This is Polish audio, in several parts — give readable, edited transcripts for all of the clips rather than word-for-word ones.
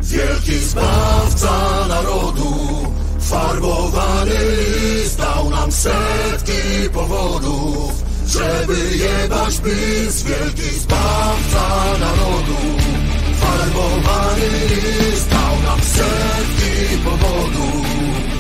Wielki zbawca narodu, farbowany list dał nam setki powodów, żeby jebać PiS. Wielki zbawca narodu, farbowany list dał nam setki powodów,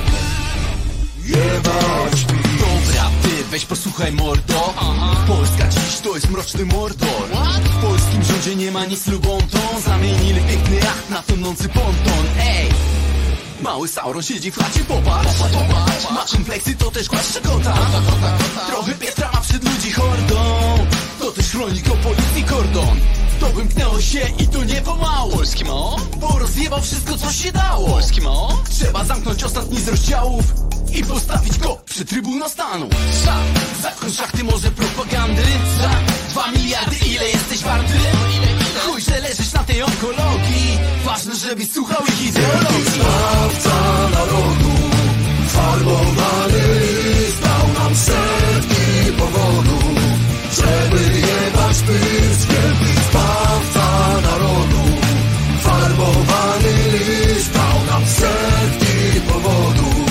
jebać PiS. Dobra, ty weź posłuchaj mordo. Polska dziś to jest mroczny mordor. W polskim rządzie nie ma nic lubontą. Zamienili piękny akt na tonący ponton. Ej! Mały Sauron siedzi w chacie, popatrz. Ma kompleksy, to też głaszcze kota. Trochę Pietra ma przed ludzi hordą. To też chronik o policji kordon. To wymknęło się i to nie pomału. Polski mo? Bo rozjebał wszystko, co się dało. Polski mo? Trzeba zamknąć ostatni z rozdziałów i postawić go przy Trybunał Stanu. Zatknąć szachty może propagandy. Za 2 miliardy ile jesteś warty? Chuj, że leżysz na tej onkologii. Ważne, żebyś słuchał ich ideologii. Zbawca narodu, farbowany list dał nam setki powodów, żeby jebać PiS. Wielki zbawca narodu, farbowany list dał nam setki powodów,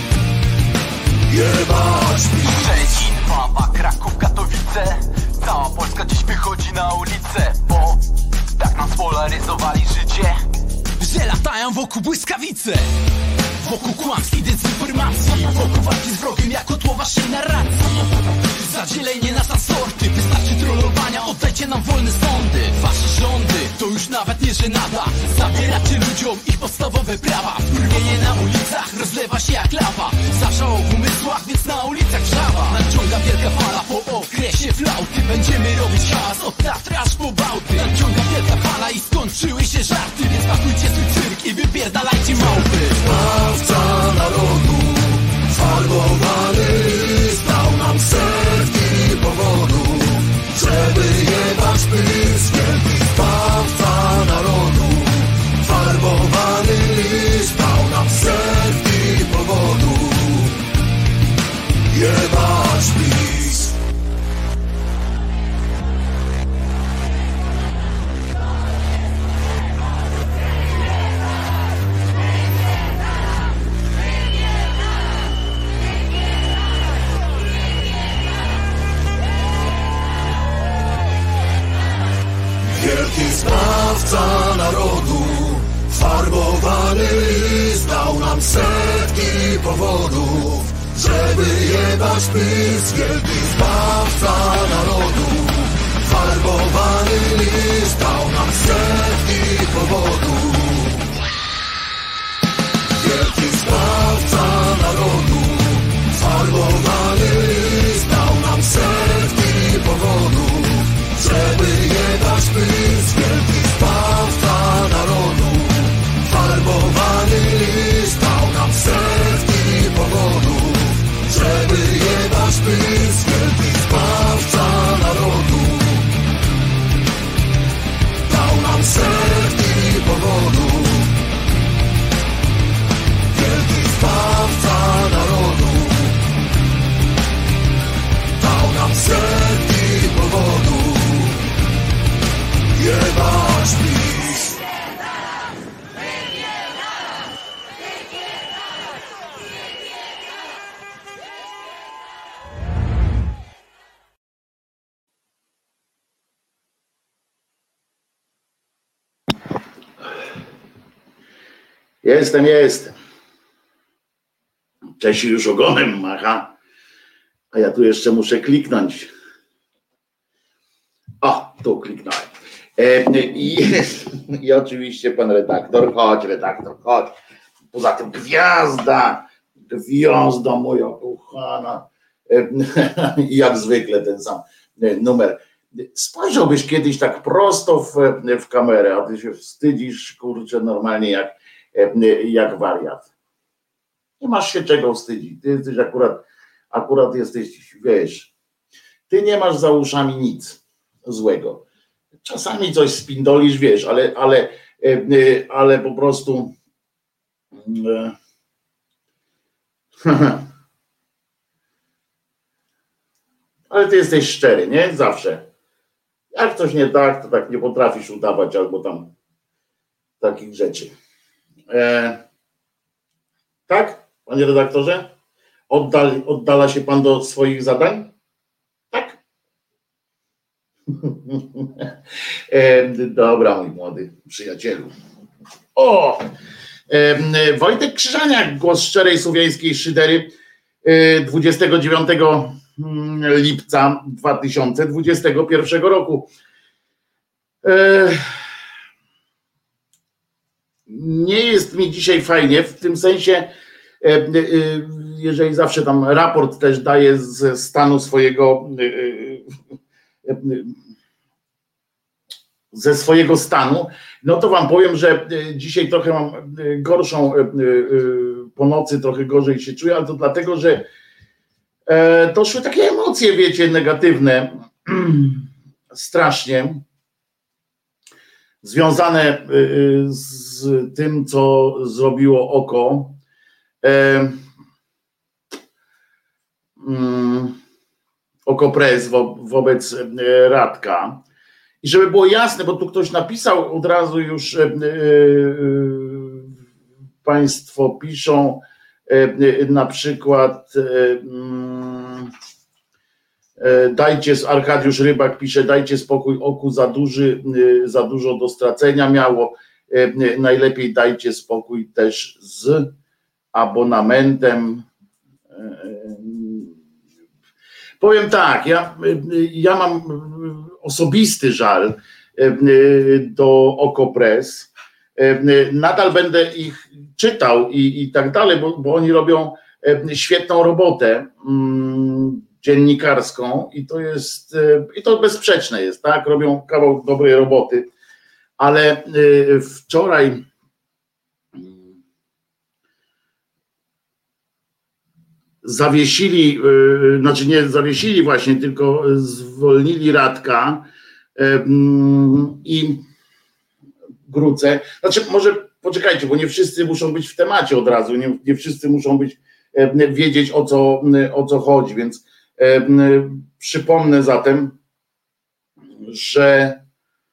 jebać PiS. Szczecin, Wawa, Kraków, Katowice. Cała Polska dziś wychodzi na ulicę, bo tak nam spolaryzowali życie, że latają wokół błyskawice. Wokół kłamstw i dezinformacji, wokół walki z wrogiem jako tło waszej narracji. Zadzielenie nas na sorty, wystarczy trollowania, oddajcie nam wolne sądy. Wasze rządy to już nawet nie żenada. Zabieracie ludziom ich podstawowe prawa. Wkurwienie na ulicach rozlewa się jak lawa. Zawrzał w umysłach, więc na ulicach wrzawa. Nadciąga wielka fala po okresie flauty. Będziemy robić hałas od Tatry aż po Bałty. Nadciąga wielka fala i skończyły się żarty, więc pakujcie swój cyrk i wypierdalajcie małpy. Zbawca narodu, farbowany list dał nam setki powodów, żeby jebać PiS. Wielki zbawca narodu, farbowany list dał nam setki powodów, jebać PiS. Wielki zbawca narodu, farbowany list dał nam setki powodów, żeby jebać PiS. Wielki zbawca narodu, farbowany list dał nam setki powodów. Wielki zbawca narodu, farbowany list dał nam setki powodów, żeby jebać PiS. Wielki zbawca narodu, farbowany list dał nam setki powodów, żeby jebać PiS. Wielki zbawca narodu, dał nam setki powodów. Wielki zbawca narodu, dał nam setki powodów, jebać PiS. Jestem. Cześć, już ogonem macha, a ja tu jeszcze muszę kliknąć. O, tu kliknąłem. I oczywiście pan redaktor, chodź. Poza tym gwiazda moja kochana. I jak zwykle ten sam numer. Spojrzałbyś kiedyś tak prosto w kamerę, a ty się wstydzisz, kurczę, normalnie jak wariat. Nie masz się czego wstydzić. Ty jesteś akurat jesteś, wiesz, ty nie masz za uszami nic złego. Czasami coś spindolisz, wiesz, ale po prostu ale ty jesteś szczery, nie? Zawsze. Jak coś nie tak, to tak nie potrafisz udawać albo tam takich rzeczy. Tak, panie redaktorze? Oddala się pan do swoich zadań? Tak? Dobra, mój młody przyjacielu. O! Wojtek Krzyżaniak, głos szczerej słowiańskiej szydery, 29 lipca 2021 roku. Nie jest mi dzisiaj fajnie, w tym sensie, jeżeli zawsze tam raport też daje ze stanu swojego, ze swojego stanu, no to wam powiem, że dzisiaj trochę mam gorszą, po nocy trochę gorzej się czuję, ale to dlatego, że doszły takie emocje, wiecie, negatywne, strasznie, związane z tym, co zrobiło oko. Okopres wobec Radka. I żeby było jasne, bo tu ktoś napisał od razu już, państwo piszą, na przykład dajcie, Arkadiusz Rybak pisze, dajcie spokój oku, za dużo do stracenia miało, najlepiej dajcie spokój też z abonamentem. Powiem tak, ja mam osobisty żal do Okopres. Nadal będę ich czytał i tak dalej, bo oni robią świetną robotę dziennikarską i to bezsprzeczne jest, tak? Robią kawał dobrej roboty, ale wczoraj zawiesili, znaczy nie zawiesili właśnie, tylko zwolnili Radka i Grucę. Znaczy może poczekajcie, bo nie wszyscy muszą być w temacie od razu, nie wszyscy muszą wiedzieć o co chodzi, więc przypomnę zatem, że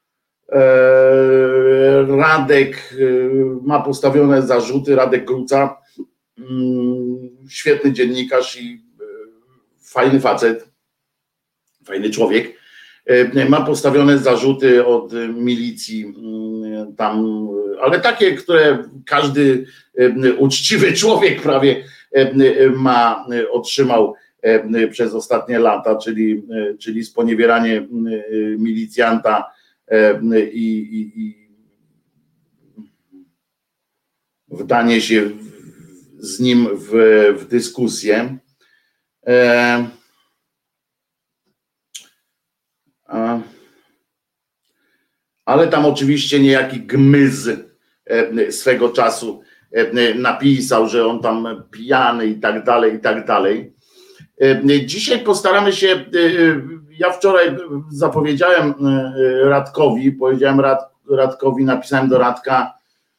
Radek ma postawione zarzuty, Radek Gruca, świetny dziennikarz i fajny facet, fajny człowiek, ma postawione zarzuty od milicji tam, ale takie, które każdy uczciwy człowiek prawie otrzymał przez ostatnie lata, czyli sponiewieranie milicjanta i wdanie się z nim w dyskusję. Ale tam oczywiście niejaki Gmyz swego czasu napisał, że on tam pijany i tak dalej. Dzisiaj postaramy się, ja wczoraj zapowiedziałem Radkowi, Radkowi, napisałem do Radka,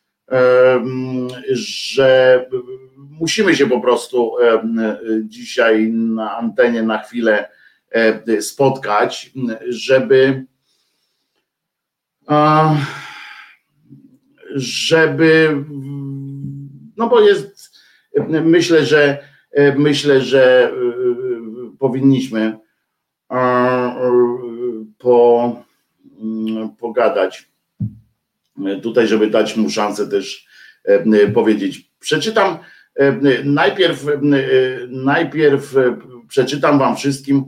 że musimy się po prostu dzisiaj na antenie na chwilę spotkać, żeby no bo jest, myślę, że powinniśmy pogadać tutaj, żeby dać mu szansę też powiedzieć. Przeczytam najpierw przeczytam wam wszystkim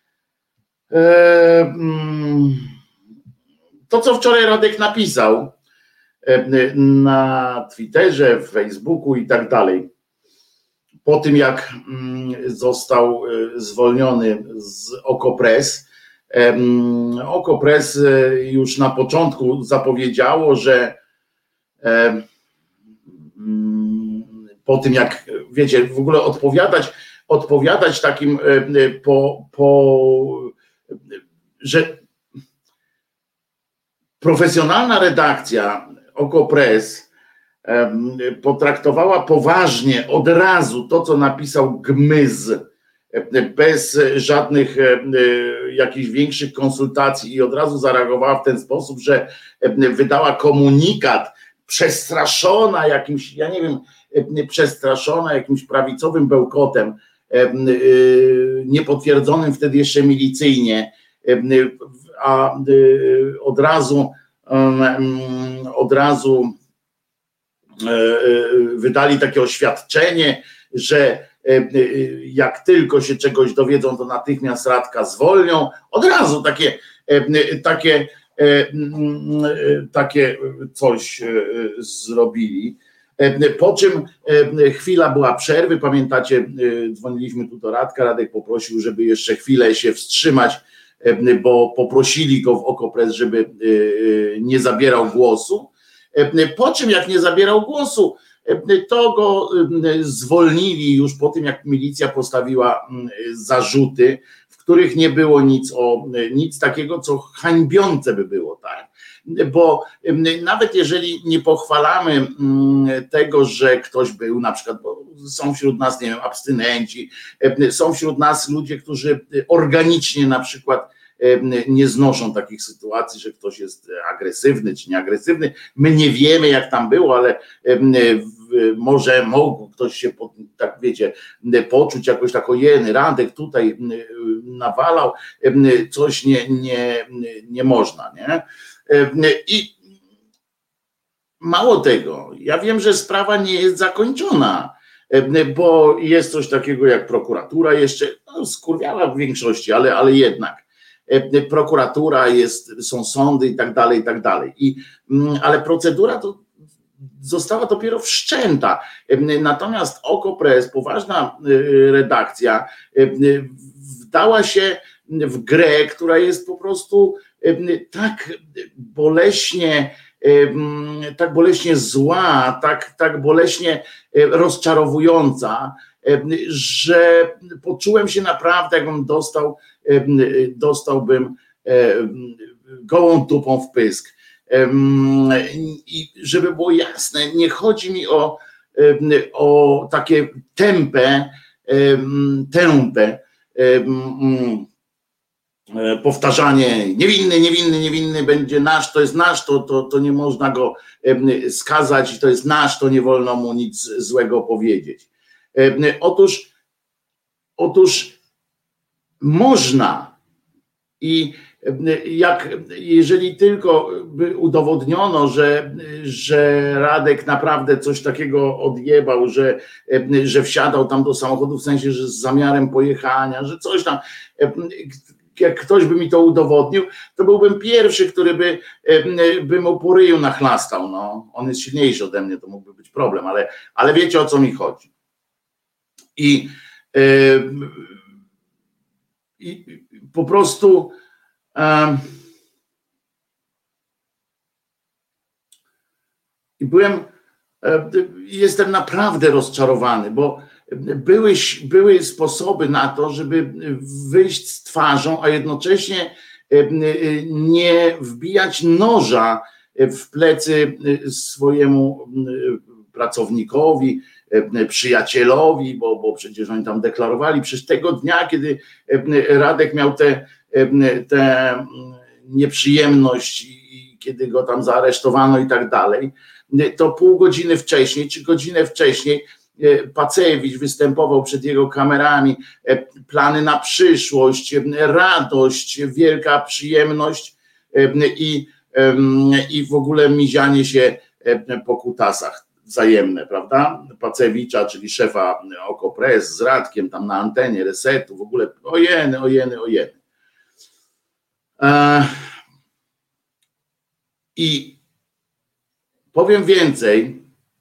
to, co wczoraj Radek napisał na Twitterze, w Facebooku i tak dalej. Po tym, jak został zwolniony z Okopres, Okopres już na początku zapowiedziało, że po tym, jak wiecie, w ogóle odpowiadać takim że profesjonalna redakcja Okopres potraktowała poważnie od razu to, co napisał Gmyz, bez żadnych jakichś większych konsultacji i od razu zareagowała w ten sposób, że wydała komunikat przestraszona jakimś, ja nie wiem, przestraszona jakimś prawicowym bełkotem, niepotwierdzonym wtedy jeszcze milicyjnie, a od razu wydali takie oświadczenie, że jak tylko się czegoś dowiedzą, to natychmiast Radka zwolnią. Od razu takie coś zrobili. Po czym chwila była przerwy, pamiętacie, dzwoniliśmy tu do Radka, Radek poprosił, żeby jeszcze chwilę się wstrzymać, bo poprosili go w Okopres, żeby nie zabierał głosu. Po czym jak nie zabierał głosu, to go zwolnili już po tym, jak milicja postawiła zarzuty, w których nie było nic takiego, co hańbiące by było, tak? Bo nawet jeżeli nie pochwalamy tego, że ktoś był na przykład, bo są wśród nas, nie wiem, abstynenci, są wśród nas ludzie, którzy organicznie na przykład nie znoszą takich sytuacji, że ktoś jest agresywny czy nieagresywny. My nie wiemy, jak tam było, ale może mógł ktoś się, tak wiecie, poczuć jakoś tak, ojej, Radek tutaj nawalał, coś nie można, nie? I mało tego, ja wiem, że sprawa nie jest zakończona, bo jest coś takiego jak prokuratura jeszcze, skurwiała w większości, ale jednak prokuratura są sądy i tak dalej, ale procedura to została dopiero wszczęta. Natomiast Okopres, poważna redakcja, wdała się w grę, która jest po prostu tak boleśnie zła, tak boleśnie rozczarowująca, że poczułem się naprawdę, jakbym dostałbym gołą dupą w pysk. I żeby było jasne, nie chodzi mi o takie tępe powtarzanie niewinny będzie nasz, to jest nasz, to nie można go skazać, to jest nasz, to nie wolno mu nic złego powiedzieć. Otóż można i jeżeli tylko by udowodniono, że Radek naprawdę coś takiego odjebał, że wsiadał tam do samochodu, w sensie, że z zamiarem pojechania, że coś tam, jak ktoś by mi to udowodnił, to byłbym pierwszy, który by mu po ryju nachlastał. No, on jest silniejszy ode mnie, to mógłby być problem, ale wiecie, o co mi chodzi. I po prostu jestem naprawdę rozczarowany, bo były sposoby na to, żeby wyjść z twarzą, a jednocześnie nie wbijać noża w plecy swojemu pracownikowi, przyjacielowi, bo przecież oni tam deklarowali, przecież tego dnia, kiedy Radek miał tę nieprzyjemność i kiedy go tam zaaresztowano i tak dalej, to pół godziny wcześniej, czy godzinę wcześniej Pacewicz występował przed jego kamerami, plany na przyszłość, radość, wielka przyjemność i w ogóle mizianie się po kutasach wzajemne, prawda? Pacewicza, czyli szefa Okopres z Radkiem tam na antenie Resetu, w ogóle ojeny. I powiem więcej,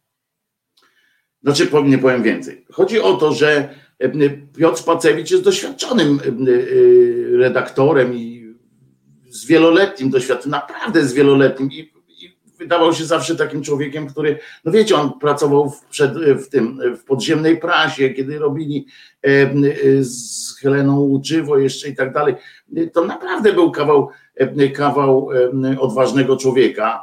nie powiem więcej. Chodzi o to, że Piotr Pacewicz jest doświadczonym redaktorem i z wieloletnim doświadczeniem, naprawdę z wieloletnim i wydawał się zawsze takim człowiekiem, który, no wiecie, on pracował w podziemnej prasie, kiedy robili z Heleną Łuczywo jeszcze i tak dalej. To naprawdę był kawał odważnego człowieka.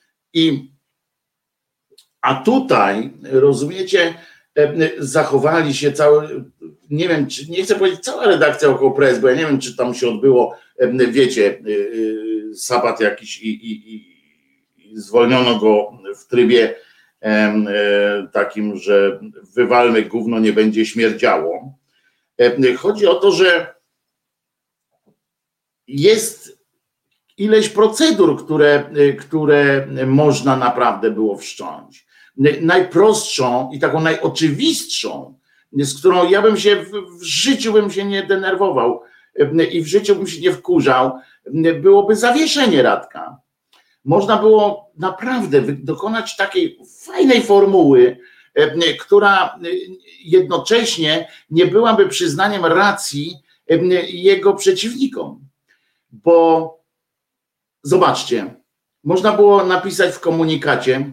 A tutaj, rozumiecie, zachowali się nie wiem, nie chcę powiedzieć cała redakcja Okopres, bo ja nie wiem, czy tam się odbyło, wiecie, sabat jakiś i zwolniono go w trybie takim, że wywalmy gówno, nie będzie śmierdziało. Chodzi o to, że jest ileś procedur, które można naprawdę było wszcząć. Najprostszą i taką najoczywistszą, z którą ja bym się w życiu bym się nie denerwował i w życiu bym się nie wkurzał, byłoby zawieszenie Radka. Można było naprawdę dokonać takiej fajnej formuły, która jednocześnie nie byłaby przyznaniem racji jego przeciwnikom. Bo zobaczcie, można było napisać w komunikacie: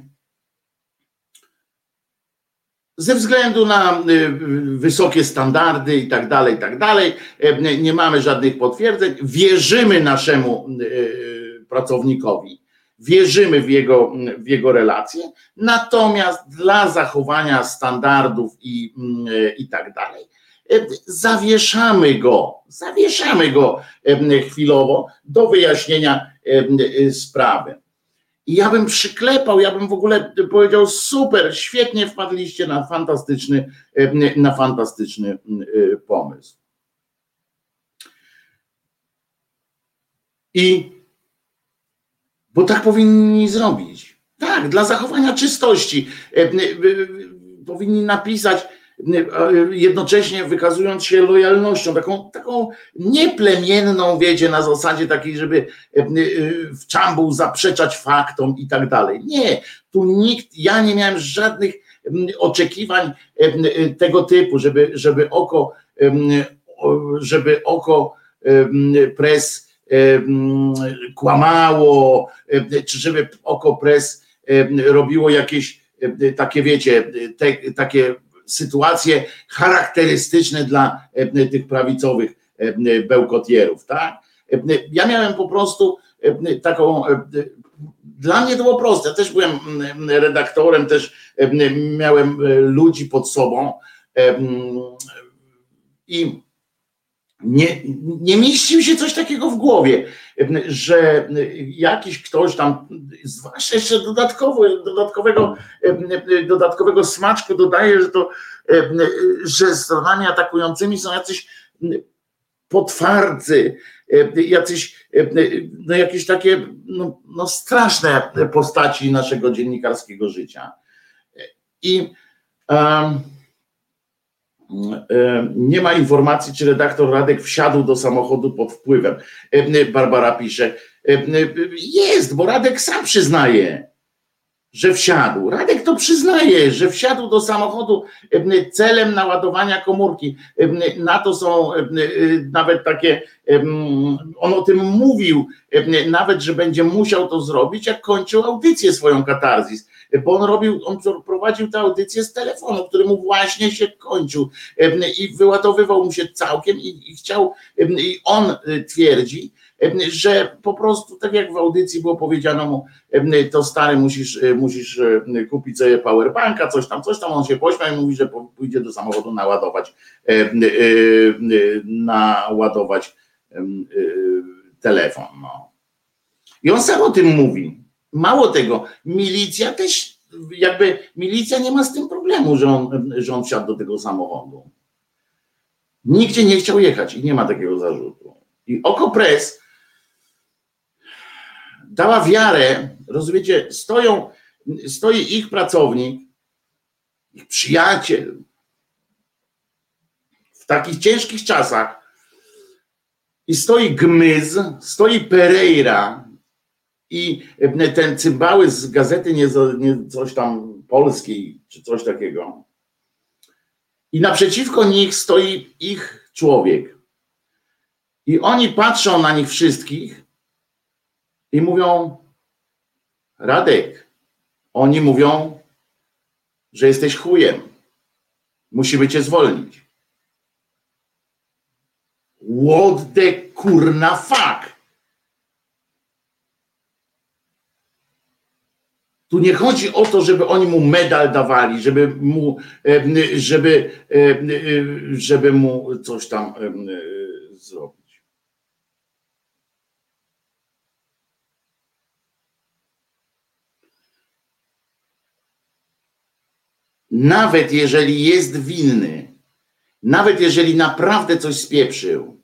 ze względu na wysokie standardy i tak dalej, nie mamy żadnych potwierdzeń, wierzymy naszemu pracownikowi, wierzymy w jego relacje, natomiast dla zachowania standardów i tak dalej, zawieszamy go chwilowo do wyjaśnienia sprawy. I ja bym przyklepał, ja bym w ogóle powiedział: super, świetnie wpadliście na fantastyczny pomysł. Bo tak powinni zrobić. Tak, dla zachowania czystości powinni napisać, jednocześnie wykazując się lojalnością, taką nieplemienną, wiecie, na zasadzie takiej, żeby w czambuł zaprzeczać faktom i tak dalej. Nie, tu ja nie miałem żadnych oczekiwań tego typu, żeby oko press kłamało, czy żeby oko press robiło jakieś takie, wiecie, takie sytuacje charakterystyczne dla tych prawicowych bełkotierów, tak? Ja miałem po prostu taką, dla mnie to było proste, ja też byłem redaktorem, też miałem ludzi pod sobą i nie mieścił się coś takiego w głowie, że jakiś ktoś tam, zwłaszcza jeszcze dodatkowego smaczku dodaje, że stronami atakującymi są jacyś potwardzy, jakieś takie straszne postaci naszego dziennikarskiego życia. I nie ma informacji, czy redaktor Radek wsiadł do samochodu pod wpływem. Barbara pisze: jest, bo Radek sam przyznaje, że wsiadł. Radek to przyznaje, że wsiadł do samochodu celem naładowania komórki. Na to są nawet takie, on o tym mówił, nawet, że będzie musiał to zrobić, jak kończył audycję swoją Katarzys, bo on prowadził tę audycję z telefonu, który mu właśnie się kończył i wyładowywał mu się całkiem i chciał, i on twierdzi, że po prostu, tak jak w audycji było powiedziano mu, to stary, musisz kupić sobie powerbanka, coś tam, on się pośmiał i mówi, że pójdzie do samochodu naładować telefon. No. I on sam o tym mówi. Mało tego, milicja też, milicja nie ma z tym problemu, że on wsiadł do tego samochodu. Nigdzie nie chciał jechać i nie ma takiego zarzutu. I Okopres dała wiarę, rozumiecie, stoi ich pracownik, ich przyjaciel w takich ciężkich czasach i stoi Gmyz, stoi Pereira i ten cymbały z gazety nie coś tam polskiej, czy coś takiego. I naprzeciwko nich stoi ich człowiek. I oni patrzą na nich wszystkich i mówią: Radek, oni mówią, że jesteś chujem. Musimy cię zwolnić. What the kurna fuck? Tu nie chodzi o to, żeby oni mu medal dawali, żeby mu coś tam zrobić. nawet jeżeli jest winny, nawet jeżeli naprawdę coś spieprzył,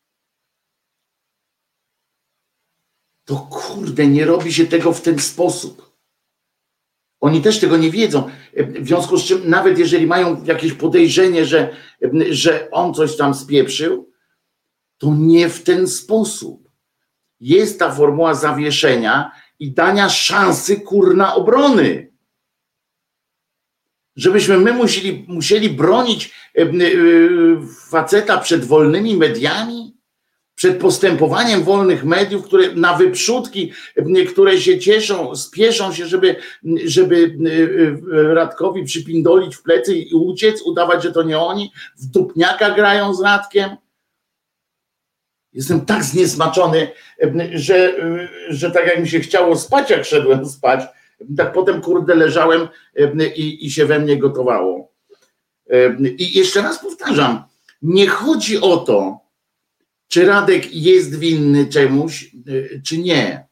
to kurde, nie robi się tego w ten sposób. Oni też tego nie wiedzą. W związku z czym, nawet jeżeli mają jakieś podejrzenie, że on coś tam spieprzył, to nie w ten sposób. Jest ta formuła zawieszenia i dania szansy kurna obrony. Żebyśmy my musieli bronić faceta przed wolnymi mediami, przed postępowaniem wolnych mediów, które na wyprzódki, które się cieszą, spieszą się, żeby Radkowi przypindolić w plecy i uciec, udawać, że to nie oni, w dupniaka grają z Radkiem. Jestem tak zniesmaczony, że tak jak mi się chciało spać, jak szedłem spać, tak potem kurde leżałem i się we mnie gotowało. I jeszcze raz powtarzam, nie chodzi o to, czy Radek jest winny czemuś, czy nie.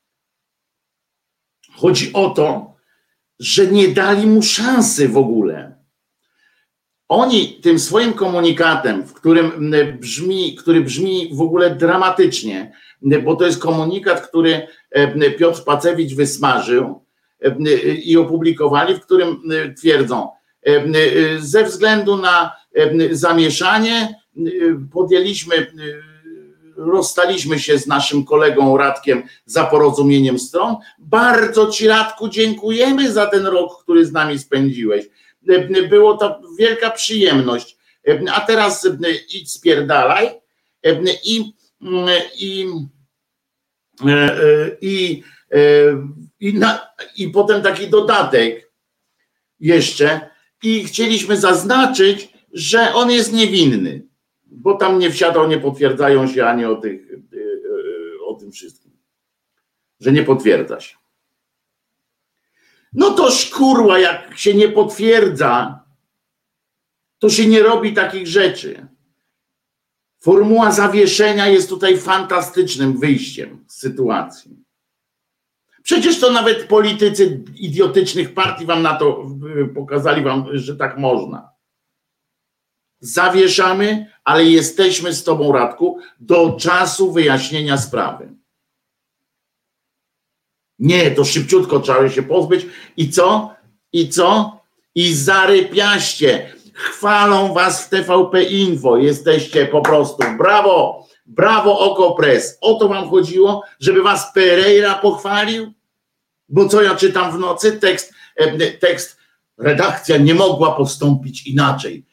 Chodzi o to, że nie dali mu szansy w ogóle. Oni tym swoim komunikatem, który brzmi w ogóle dramatycznie, bo to jest komunikat, który Piotr Pacewicz wysmażył i opublikowali, w którym twierdzą, ze względu na zamieszanie rozstaliśmy się z naszym kolegą Radkiem za porozumieniem stron. Bardzo ci, Radku, dziękujemy za ten rok, który z nami spędziłeś. Było to wielka przyjemność. A teraz idź spierdalaj i potem taki dodatek jeszcze i chcieliśmy zaznaczyć, że on jest niewinny, bo tam nie wsiadał, nie potwierdzają się ani o tym wszystkim, że nie potwierdza się. No to szkurła, jak się nie potwierdza, to się nie robi takich rzeczy. Formuła zawieszenia jest tutaj fantastycznym wyjściem z sytuacji. Przecież to nawet politycy idiotycznych partii wam na to pokazali, że tak można. Zawieszamy, ale jesteśmy z tobą, Radku, do czasu wyjaśnienia sprawy. Nie, to szybciutko trzeba się pozbyć. I co? I zarypiaście. Chwalą was w TVP Info. Jesteście po prostu. Brawo! Brawo, Okopres. O to wam chodziło? Żeby was Pereira pochwalił? Bo co ja czytam w nocy? Tekst. Redakcja nie mogła postąpić inaczej.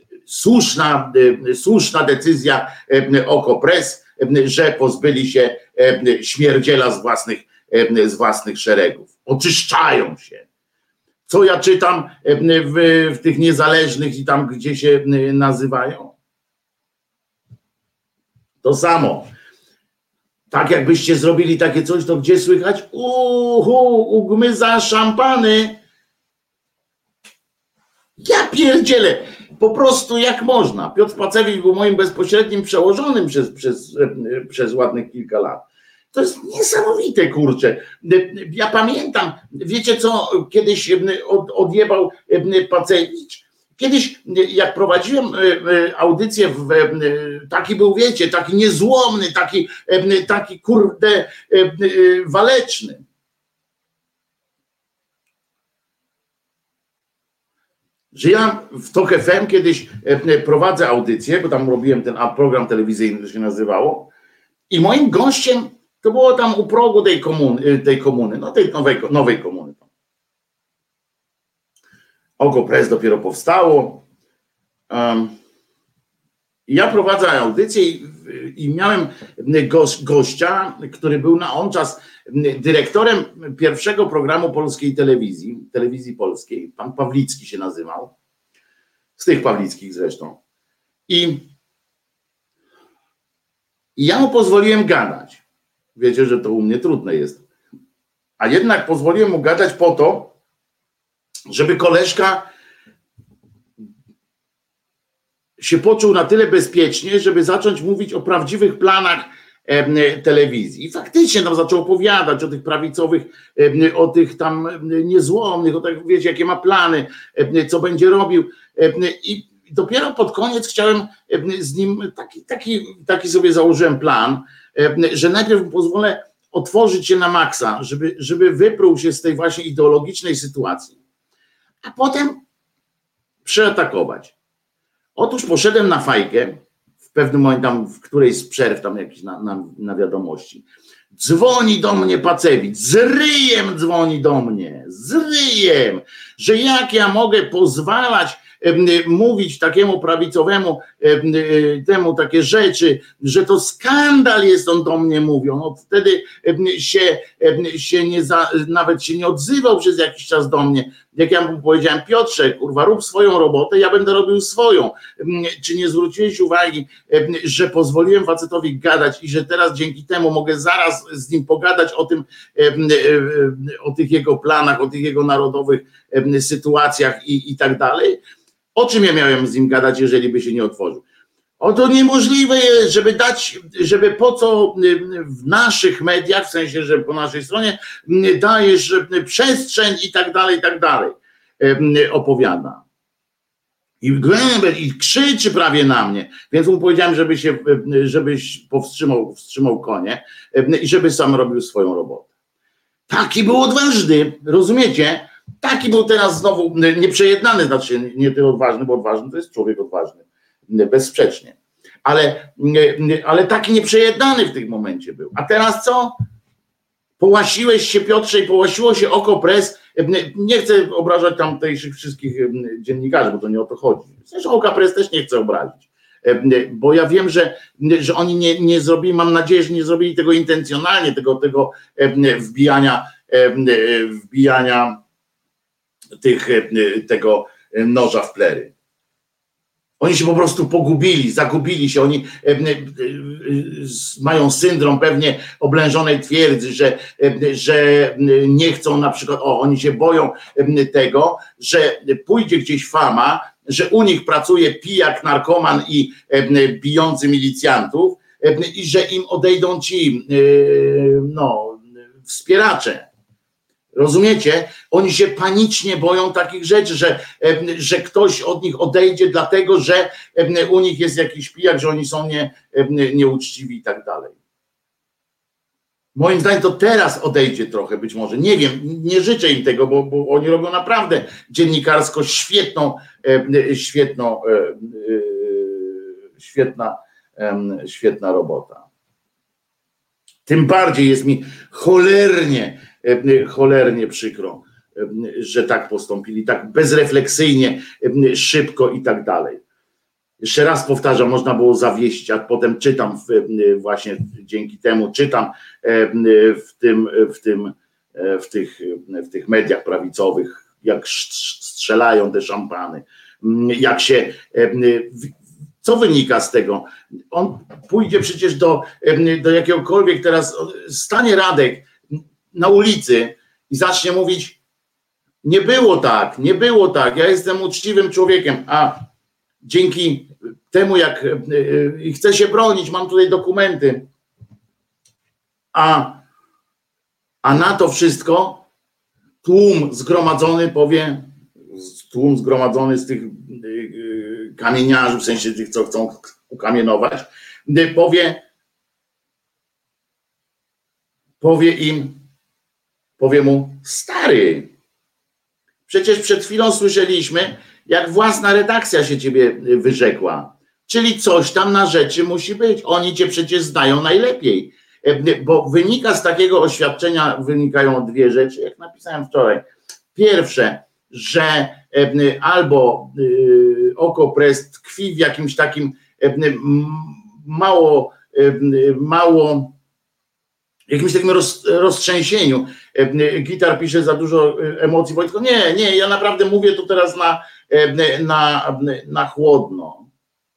Słuszna decyzja Okopres, że pozbyli się śmierdziela z własnych szeregów. Oczyszczają się. Co ja czytam w tych niezależnych i tam, gdzie się nazywają? To samo. Tak jakbyście zrobili takie coś, to gdzie słychać? Ugmyza szampany. Ja pierdzielę. Po prostu jak można. Piotr Pacewicz był moim bezpośrednim przełożonym przez ładnych kilka lat. To jest niesamowite, kurczę. Ja pamiętam, wiecie co, kiedyś odjebał Pacewicz? Kiedyś, jak prowadziłem audycję, taki był, wiecie, taki niezłomny, taki kurde waleczny. Że ja w TOK FM kiedyś prowadzę audycję, bo tam robiłem ten program telewizyjny, to się nazywało, i moim gościem to było tam u progu tej komuny, no tej nowej komuny. Okopres dopiero powstało. Ja prowadzę audycję i miałem gościa, który był na on czas dyrektorem pierwszego programu polskiej telewizji polskiej. Pan Pawlicki się nazywał. Z tych Pawlickich zresztą. I ja mu pozwoliłem gadać. Wiecie, że to u mnie trudne jest. A jednak pozwoliłem mu gadać po to, żeby koleżka się poczuł na tyle bezpiecznie, żeby zacząć mówić o prawdziwych planach telewizji. I faktycznie tam zaczął opowiadać o tych prawicowych, o tych tam niezłomnych, o tak, wiecie, jakie ma plany, co będzie robił. I dopiero pod koniec chciałem z nim, taki sobie założyłem plan, że najpierw pozwolę otworzyć się na maksa, żeby wyprół się z tej właśnie ideologicznej sytuacji, a potem przeatakować. Otóż poszedłem na fajkę, w pewnym momencie tam, w którejś z przerw tam jakiś na wiadomości. Dzwoni do mnie Pacewicz, z ryjem dzwoni do mnie, z ryjem, że jak ja mogę pozwalać mówić takiemu prawicowemu temu takie rzeczy, że to skandal jest, on do mnie mówił. No wtedy nawet się nie odzywał przez jakiś czas do mnie. Jak ja mu powiedziałem: Piotrze, kurwa, rób swoją robotę, ja będę robił swoją. Czy nie zwróciłeś uwagi, że pozwoliłem facetowi gadać i że teraz dzięki temu mogę zaraz z nim pogadać o tych jego planach, o tych jego narodowych sytuacjach i tak dalej? O czym ja miałem z nim gadać, jeżeli by się nie otworzył? To niemożliwe jest, żeby po co w naszych mediach, w sensie, że po naszej stronie dajesz przestrzeń i tak dalej, opowiada. I krzyczy prawie na mnie, więc mu powiedziałem, żebyś wstrzymał konie i żeby sam robił swoją robotę. Taki był odważny, rozumiecie? Taki był teraz znowu nieprzejednany, znaczy nie tyle odważny, bo odważny to jest człowiek odważny, bezsprzecznie. Ale taki nieprzejednany w tym momencie był. A teraz co? Połasiłeś się, Piotrze, i połasiło się Okopres. Nie chcę obrażać tamtejszych wszystkich dziennikarzy, bo to nie o to chodzi. Zresztą Okopres też nie chcę obrazić, bo ja wiem, że oni nie zrobili, mam nadzieję, że nie zrobili tego intencjonalnie, tego wbijania tego noża w plery. Oni się po prostu zagubili się, oni mają syndrom pewnie oblężonej twierdzy, że nie chcą na przykład, oni się boją tego, że pójdzie gdzieś fama, że u nich pracuje pijak, narkoman i bijący milicjantów i że im odejdą ci wspieracze. Rozumiecie? Oni się panicznie boją takich rzeczy, że ktoś od nich odejdzie, dlatego że u nich jest jakiś pijak, że oni są nieuczciwi i tak dalej. Moim zdaniem to teraz odejdzie trochę, być może. Nie wiem, nie życzę im tego, bo oni robią naprawdę dziennikarsko świetna robota. Tym bardziej jest mi cholernie przykro, że tak postąpili, tak bezrefleksyjnie, szybko i tak dalej. Jeszcze raz powtarzam, można było zawiesić, a potem czytam właśnie dzięki temu, czytam w tych mediach prawicowych, jak strzelają te szampany, jak się, co wynika z tego? On pójdzie przecież do jakiegokolwiek teraz, stanie Radek na ulicy i zacznie mówić: nie było tak, ja jestem uczciwym człowiekiem, a dzięki temu i chcę się bronić, mam tutaj dokumenty, a na to wszystko tłum zgromadzony z tych kamieniarzy, w sensie tych, co chcą ukamienować, powie mu: stary, przecież przed chwilą słyszeliśmy, jak własna redakcja się ciebie wyrzekła, czyli coś tam na rzeczy musi być. Oni cię przecież znają najlepiej, bo wynika z takiego oświadczenia, wynikają dwie rzeczy, jak napisałem wczoraj. Pierwsze, że albo Okopres tkwi w jakimś takim jakimś takim roztrzęsieniu. Gitar pisze: za dużo emocji, Wojtko. Nie, ja naprawdę mówię tu teraz na chłodno.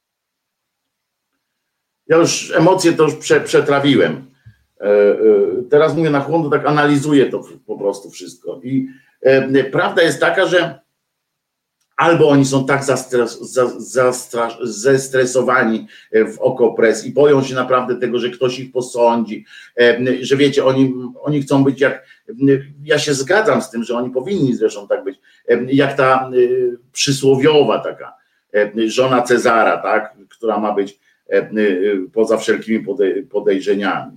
Ja już emocje to już przetrawiłem. Teraz mówię na chłodno, tak analizuję to po prostu wszystko. I prawda jest taka, że Albo oni są tak zestresowani w okopres i boją się naprawdę tego, że ktoś ich posądzi, że wiecie, oni chcą być jak, ja się zgadzam z tym, że oni powinni zresztą tak być, jak ta przysłowiowa taka żona Cezara, tak, która ma być poza wszelkimi podejrzeniami.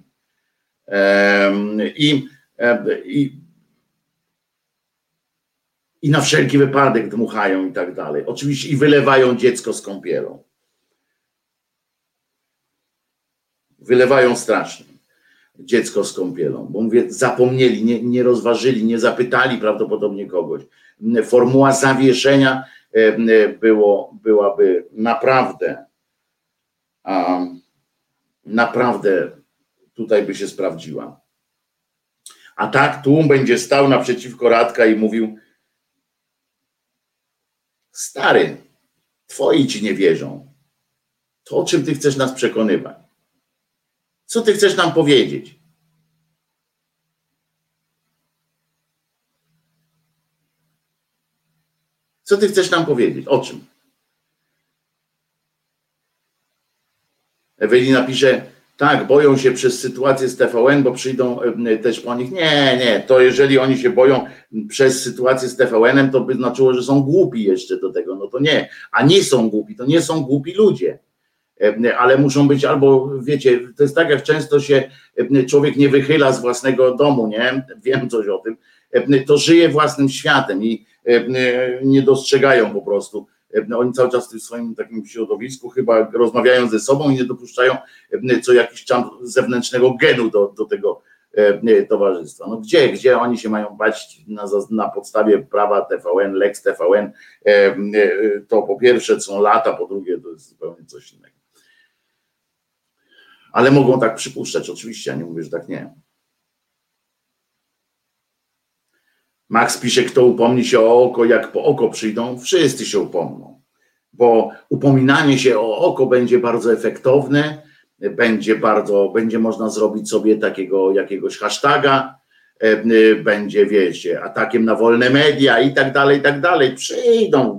I na wszelki wypadek dmuchają i tak dalej. Oczywiście i wylewają dziecko z kąpielą. Wylewają strasznie dziecko z kąpielą, bo mówię, zapomnieli, nie rozważyli, nie zapytali prawdopodobnie kogoś. Formuła zawieszenia byłaby naprawdę tutaj by się sprawdziła. A tak tłum będzie stał naprzeciwko Radka i mówił: stary, twoi ci nie wierzą. To o czym ty chcesz nas przekonywać? Co ty chcesz nam powiedzieć? Co ty chcesz nam powiedzieć? O czym? Ewelina pisze, tak, boją się przez sytuację z TVN, bo przyjdą też po nich. Nie, to jeżeli oni się boją przez sytuację z TVN-em, to by znaczyło, że są głupi jeszcze do tego. No to nie, a nie są głupi, to nie są głupi ludzie. Ale muszą być albo, wiecie, to jest tak, jak często się człowiek nie wychyla z własnego domu, nie? Wiem coś o tym, to żyje własnym światem i nie dostrzegają po prostu. Oni cały czas w swoim takim środowisku chyba rozmawiają ze sobą i nie dopuszczają co jakiś czas zewnętrznego genu do tego towarzystwa. No gdzie oni się mają bać na podstawie prawa TVN, Lex TVN, to po pierwsze są lata, po drugie to jest zupełnie coś innego. Ale mogą tak przypuszczać, oczywiście, ja nie mówię, że tak nie. Max pisze, kto upomni się o oko, jak po oko przyjdą, wszyscy się upomną, bo upominanie się o oko będzie bardzo efektowne, będzie można zrobić sobie takiego jakiegoś hashtaga, będzie, wiecie, atakiem na wolne media i tak dalej, przyjdą,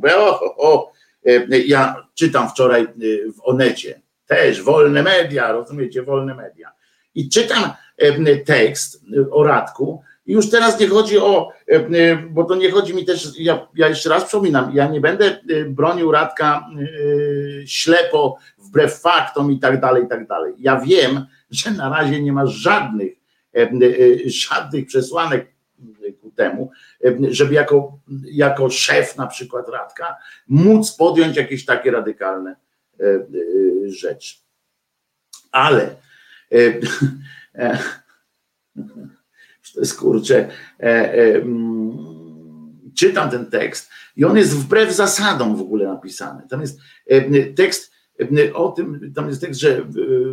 ja czytam wczoraj w Onecie, też wolne media, rozumiecie, wolne media, i czytam tekst o Radku. I już teraz nie chodzi bo to nie chodzi mi też, ja jeszcze raz przypominam, ja nie będę bronił Radka ślepo, wbrew faktom i tak dalej. Ja wiem, że na razie nie ma żadnych przesłanek ku temu, żeby jako szef na przykład Radka móc podjąć jakieś takie radykalne rzeczy. Ale to jest, kurczę, czytam ten tekst i on jest wbrew zasadom w ogóle napisany. Tam jest tekst o tym, tam jest tekst, że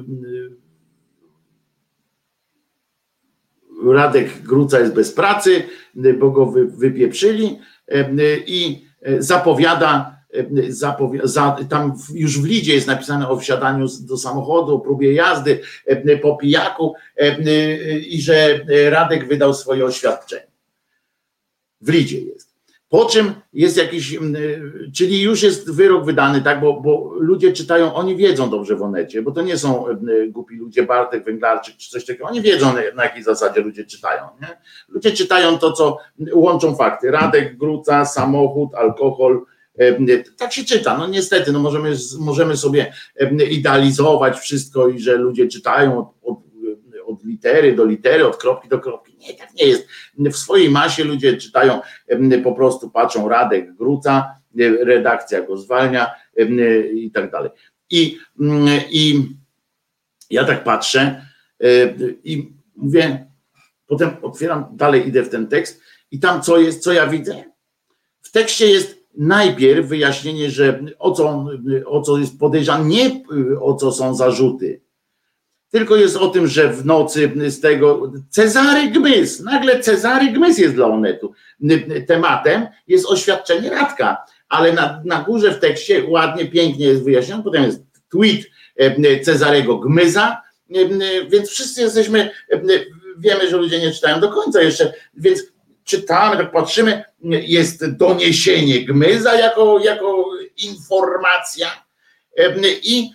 Radek Gruca jest bez pracy, bo go wypieprzyli i zapowiada, tam już w lidzie jest napisane o wsiadaniu do samochodu, o próbie jazdy po pijaku i że Radek wydał swoje oświadczenie. W lidzie jest. Po czym jest jakiś, czyli już jest wyrok wydany, tak, bo ludzie czytają, oni wiedzą dobrze w Onecie, bo to nie są głupi ludzie, Bartek Węglarczyk czy coś takiego, oni wiedzą, na jakiej zasadzie ludzie czytają. Nie? Ludzie czytają to, co łączą fakty. Radek Gruca, samochód, alkohol. Tak się czyta, no niestety, no możemy sobie idealizować wszystko i że ludzie czytają od litery do litery, od kropki do kropki. Nie, tak nie jest. W swojej masie ludzie czytają, po prostu patrzą Radek Gruca, redakcja go zwalnia i tak dalej. I ja tak patrzę i mówię, potem otwieram, dalej idę w ten tekst i tam co ja widzę? W tekście jest najpierw wyjaśnienie, że o co jest podejrzany, nie o co są zarzuty, tylko jest o tym, że w nocy z tego Cezary Gmys, nagle Cezary Gmys jest dla Onetu. Tematem jest oświadczenie Radka, ale na górze w tekście ładnie, pięknie jest wyjaśnione, potem jest tweet Cezarego Gmyza, więc wszyscy jesteśmy, wiemy, że ludzie nie czytają do końca jeszcze, więc czytamy, tak patrzymy, jest doniesienie Gmyza jako informacja i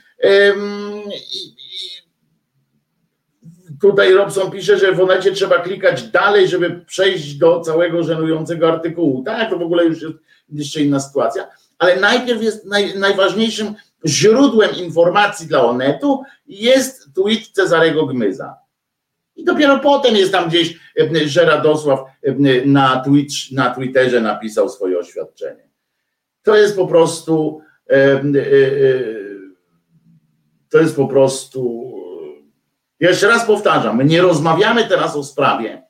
tutaj Robson pisze, że w Onecie trzeba klikać dalej, żeby przejść do całego żenującego artykułu. Tak, to w ogóle już jest jeszcze inna sytuacja, ale najpierw jest najważniejszym źródłem informacji dla Onetu jest tweet Cezarego Gmyza. I dopiero potem jest tam gdzieś, że Radosław na Twitterze napisał swoje oświadczenie. To jest po prostu, jeszcze raz powtarzam, my nie rozmawiamy teraz o sprawie,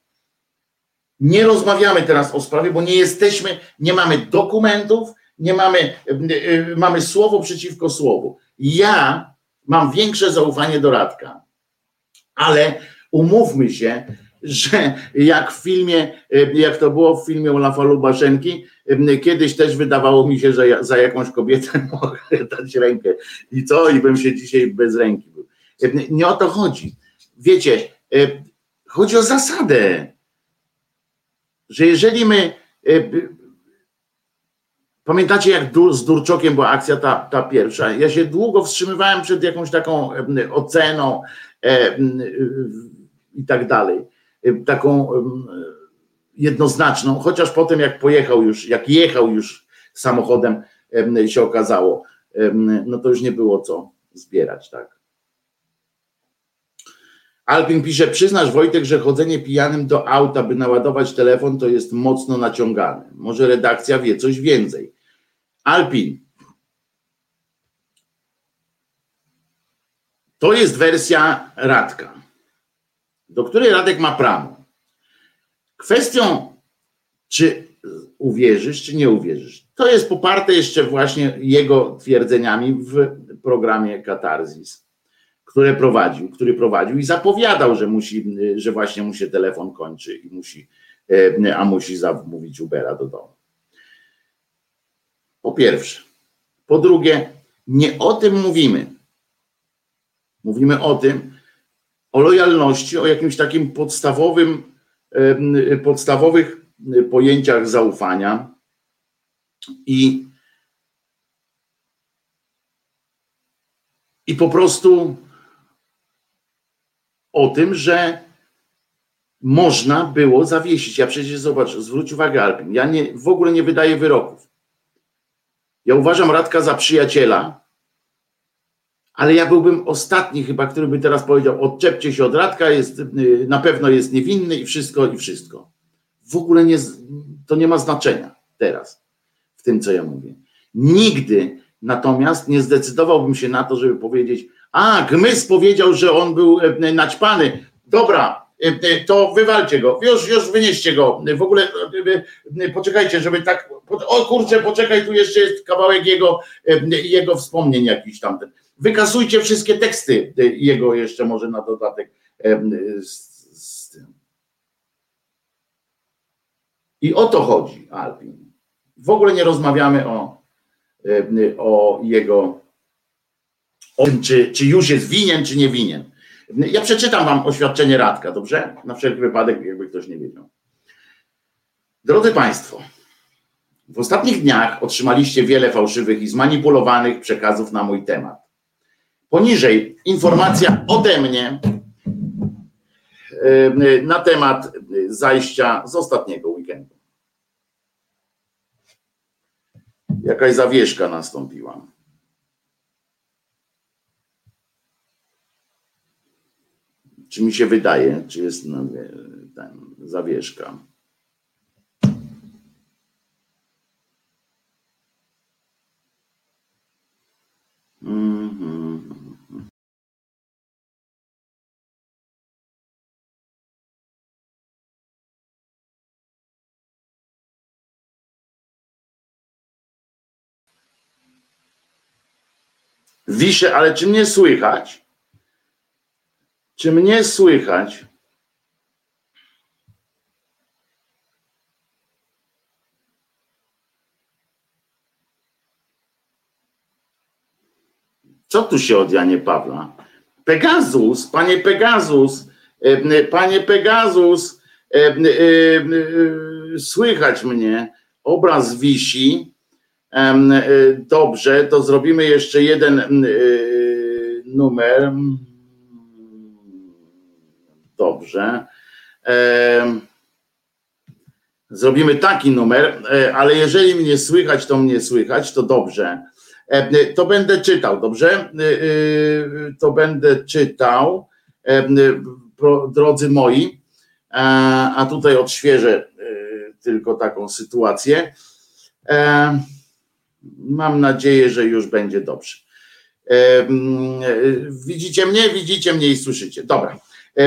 bo nie mamy dokumentów, mamy słowo przeciwko słowu. Ja mam większe zaufanie do Radka, ale umówmy się, że jak to było w filmie Olafa Lubaszenki, kiedyś też wydawało mi się, że za jakąś kobietę mogę dać rękę. I bym się dzisiaj bez ręki był. Nie o to chodzi. Wiecie, chodzi o zasadę, że jeżeli my... Pamiętacie, jak z Durczokiem była akcja ta pierwsza? Ja się długo wstrzymywałem przed jakąś taką oceną i tak dalej. Taką jednoznaczną, chociaż potem jak jechał już samochodem, się okazało, no to już nie było co zbierać, tak. Alpin pisze, przyznasz Wojtek, że chodzenie pijanym do auta, by naładować telefon, to jest mocno naciągane. Może redakcja wie coś więcej. Alpin, to jest wersja Radka, do której Radek ma prawo. Kwestią, czy uwierzysz, czy nie uwierzysz, to jest poparte jeszcze właśnie jego twierdzeniami w programie Katarzys, który prowadził i zapowiadał, że właśnie mu się telefon kończy i musi zamówić Ubera do domu. Po pierwsze. Po drugie, nie o tym mówimy. Mówimy o lojalności, o jakimś takim podstawowych pojęciach zaufania i po prostu o tym, że można było zawiesić. Ja przecież zwróć uwagę, Alpin, ja w ogóle nie wydaję wyroków. Ja uważam Radka za przyjaciela, ale ja byłbym ostatni chyba, który by teraz powiedział, odczepcie się od Radka, na pewno jest niewinny i wszystko. W ogóle to nie ma znaczenia teraz w tym, co ja mówię. Nigdy natomiast nie zdecydowałbym się na to, żeby powiedzieć, Gmyz powiedział, że on był naćpany. Dobra, to wywalcie go. Już wynieście go. W ogóle poczekajcie, żeby tak... O kurczę, poczekaj, tu jeszcze jest kawałek jego wspomnień jakiś tamten. Wykazujcie wszystkie teksty jego jeszcze może na dodatek z tym. I o to chodzi, Alpin. W ogóle nie rozmawiamy o jego... o tym, czy już jest winien, czy nie winien. Ja przeczytam wam oświadczenie Radka, dobrze? Na wszelki wypadek, jakby ktoś nie wiedział. Drodzy Państwo, w ostatnich dniach otrzymaliście wiele fałszywych i zmanipulowanych przekazów na mój temat. Poniżej informacja ode mnie na temat zajścia z ostatniego weekendu. Jakaś zawieszka nastąpiła. Czy mi się wydaje, czy jest zawieszka? Wiszę, ale czy mnie słychać? Czy mnie słychać? Co tu się od Janie Pawla? Pegasus, panie Pegasus, słychać mnie, obraz wisi. Dobrze, to zrobimy jeszcze jeden numer. Dobrze. Zrobimy taki numer, ale jeżeli mnie słychać, to mnie słychać, to dobrze. To będę czytał, dobrze? To będę czytał, drodzy moi, a tutaj odświeżę tylko taką sytuację. Mam nadzieję, że już będzie dobrze. Widzicie mnie i słyszycie. Dobra.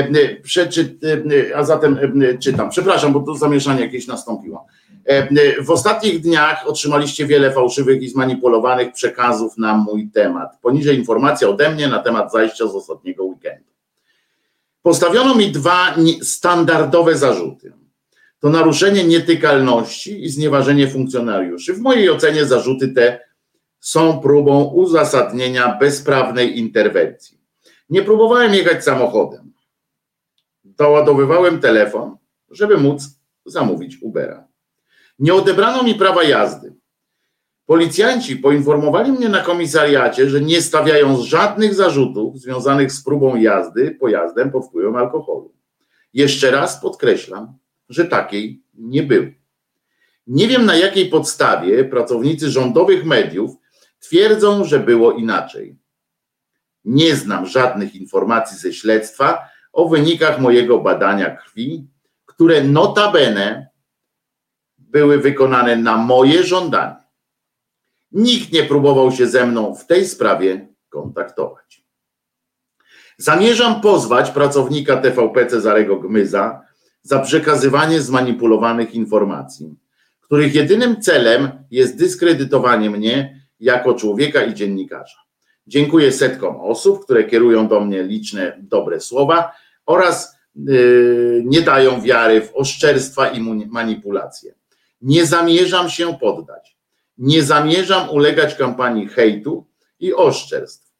A zatem czytam. Przepraszam, bo tu zamieszanie jakieś nastąpiło. W ostatnich dniach otrzymaliście wiele fałszywych i zmanipulowanych przekazów na mój temat. Poniżej informacja ode mnie na temat zajścia z ostatniego weekendu. Postawiono mi 2 standardowe zarzuty. To naruszenie nietykalności i znieważenie funkcjonariuszy. W mojej ocenie zarzuty te są próbą uzasadnienia bezprawnej interwencji. Nie próbowałem jechać samochodem. Doładowywałem telefon, żeby móc zamówić Ubera. Nie odebrano mi prawa jazdy. Policjanci poinformowali mnie na komisariacie, że nie stawiają żadnych zarzutów związanych z próbą jazdy pojazdem pod wpływem alkoholu. Jeszcze raz podkreślam, że takiej nie było. Nie wiem, na jakiej podstawie pracownicy rządowych mediów twierdzą, że było inaczej. Nie znam żadnych informacji ze śledztwa o wynikach mojego badania krwi, które notabene były wykonane na moje żądanie. Nikt nie próbował się ze mną w tej sprawie kontaktować. Zamierzam pozwać pracownika TVP Cezarego Gmyza za przekazywanie zmanipulowanych informacji, których jedynym celem jest dyskredytowanie mnie jako człowieka i dziennikarza. Dziękuję setkom osób, które kierują do mnie liczne dobre słowa oraz nie dają wiary w oszczerstwa i manipulacje. Nie zamierzam się poddać. Nie zamierzam ulegać kampanii hejtu i oszczerstw.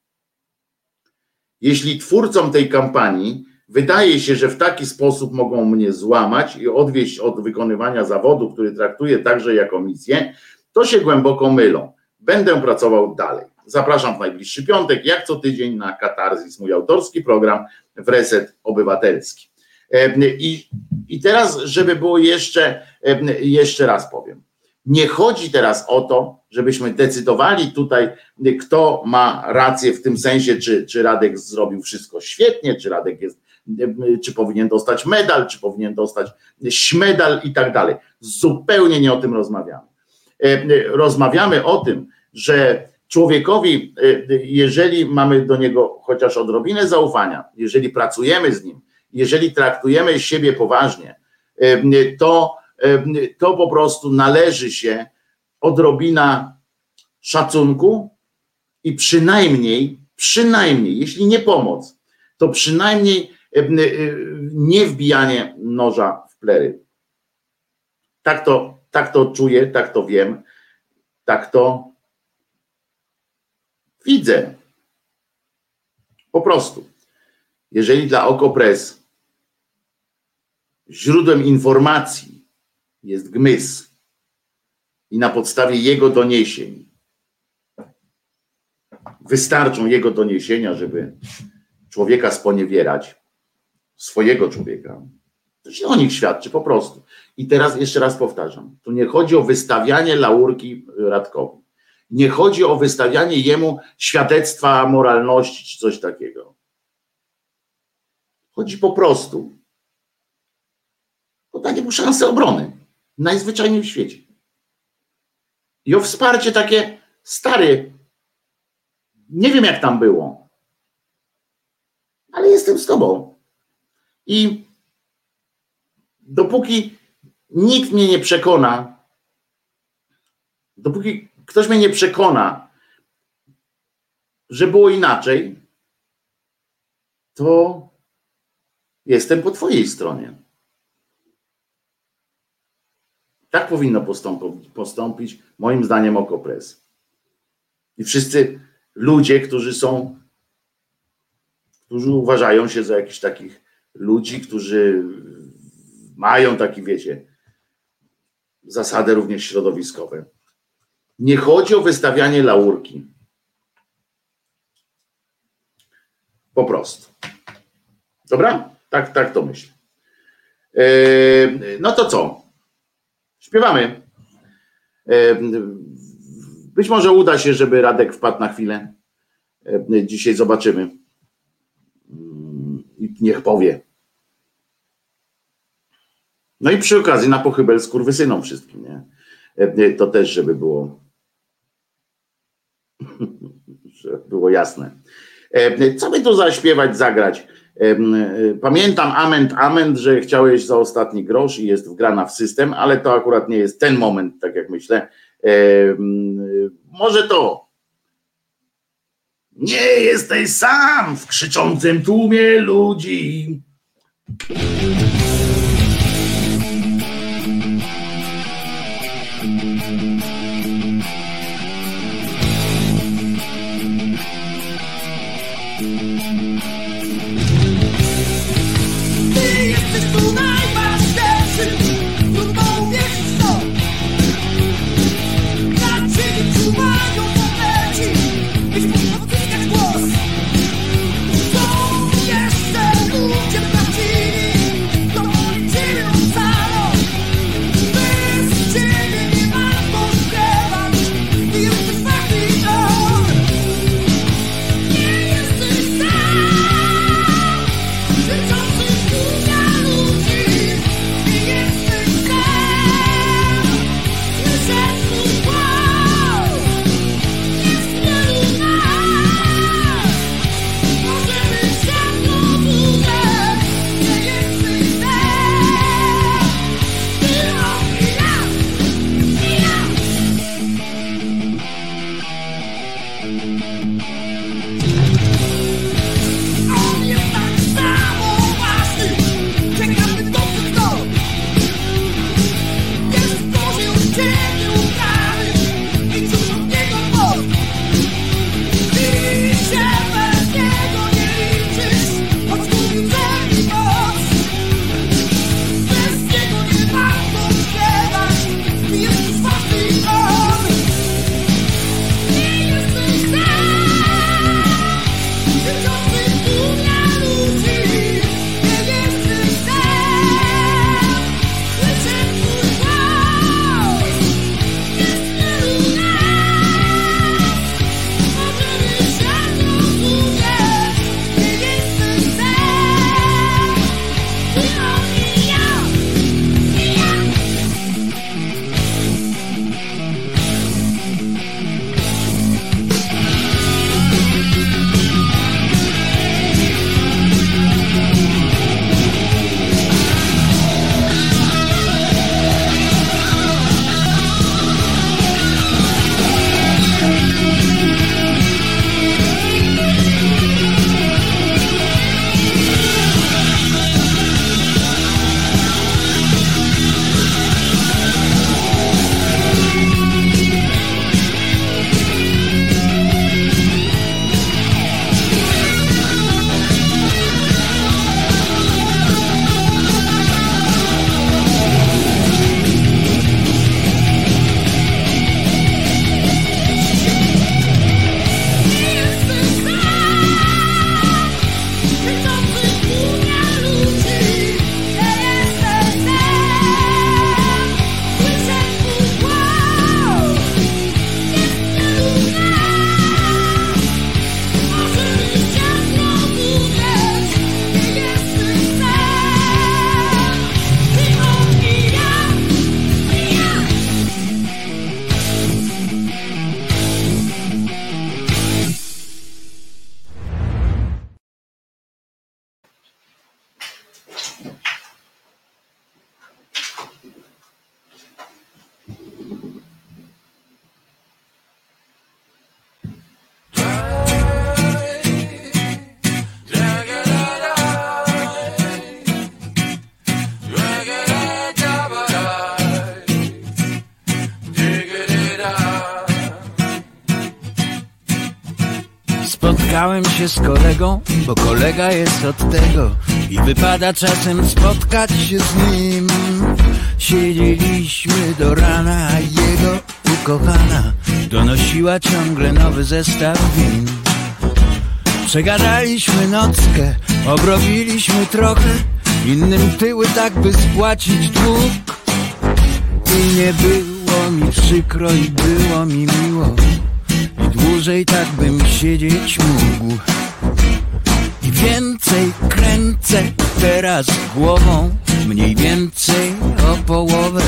Jeśli twórcom tej kampanii wydaje się, że w taki sposób mogą mnie złamać i odwieść od wykonywania zawodu, który traktuję także jako misję, to się głęboko mylą. Będę pracował dalej. Zapraszam w najbliższy piątek, jak co tydzień na Katarzys, mój autorski program w Reset Obywatelski. I teraz, żeby było jeszcze raz powiem. Nie chodzi teraz o to, żebyśmy decydowali tutaj, kto ma rację w tym sensie, czy Radek zrobił wszystko świetnie, czy Radek czy powinien dostać medal, czy powinien dostać śmedal i tak dalej. Zupełnie nie o tym rozmawiamy. Rozmawiamy o tym, że człowiekowi, jeżeli mamy do niego chociaż odrobinę zaufania, jeżeli pracujemy z nim, jeżeli traktujemy siebie poważnie, to po prostu należy się odrobina szacunku i przynajmniej, jeśli nie pomoc, to przynajmniej nie wbijanie noża w plery. Tak to czuję, tak to wiem, tak to widzę. Po prostu. Jeżeli dla Okopres źródłem informacji jest Gmyz i na podstawie jego doniesień wystarczą jego doniesienia, żeby człowieka sponiewierać, swojego człowieka, to się o nich świadczy po prostu. I teraz jeszcze raz powtarzam, tu nie chodzi o wystawianie laurki Radkowi. Nie chodzi o wystawianie jemu świadectwa moralności czy coś takiego. Chodzi po prostu o danie mu szansy obrony. Najzwyczajniej w świecie. I o wsparcie takie, stary, nie wiem jak tam było, ale jestem z tobą. I dopóki nikt mnie nie przekona, dopóki ktoś mnie nie przekona, że było inaczej, to jestem po twojej stronie. Tak powinno postąpić moim zdaniem Okopres. I wszyscy ludzie, którzy uważają się za jakichś takich ludzi, którzy mają taki, wiecie, zasady również środowiskowe. Nie chodzi o wystawianie laurki. Po prostu. Dobra? Tak to myślę. No to co? Śpiewamy. Być może uda się, żeby Radek wpadł na chwilę. Dzisiaj zobaczymy. I niech powie. No i przy okazji na pochybel skurwysynom wszystkim, nie? To też, żeby było jasne. Co by tu zaśpiewać, zagrać? Pamiętam Ament, że chciałeś za ostatni grosz i jest wgrana w system, ale to akurat nie jest ten moment, tak jak myślę. Może to. Nie jesteś sam w krzyczącym tłumie ludzi. Spotkałem się z kolegą, bo kolega jest od tego i wypada czasem spotkać się z nim. Siedzieliśmy do rana, a jego ukochana donosiła ciągle nowy zestaw win. Przegadaliśmy nockę, obrobiliśmy trochę, innym tyły tak by spłacić dług. I nie było mi przykro i było mi miło, i dłużej tak bym siedzieć mógł. I więcej kręcę teraz głową, mniej więcej o połowę.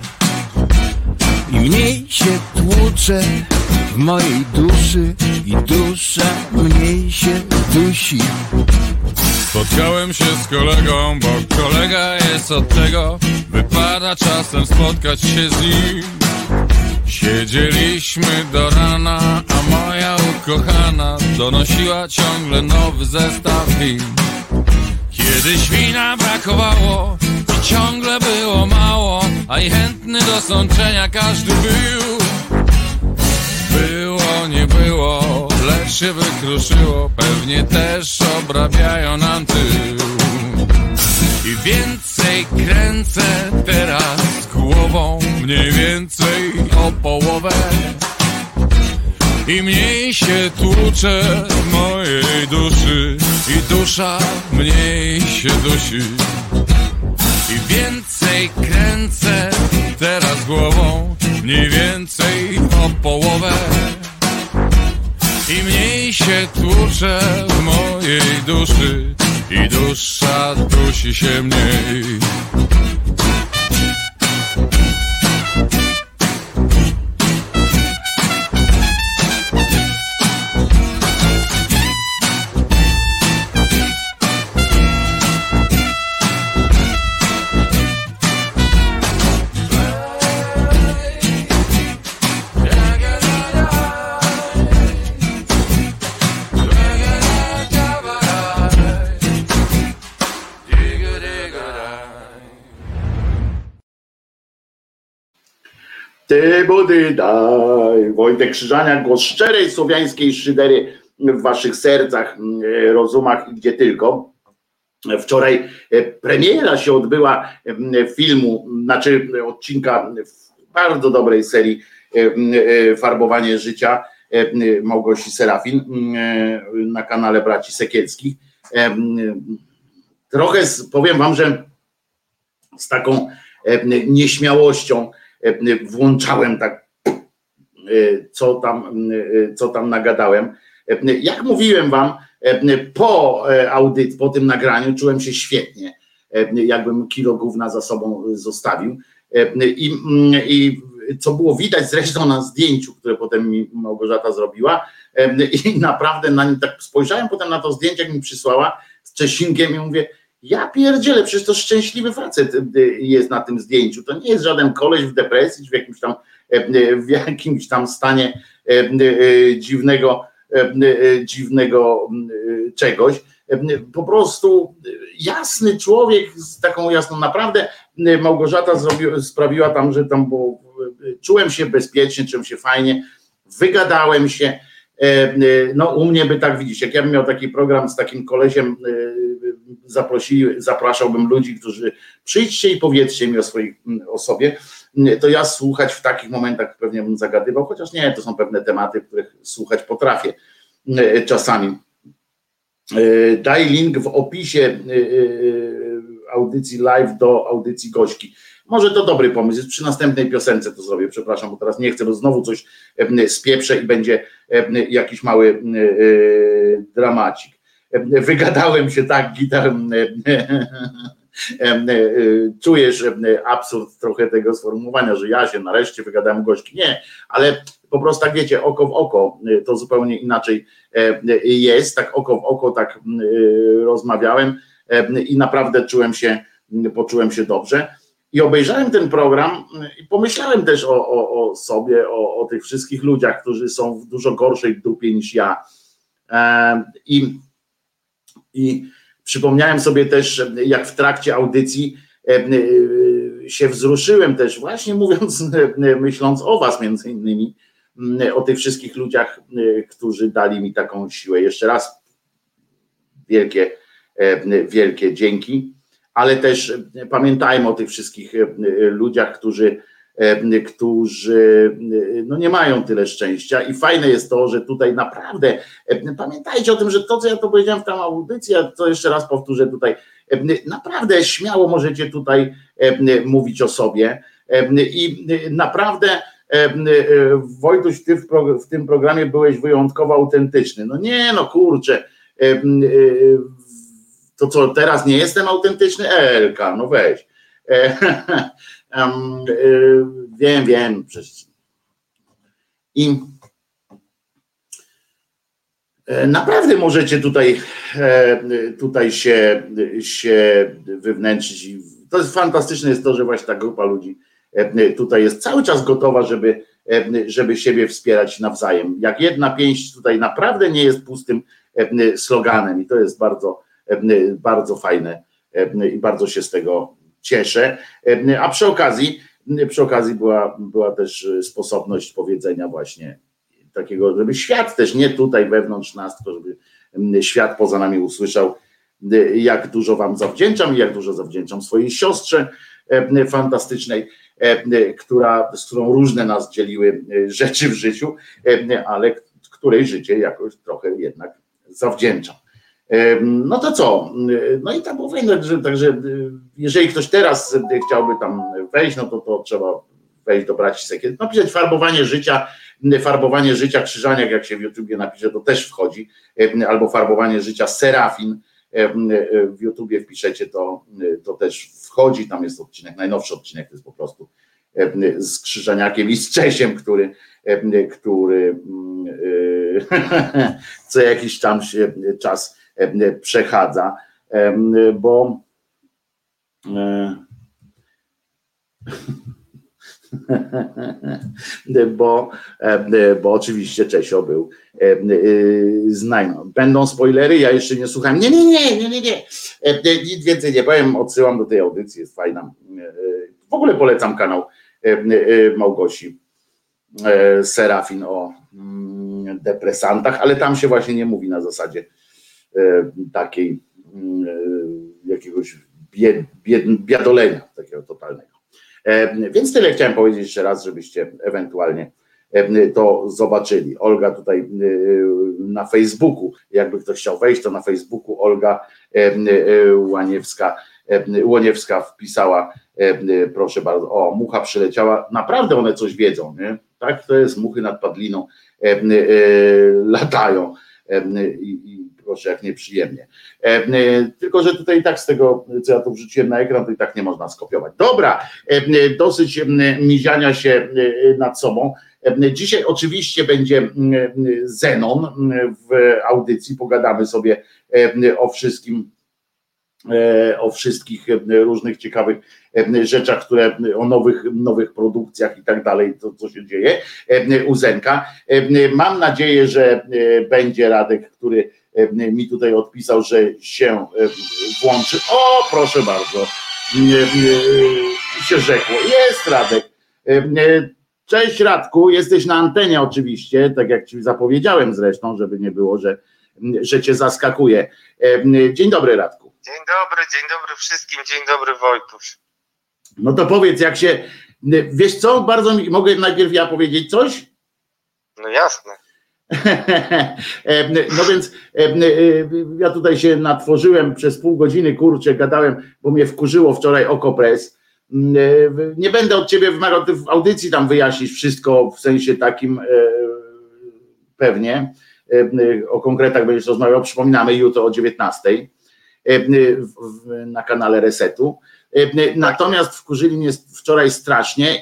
I mniej się tłuczę w mojej duszy, i dusza mniej się dusi. Spotkałem się z kolegą, bo kolega jest od tego, wypada czasem spotkać się z nim. Siedzieliśmy do rana, a moja ukochana donosiła ciągle nowy zestaw win. Kiedyś wina brakowało i ciągle było mało, a i chętny do sączenia każdy był. Było, nie było, lecz się wykruszyło, pewnie też obrabiają nam tył. I więcej kręcę teraz głową, mniej więcej o połowę. I mniej się tłuczę w mojej duszy, i dusza mniej się dusi. I więcej kręcę teraz głową, mniej więcej o połowę. I mniej się tłuczę w mojej duszy, i dusza dusi się mniej. Ty budy daj. Wojtek Krzyżaniak, głos szczerej słowiańskiej szydery w waszych sercach, rozumach i gdzie tylko. Wczoraj premiera się odbyła filmu, znaczy odcinka bardzo dobrej serii Farbowanie życia Małgosi Serafin na kanale Braci Sekielskich. Trochę powiem wam, że z taką nieśmiałością włączałem tak, co tam nagadałem. Jak mówiłem wam, po tym nagraniu czułem się świetnie, jakbym kilo gówna za sobą zostawił. I co było widać zresztą na zdjęciu, które potem mi Małgorzata zrobiła, i naprawdę na nim tak spojrzałem potem na to zdjęcie, jak mi przysłała z Czesinkiem, i mówię: ja pierdzielę, przecież to szczęśliwy facet jest na tym zdjęciu. To nie jest żaden koleś w depresji, czy w jakimś tam stanie dziwnego czegoś. Po prostu jasny człowiek z taką jasną, naprawdę Małgorzata sprawiła tam, że tam było, czułem się bezpiecznie, czułem się fajnie, wygadałem się. No u mnie by tak, widzisz, jak ja bym miał taki program z takim kolesiem, zapraszałbym ludzi, którzy przyjdźcie i powiedzcie mi o sobie, to ja słuchać w takich momentach pewnie bym zagadywał, chociaż nie, to są pewne tematy, których słuchać potrafię czasami. Daj link w opisie audycji live do audycji Gośki. Może to dobry pomysł, jest przy następnej piosence to zrobię, przepraszam, bo teraz nie chcę, bo znowu coś spieprzę i będzie jakiś mały dramacik. Wygadałem się tak, gitar, czujesz absurd trochę tego sformułowania, że ja się nareszcie wygadałem Gośki. Nie, ale po prostu tak wiecie, oko w oko, to zupełnie inaczej jest, tak oko w oko tak rozmawiałem i naprawdę poczułem się dobrze. I obejrzałem ten program i pomyślałem też o sobie, o tych wszystkich ludziach, którzy są w dużo gorszej dupie niż ja. I przypomniałem sobie też, jak w trakcie audycji się wzruszyłem też, właśnie myśląc o was między innymi, o tych wszystkich ludziach, którzy dali mi taką siłę. Jeszcze raz wielkie dzięki. ale też pamiętajmy o tych wszystkich ludziach, którzy no nie mają tyle szczęścia i fajne jest to, że tutaj naprawdę pamiętajcie o tym, że to, co ja to powiedziałem w tam audycji, a to jeszcze raz powtórzę tutaj, naprawdę śmiało możecie tutaj mówić o sobie i naprawdę Wojtuś, ty w tym programie byłeś wyjątkowo autentyczny. No nie, no kurczę, to co, teraz nie jestem autentyczny? Elka, no weź. Wiem. I naprawdę możecie tutaj się wywnętrzyć. To jest fantastyczne jest to, że właśnie ta grupa ludzi tutaj jest cały czas gotowa, żeby siebie wspierać nawzajem. Jak jedna pięść tutaj naprawdę nie jest pustym sloganem i to jest bardzo, bardzo fajne i bardzo się z tego cieszę. A przy okazji była też sposobność powiedzenia właśnie takiego, żeby świat też nie tutaj wewnątrz nas, tylko żeby świat poza nami usłyszał, jak dużo wam zawdzięczam i jak dużo zawdzięczam swojej siostrze fantastycznej, z którą różne nas dzieliły rzeczy w życiu, ale której życie jakoś trochę jednak zawdzięczam. No to co? No i tam było fajne, także jeżeli ktoś teraz chciałby tam wejść, no to trzeba wejść do braci Sekiet, napisać farbowanie życia Krzyżaniak, jak się w YouTubie napisze, to też wchodzi, albo farbowanie życia Serafin w YouTubie wpiszecie, to też wchodzi, tam jest odcinek, najnowszy odcinek, to jest po prostu z Krzyżaniakiem i z Czesiem, który co jakiś tam się czas przechadza, bo bo oczywiście Czesio był z nami. Będą spoilery, ja jeszcze nie słuchałem. Nie. Nic więcej nie powiem, odsyłam do tej audycji, jest fajna. W ogóle polecam kanał Małgosi Serafin o depresantach, ale tam się właśnie nie mówi na zasadzie takiej jakiegoś biadolenia takiego totalnego. Więc tyle chciałem powiedzieć jeszcze raz, żebyście ewentualnie to zobaczyli. Olga tutaj na Facebooku, jakby ktoś chciał wejść, to na Facebooku Olga Łoniewska wpisała, proszę bardzo, o, mucha przyleciała, naprawdę one coś wiedzą, nie? Tak, to jest, muchy nad Padliną latają i proszę, jak nieprzyjemnie. Tylko że tutaj i tak z tego, co ja tu wrzuciłem na ekran, to i tak nie można skopiować. Dobra, dosyć miziania się nad sobą. Dzisiaj oczywiście będzie Zenon w audycji, pogadamy sobie o wszystkich różnych ciekawych rzeczach, o nowych produkcjach i tak dalej, to co się dzieje u Zenka. Mam nadzieję, że będzie Radek, który mi tutaj odpisał, że się włączy. O, proszę bardzo, się rzekło. Jest Radek. Cześć Radku, jesteś na antenie oczywiście, tak jak ci zapowiedziałem zresztą, żeby nie było, że cię zaskakuje. Dzień dobry Radku. Dzień dobry wszystkim, dzień dobry Wojtuś. No to powiedz, jak się, wiesz co, bardzo mogę najpierw ja powiedzieć coś? No jasne. No więc ja tutaj się natworzyłem przez pół godziny, kurczę, gadałem, bo mnie wkurzyło wczoraj Okopres. Nie będę od ciebie wymagał, ty w audycji tam wyjaśnisz wszystko w sensie takim pewnie, o konkretach będziesz rozmawiał, przypominamy jutro o 19:00 na kanale Resetu. Natomiast wkurzyli mnie wczoraj strasznie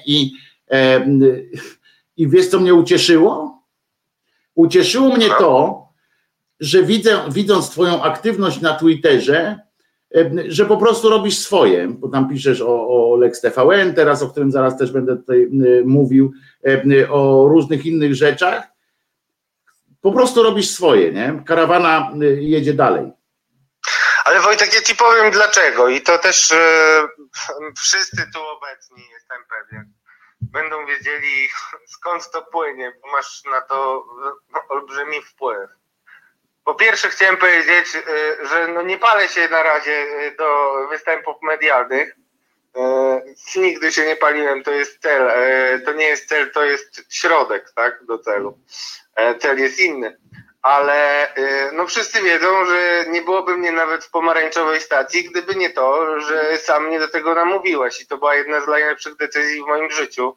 i wiesz co mnie ucieszyło? Ucieszyło mnie to, że widząc twoją aktywność na Twitterze, że po prostu robisz swoje, bo tam piszesz o Lex TVN teraz, o którym zaraz też będę tutaj mówił, o różnych innych rzeczach. Po prostu robisz swoje, nie? Karawana jedzie dalej. Ale Wojtek, ja ci powiem dlaczego i to też wszyscy tu obecni, jestem pewien, będą wiedzieli skąd to płynie, bo masz na to olbrzymi wpływ. Po pierwsze chciałem powiedzieć, że no nie palę się na razie do występów medialnych. Nigdy się nie paliłem, to jest cel. To nie jest cel, to jest środek, tak, do celu. Cel jest inny. Ale no wszyscy wiedzą, że nie byłoby mnie nawet w pomarańczowej stacji, gdyby nie to, że sam mnie do tego namówiłeś. I to była jedna z najlepszych decyzji w moim życiu.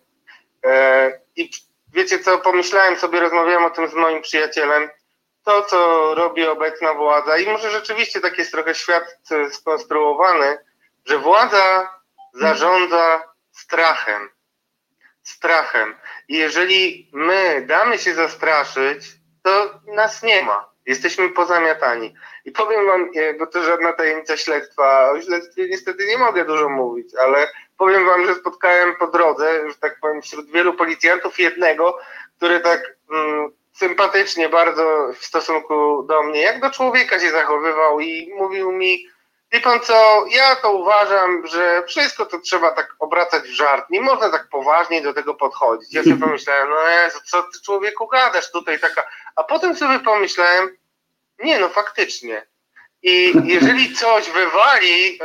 I wiecie co, pomyślałem sobie, rozmawiałem o tym z moim przyjacielem, to co robi obecna władza i może rzeczywiście tak jest trochę świat skonstruowany, że władza zarządza strachem. Strachem. I jeżeli my damy się zastraszyć, to nas nie ma. Jesteśmy pozamiatani. I powiem wam, bo to żadna tajemnica śledztwa, o śledztwie niestety nie mogę dużo mówić, ale powiem wam, że spotkałem po drodze, że tak powiem, wśród wielu policjantów jednego, który tak sympatycznie bardzo w stosunku do mnie, jak do człowieka się zachowywał i mówił mi, wie pan co, ja to uważam, że wszystko to trzeba tak obracać w żart, nie można tak poważnie do tego podchodzić. Ja sobie pomyślałem, no Jezu, co ty człowieku gadasz tutaj taka, a potem sobie pomyślałem, nie no faktycznie. I jeżeli coś wywali,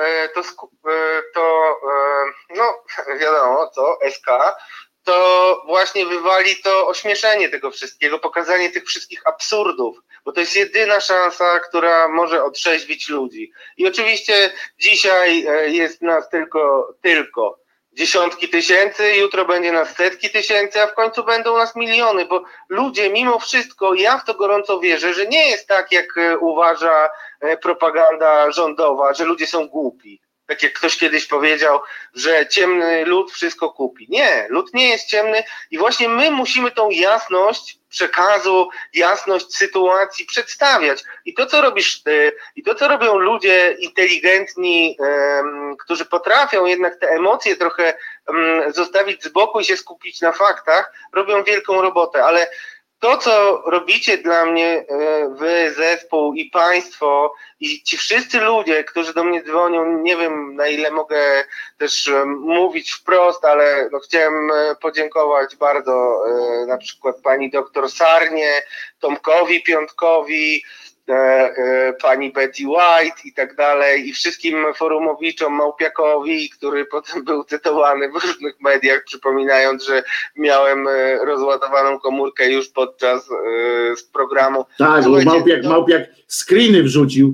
to no wiadomo co, SK, to właśnie wywali to ośmieszenie tego wszystkiego, pokazanie tych wszystkich absurdów, bo to jest jedyna szansa, która może otrzeźwić ludzi. I oczywiście dzisiaj jest nas tylko dziesiątki tysięcy, jutro będzie nas setki tysięcy, a w końcu będą nas miliony, bo ludzie mimo wszystko, ja w to gorąco wierzę, że nie jest tak, jak uważa propaganda rządowa, że ludzie są głupi. Tak jak ktoś kiedyś powiedział, że ciemny lud wszystko kupi. Nie, lud nie jest ciemny i właśnie my musimy tą jasność przekazu, jasność sytuacji przedstawiać. I to, co robisz ty, i to, co robią ludzie inteligentni, którzy potrafią jednak te emocje trochę zostawić z boku i się skupić na faktach, robią wielką robotę, ale to, co robicie dla mnie, wy, zespół i państwo i ci wszyscy ludzie, którzy do mnie dzwonią, nie wiem na ile mogę też mówić wprost, ale no chciałem podziękować bardzo na przykład pani doktor Sarnie, Tomkowi Piątkowi, pani Betty White i tak dalej i wszystkim forumowiczom, Małpiakowi, który potem był cytowany w różnych mediach, przypominając, że miałem rozładowaną komórkę już podczas programu. Tak, bo Małpiak screeny wrzucił,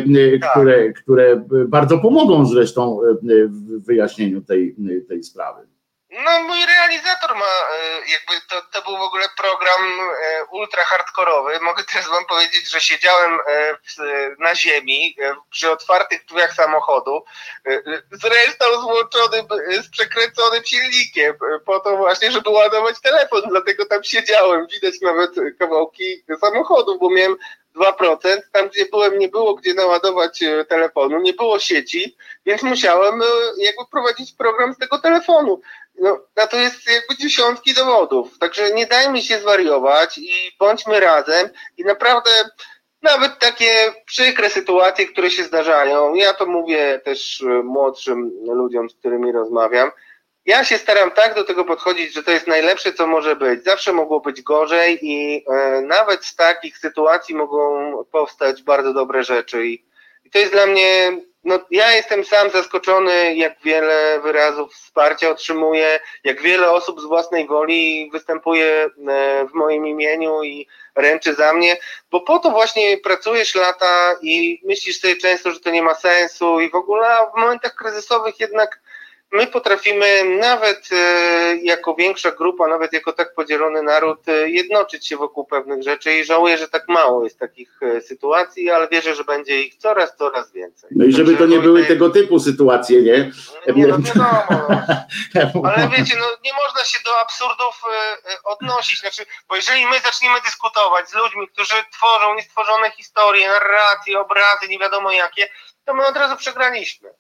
które bardzo pomogą zresztą w wyjaśnieniu tej sprawy. No mój realizator ma, jakby to był w ogóle program ultra hardkorowy. Mogę teraz wam powiedzieć, że siedziałem na ziemi przy otwartych drzwiach samochodu, zresztą z przekręconym silnikiem, po to właśnie, żeby ładować telefon, dlatego tam siedziałem. Widać nawet kawałki samochodu, bo miałem 2%, tam gdzie byłem nie było gdzie naładować telefonu, nie było sieci, więc musiałem jakby prowadzić program z tego telefonu. No, na to jest jakby dziesiątki dowodów, także nie dajmy się zwariować i bądźmy razem i naprawdę nawet takie przykre sytuacje, które się zdarzają, ja to mówię też młodszym ludziom, z którymi rozmawiam, ja się staram tak do tego podchodzić, że to jest najlepsze, co może być. Zawsze mogło być gorzej i nawet z takich sytuacji mogą powstać bardzo dobre rzeczy. I to jest dla mnie, no ja jestem sam zaskoczony, jak wiele wyrazów wsparcia otrzymuję, jak wiele osób z własnej woli występuje w moim imieniu i ręczy za mnie, bo po to właśnie pracujesz lata i myślisz sobie często, że to nie ma sensu i w ogóle w momentach kryzysowych jednak my potrafimy nawet jako większa grupa, nawet jako tak podzielony naród jednoczyć się wokół pewnych rzeczy i żałuję, że tak mało jest takich sytuacji, ale wierzę, że będzie ich coraz więcej. No i żeby to nie były tego typu sytuacje, nie? Nie, no wiadomo. Ale wiecie, no nie można się do absurdów odnosić, znaczy, bo jeżeli my zaczniemy dyskutować z ludźmi, którzy tworzą niestworzone historie, narracje, obrazy, nie wiadomo jakie, to my od razu przegraliśmy.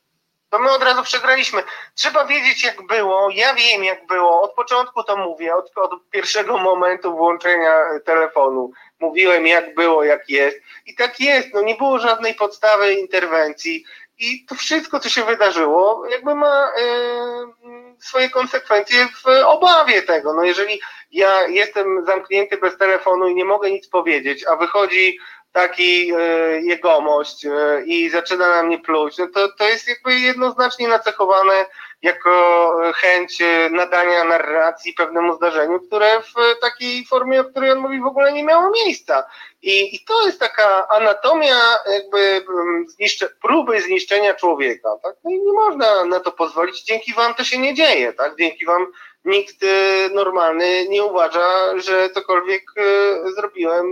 Trzeba wiedzieć, jak było. Ja wiem, jak było. Od początku to mówię, od pierwszego momentu włączenia telefonu. Mówiłem, jak było, jak jest. I tak jest. No nie było żadnej podstawy interwencji. I to wszystko, co się wydarzyło, jakby ma swoje konsekwencje w obawie tego. No jeżeli ja jestem zamknięty bez telefonu i nie mogę nic powiedzieć, a wychodzi taki jegomość i zaczyna na mnie pluć, no to jest jakby jednoznacznie nacechowane jako chęć nadania narracji pewnemu zdarzeniu, które w takiej formie, o której on mówi, w ogóle nie miało miejsca. I to jest taka anatomia jakby próby zniszczenia człowieka, tak? No i nie można na to pozwolić. Dzięki wam to się nie dzieje, tak? Dzięki wam nikt normalny nie uważa, że cokolwiek zrobiłem,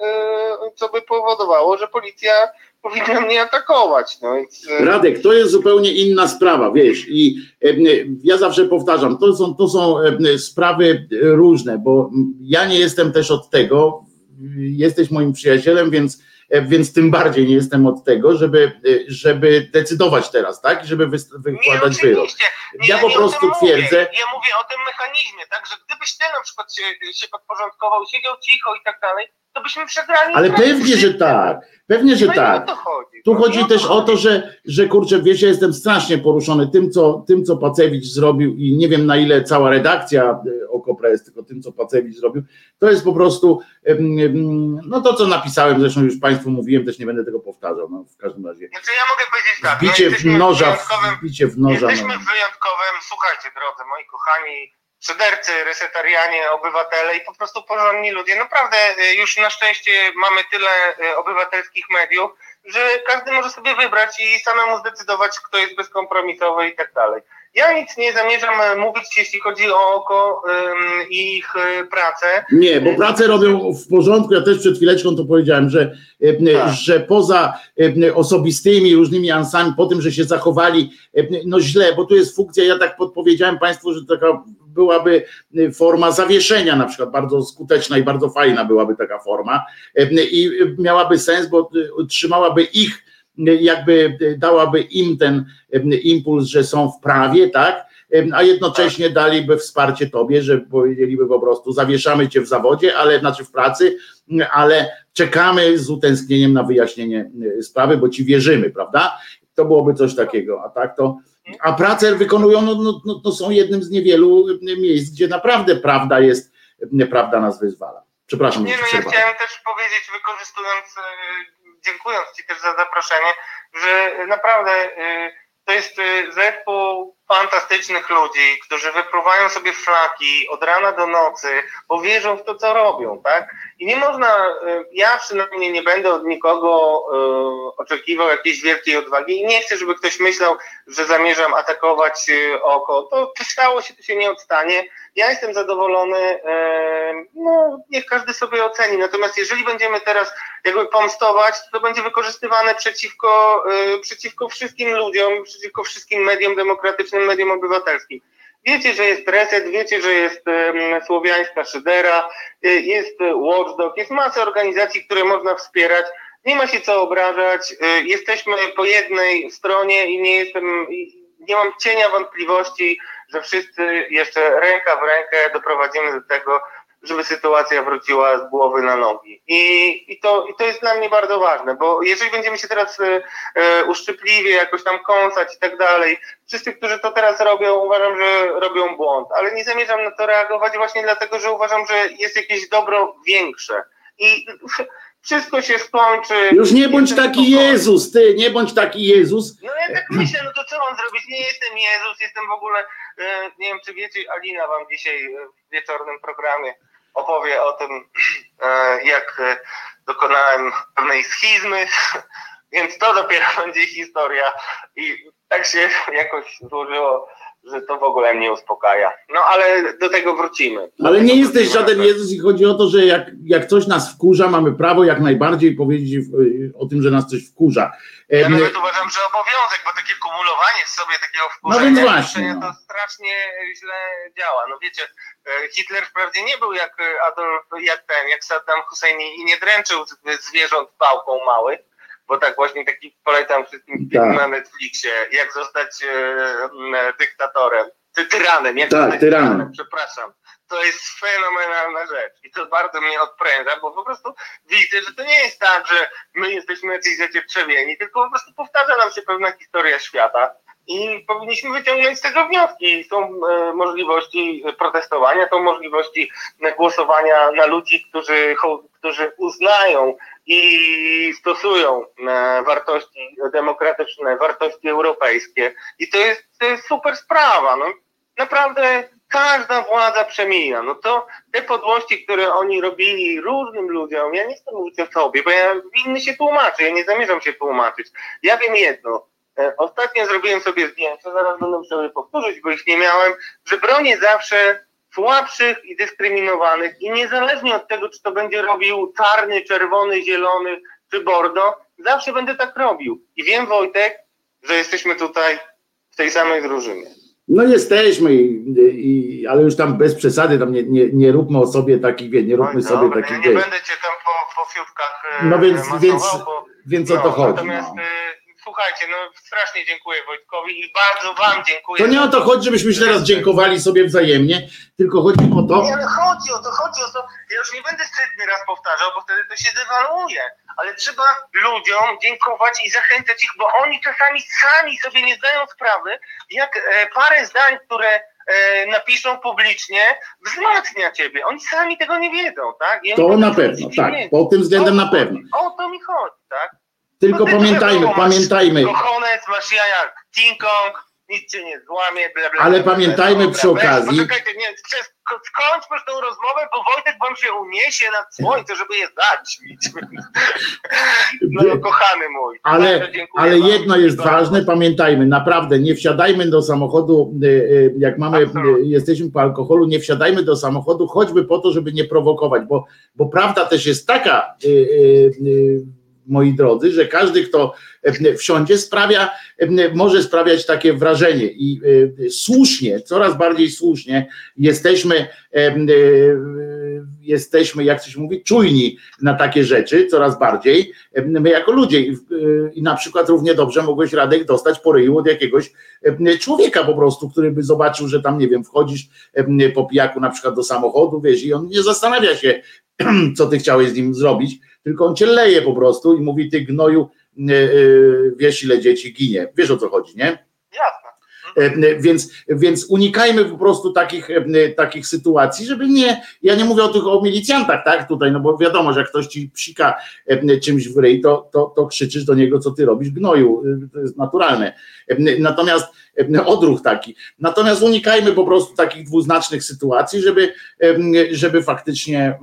co by powodowało, że policja powinna mnie atakować. No więc... Radek, to jest zupełnie inna sprawa, wiesz, i ja zawsze powtarzam, to są sprawy różne, bo ja nie jestem też od tego, jesteś moim przyjacielem, więc tym bardziej nie jestem od tego, żeby decydować teraz, tak? Żeby wykładać wyrok. Ja po prostu twierdzę... Ja mówię o tym mechanizmie, tak? Że gdybyś ty na przykład się podporządkował, siedział cicho i tak dalej, to byśmy przegrali. Ale pewnie, że tak. Pewnie, że tak. Tu chodzi też o to, że kurczę, wiesz, ja jestem strasznie poruszony tym, co Pacewicz zrobił i nie wiem, na ile cała redakcja Okopra jest tylko tym, co Pacewicz zrobił. To jest po prostu, no to, co napisałem, zresztą już Państwu mówiłem, też nie będę tego powtarzał, no w każdym razie. Znaczy ja mogę powiedzieć tak. Wbicie w noża. Jesteśmy w wyjątkowym, słuchajcie drodzy, moi kochani, szydercy, resetarianie, obywatele i po prostu porządni ludzie. Naprawdę już na szczęście mamy tyle obywatelskich mediów, że każdy może sobie wybrać i samemu zdecydować, kto jest bezkompromisowy i tak dalej. Ja nic nie zamierzam mówić, jeśli chodzi o Oko i ich pracę. Nie, bo pracę robią w porządku. Ja też przed chwileczką to powiedziałem, że poza osobistymi różnymi ansami, po tym, że się zachowali no źle, bo tu jest funkcja, ja tak podpowiedziałem Państwu, że taka byłaby forma zawieszenia na przykład, bardzo skuteczna i bardzo fajna byłaby taka forma i miałaby sens, bo trzymałaby ich, jakby dałaby im ten impuls, że są w prawie, tak? A jednocześnie daliby wsparcie tobie, że powiedzieliby po prostu zawieszamy cię w zawodzie, znaczy w pracy, ale czekamy z utęsknieniem na wyjaśnienie sprawy, bo ci wierzymy, prawda? To byłoby coś takiego, a tak to... A pracę wykonują, no są jednym z niewielu miejsc, gdzie naprawdę prawda jest, prawda nas wyzwala. Przepraszam. Nie, no ja chciałem też powiedzieć, wykorzystując, dziękując Ci też za zaproszenie, że naprawdę to jest zespół fantastycznych ludzi, którzy wypruwają sobie flaki od rana do nocy, bo wierzą w to, co robią, tak? I nie można, ja przynajmniej nie będę od nikogo oczekiwał jakiejś wielkiej odwagi i nie chcę, żeby ktoś myślał, że zamierzam atakować Oko. To stało się, to się nie odstanie. Ja jestem zadowolony, no niech każdy sobie oceni. Natomiast jeżeli będziemy teraz jakby pomstować, to będzie wykorzystywane przeciwko wszystkim ludziom, przeciwko wszystkim mediom demokratycznym, mediom obywatelskim. Wiecie, że jest Reset, wiecie, że jest Słowiańska Szydera, jest Watchdog, jest masa organizacji, które można wspierać. Nie ma się co obrażać, jesteśmy po jednej stronie i nie mam cienia wątpliwości, że wszyscy jeszcze ręka w rękę doprowadzimy do tego, żeby sytuacja wróciła z głowy na nogi. I to jest dla mnie bardzo ważne, bo jeżeli będziemy się teraz uszczypliwie jakoś tam kąsać i tak dalej, wszyscy, którzy to teraz robią, uważam, że robią błąd, ale nie zamierzam na to reagować właśnie dlatego, że uważam, że jest jakieś dobro większe. I wszystko się skończy. Już nie bądź taki Jezus, ty, nie bądź taki Jezus. No ja tak myślę, no to co mam zrobić? Nie jestem Jezus, jestem w ogóle, nie wiem czy wiecie, Alina wam dzisiaj w wieczornym programie opowie o tym, jak dokonałem pewnej schizmy, więc to dopiero będzie historia i tak się jakoś złożyło, że to w ogóle mnie uspokaja. No ale do tego wrócimy. Ale nie jesteś żaden Jezus i chodzi o to, że jak coś nas wkurza, mamy prawo jak najbardziej powiedzieć o tym, że nas coś wkurza. Ja nawet uważam, że obowiązek, bo takie kumulowanie w sobie takiego wkurzenia to strasznie źle działa. No wiecie, Hitler wprawdzie nie był jak Saddam Hussein i nie dręczył zwierząt pałką małych, bo tak właśnie taki polecam wszystkim film na Netflixie, jak zostać dyktatorem, tyranem, tyranem, przepraszam. To jest fenomenalna rzecz i to bardzo mnie odpręża, bo po prostu widzę, że to nie jest tak, że my jesteśmy jacyś zacietrzewieni, tylko po prostu powtarza nam się pewna historia świata i powinniśmy wyciągnąć z tego wnioski. Są możliwości protestowania, są możliwości głosowania na ludzi, którzy uznają i stosują wartości demokratyczne, wartości europejskie. I to jest super sprawa. No, naprawdę każda władza przemija. No to te podłości, które oni robili różnym ludziom, ja nie chcę mówić o sobie, bo ja winny się tłumaczę, ja nie zamierzam się tłumaczyć. Ja wiem jedno. Ostatnio zrobiłem sobie zdjęcia, zaraz będę musiał je powtórzyć, bo ich nie miałem, że bronię zawsze słabszych i dyskryminowanych i niezależnie od tego, czy to będzie robił czarny, czerwony, zielony czy bordo, zawsze będę tak robił. I wiem, Wojtek, że jesteśmy tutaj w tej samej drużynie. No jesteśmy, ale już tam bez przesady, tam nie róbmy o sobie takich, nie róbmy sobie dobra, takich. Ja nie będę cię tam po fiutkach no więc o to chodzi. Natomiast słuchajcie, no strasznie dziękuję Wojtkowi i bardzo wam dziękuję. To nie o to chodzi, żebyśmy się teraz dziękowali sobie wzajemnie, tylko chodzi o to... Nie, ale chodzi o to. Ja już nie będę setny raz powtarzał, bo wtedy to się dewaluuje. Ale trzeba ludziom dziękować i zachęcać ich, bo oni czasami sami sobie nie zdają sprawy, jak parę zdań, które napiszą publicznie, wzmacnia ciebie. Oni sami tego nie wiedzą, tak? To na pewno, tak. Pod tym względem na pewno. O to mi chodzi, tak? Tylko pamiętajmy. Kochonec, masz ja jak King Kong, nic cię nie złamie, bla, bla, ale pamiętajmy przy okazji... Poczekajcie, skończmy już tę rozmowę, bo Wojtek wam się uniesie nad słońce, żeby je zaćmić. No kochany mój. Ale jedno jest ważne, pamiętajmy, naprawdę nie wsiadajmy do samochodu, jak jesteśmy po alkoholu, nie wsiadajmy do samochodu, choćby po to, żeby nie prowokować, bo prawda też jest taka, moi drodzy, że każdy, kto wsiądzie, może sprawiać takie wrażenie i słusznie, coraz bardziej słusznie jesteśmy, jak coś mówi, czujni na takie rzeczy, coraz bardziej, my jako ludzie i na przykład równie dobrze mogłeś, Radek, dostać po ryju od jakiegoś człowieka po prostu, który by zobaczył, że tam, nie wiem, wchodzisz po pijaku na przykład do samochodu, wiesz, i on nie zastanawia się, co ty chciałeś z nim zrobić, tylko on cię leje po prostu i mówi, ty gnoju, wiesz, ile dzieci ginie. Wiesz, o co chodzi, nie? Jasne. Więc unikajmy po prostu takich sytuacji, żeby nie, ja nie mówię o milicjantach, tak, tutaj, no bo wiadomo, że jak ktoś ci psika czymś w ryj, to krzyczysz do niego, co ty robisz, gnoju, to jest naturalne. Natomiast odruch taki. Natomiast unikajmy po prostu takich dwuznacznych sytuacji, żeby faktycznie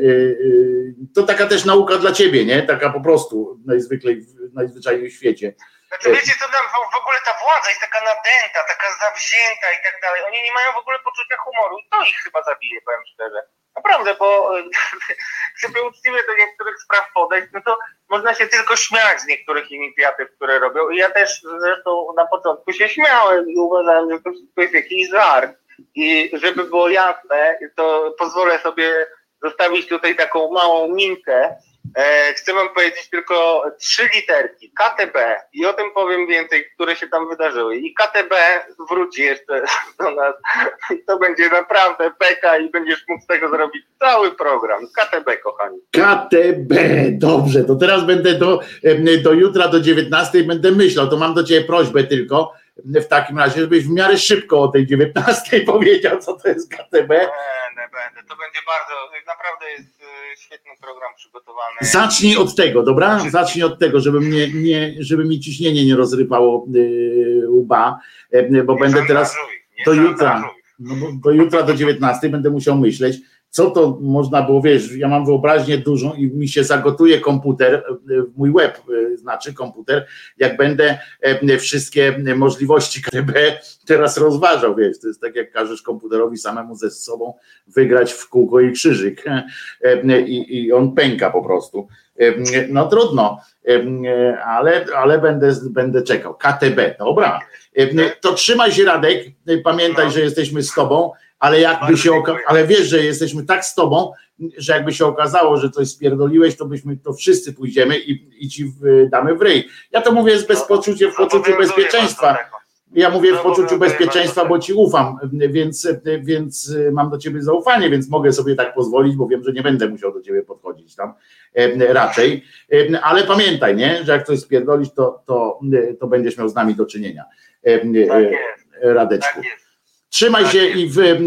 to taka też nauka dla ciebie, nie? Taka po prostu najzwyczajniej w świecie. Znaczy wiecie co, tam w ogóle ta władza jest taka nadęta, taka zawzięta i tak dalej. Oni nie mają w ogóle poczucia humoru i to ich chyba zabije, powiem szczerze. Naprawdę, bo żeby uczciwie do niektórych spraw podejść, no to można się tylko śmiać z niektórych inicjatyw, które robią. I ja też zresztą na początku się śmiałem i uważałem, że to wszystko jest jakiś żart. I żeby było jasne, to pozwolę sobie zostawić tutaj taką małą minkę. Chcę wam powiedzieć tylko 3 literki, KTB, i o tym powiem więcej, które się tam wydarzyły. I KTB wróci jeszcze do nas. To będzie naprawdę beka i będziesz mógł z tego zrobić cały program. KTB, kochani. KTB, dobrze, to teraz będę do jutra, do 19 będę myślał, to mam do ciebie prośbę tylko, w takim razie, żebyś w miarę szybko o tej 19 powiedział, co to jest KTB. Będę. To będzie bardzo, naprawdę jest świetny program przygotowany. Zacznij od tego, dobra? Zacznij od tego, żeby mi ciśnienie nie rozrypało łba, bo będę teraz do jutra do 19 będę musiał myśleć, co to można było, wiesz, ja mam wyobraźnię dużą i mi się zagotuje komputer, mój łeb znaczy komputer, jak będę wszystkie możliwości KTB teraz rozważał, wiesz, to jest tak jak każesz komputerowi samemu ze sobą wygrać w kółko i krzyżyk i on pęka po prostu. No trudno, ale będę czekał. KTB, dobra. To trzymaj się, Radek, pamiętaj, że jesteśmy z tobą, ale wiesz, że jesteśmy tak z tobą, że jakby się okazało, że coś spierdoliłeś, to wszyscy pójdziemy i ci damy w ryj. Ja to mówię w poczuciu bezpieczeństwa. Ja mówię w poczuciu bezpieczeństwa, bo ci ufam, więc mam do ciebie zaufanie, więc mogę sobie tak pozwolić, bo wiem, że nie będę musiał do ciebie podchodzić tam raczej. Ale pamiętaj, nie, że jak coś spierdolisz, to będziesz miał z nami do czynienia. Tak jest. Radeczku. Tak jest. Trzymaj się i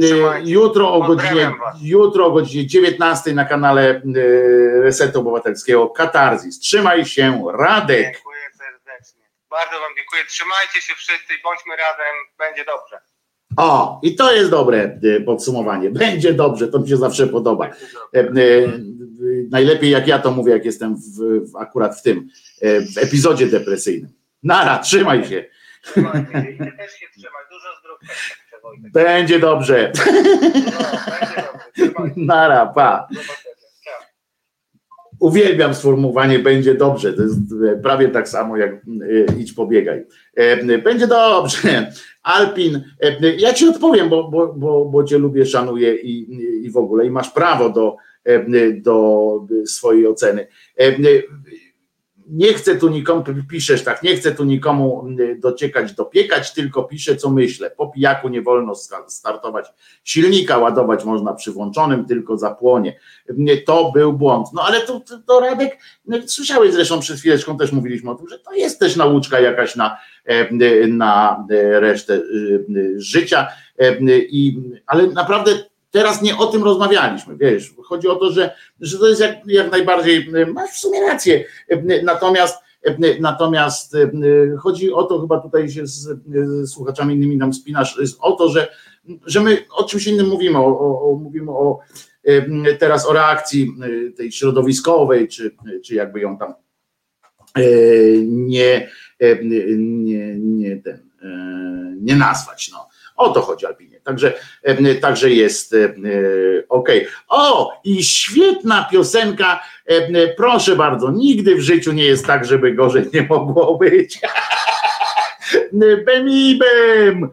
jutro o godzinie 19 na kanale Resetu Obywatelskiego Katarzys. Trzymaj się, Radek. Dziękuję serdecznie. Bardzo wam dziękuję. Trzymajcie się wszyscy i bądźmy razem. Będzie dobrze. O, i to jest dobre podsumowanie. Będzie dobrze, to mi się zawsze podoba. Najlepiej jak ja to mówię, jak jestem akurat w epizodzie depresyjnym. Nara, trzymaj się. Trzymajcie się i ty też się trzymaj. Dużo zdrówka. Będzie dobrze. Nara, pa. Uwielbiam sformułowanie będzie dobrze. To jest prawie tak samo jak idź pobiegaj. Będzie dobrze. Alpin, ja ci odpowiem, bo cię lubię, szanuję i w ogóle i masz prawo do swojej oceny. Nie chcę tu nikomu, piszesz tak, nie chcę tu nikomu dopiekać, tylko piszę, co myślę. Po pijaku nie wolno startować silnika, ładować można przy włączonym, tylko zapłonie. To był błąd. No ale to Radek, słyszałeś zresztą przed chwileczką, też mówiliśmy o tym, że to jest też nauczka jakaś na resztę życia, ale naprawdę teraz nie o tym rozmawialiśmy, wiesz, chodzi o to, że to jest jak najbardziej, masz w sumie rację, natomiast chodzi o to, chyba tutaj się z słuchaczami innymi nam spinasz, o to, że my o czymś innym mówimy, mówimy teraz o reakcji tej środowiskowej, czy jakby ją tam nie nazwać, no. O to chodzi, Alpinie. Także jest okej. O, i świetna piosenka. Proszę bardzo, nigdy w życiu nie jest tak, żeby gorzej nie mogło być. Bem i bem.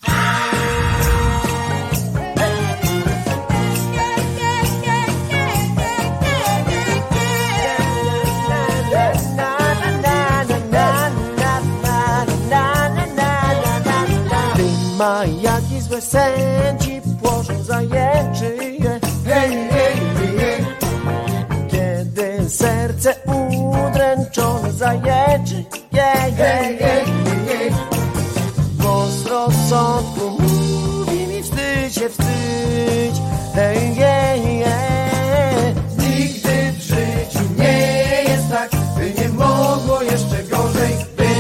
Jaki złe sen ci płoszą zajęczy, hej, hej, hej. Kiedy serce udręczone zajęczy, hej, hej, hej, hej. Głos rozsądku mówi mi wstydź się, wstydź, hej, hej, hej. Nigdy w życiu nie jest tak, by nie mogło jeszcze gorzej być.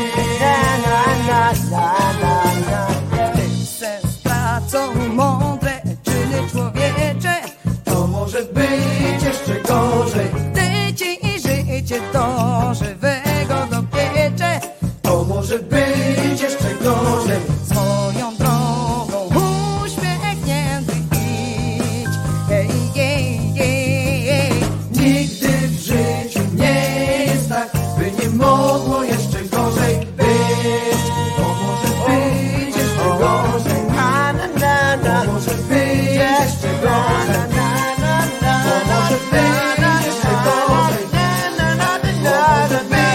Są mądre czyny człowiecze, to może być jeszcze gorzej. Gdy ci życie do żywego dopiecze, to może być jeszcze gorzej. Swoją drogą uśmiechnięty idź, hej, hej, hej. Nigdy w życiu nie jest tak, by nie mogło jeszcze gorzej być. To może być jeszcze gorzej. To może być jeszcze gorzej. To może być jeszcze gorzej. To może być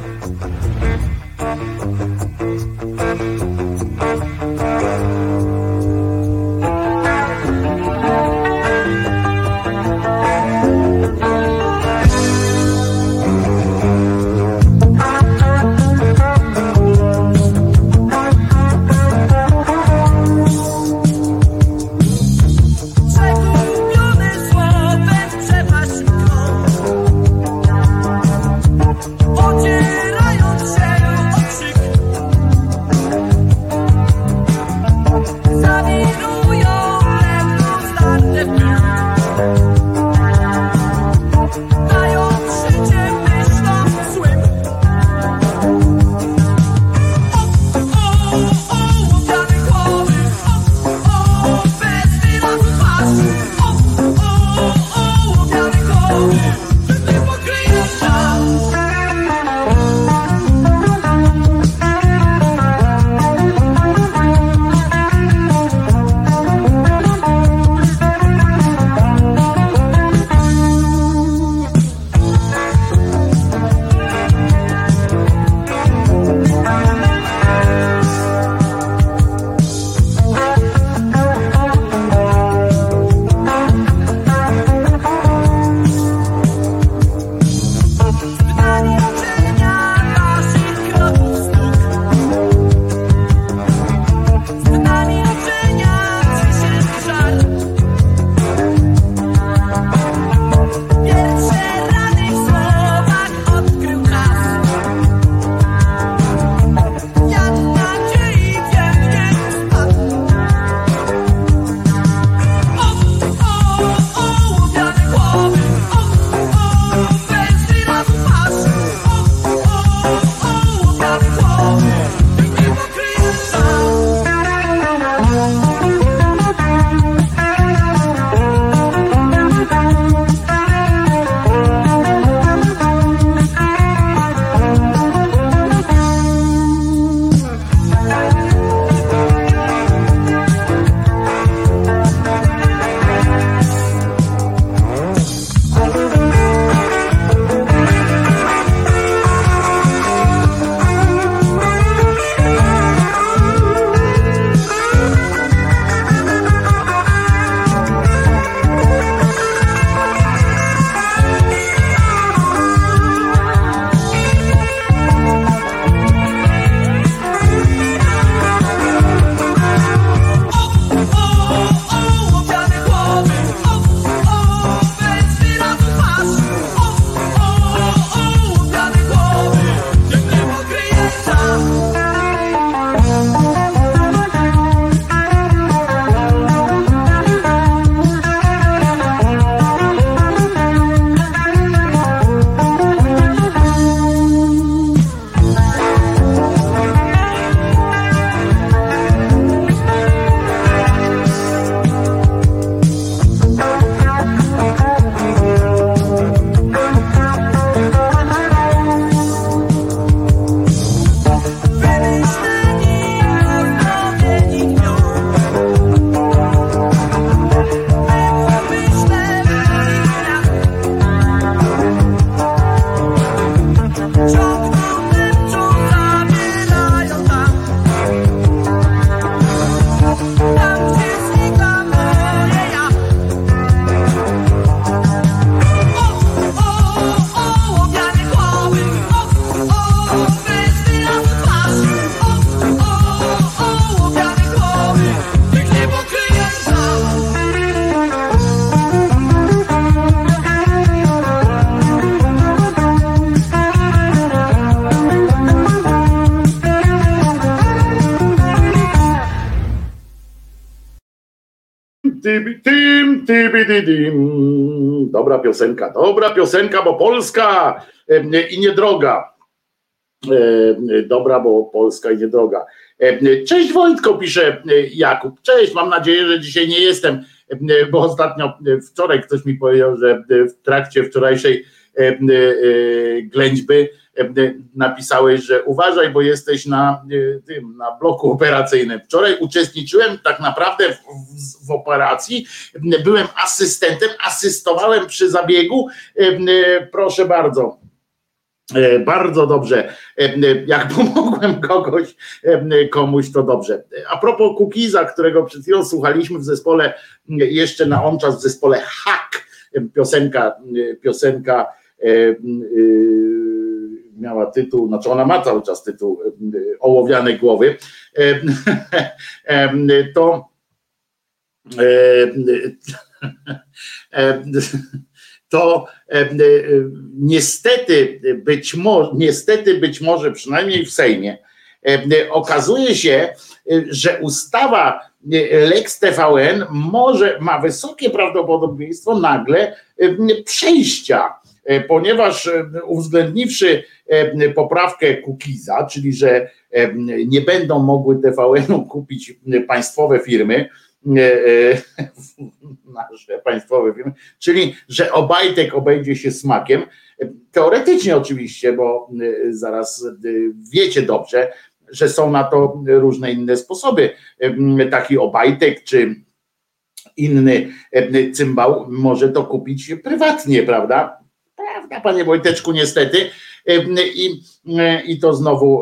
Dobra piosenka, bo polska i niedroga. Dobra, bo polska i niedroga. Cześć Wojtko, pisze Jakub. Cześć, mam nadzieję, że dzisiaj nie jestem, bo ostatnio, wczoraj ktoś mi powiedział, że w trakcie wczorajszej ględźby napisałeś, że uważaj, bo jesteś na bloku operacyjnym. Wczoraj uczestniczyłem tak naprawdę w operacji, byłem asystentem, asystowałem przy zabiegu, proszę bardzo. Bardzo dobrze, jak pomogłem komuś, to dobrze. A propos Kukiza, którego przed chwilą słuchaliśmy w zespole, jeszcze na on czas w zespole Hack, piosenka miała tytuł, znaczy ona ma cały czas tytuł Ołowianej głowy, to niestety być może przynajmniej w Sejmie okazuje się, że ustawa Lex TVN ma wysokie prawdopodobieństwo nagle przejścia, ponieważ uwzględniwszy poprawkę Kukiza, czyli że nie będą mogły TVN-u kupić państwowe firmy, nasze państwowe firmy, czyli że Obajtek obejdzie się smakiem, teoretycznie oczywiście, bo zaraz wiecie dobrze, że są na to różne inne sposoby. Taki Obajtek czy inny cymbał może to kupić prywatnie, prawda? Prawda, panie Wojteczku, niestety. I to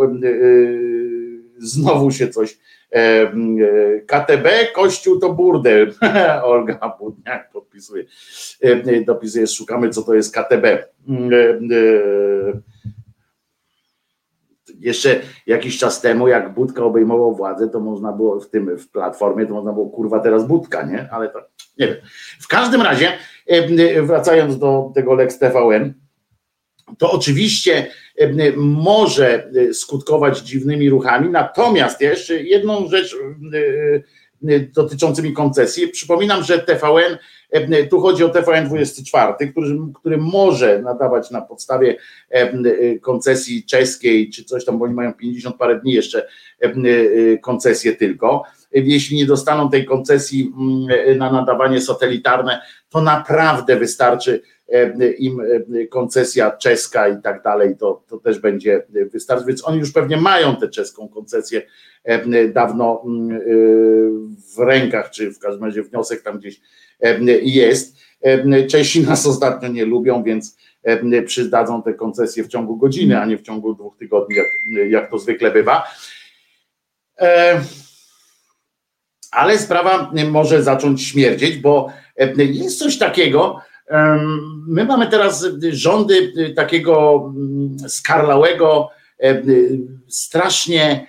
znowu się coś. KTB, Kościół to burdel. Olga Budniak dopisuje, szukamy, co to jest KTB. Jeszcze jakiś czas temu, jak Budka obejmował władzę, to można było w Platformie, to można było kurwa teraz Budka, nie? Ale to nie wiem. W każdym razie, wracając do tego Lex TVN, to oczywiście może skutkować dziwnymi ruchami, natomiast jeszcze jedną rzecz dotyczącymi koncesji. Przypominam, że TVN, tu chodzi o TVN24, który może nadawać na podstawie koncesji czeskiej, czy coś tam, bo oni mają 50 parę dni jeszcze koncesję tylko. Jeśli nie dostaną tej koncesji na nadawanie satelitarne, to naprawdę wystarczy im koncesja czeska i tak dalej, to też będzie wystarczy, więc oni już pewnie mają tę czeską koncesję dawno w rękach, czy w każdym razie wniosek tam gdzieś jest. Czesi nas ostatnio nie lubią, więc przydadzą tę koncesję w ciągu godziny, a nie w ciągu 2 tygodni, jak to zwykle bywa. Ale sprawa może zacząć śmierdzieć, bo jest coś takiego. My mamy teraz rządy takiego skarlałego, strasznie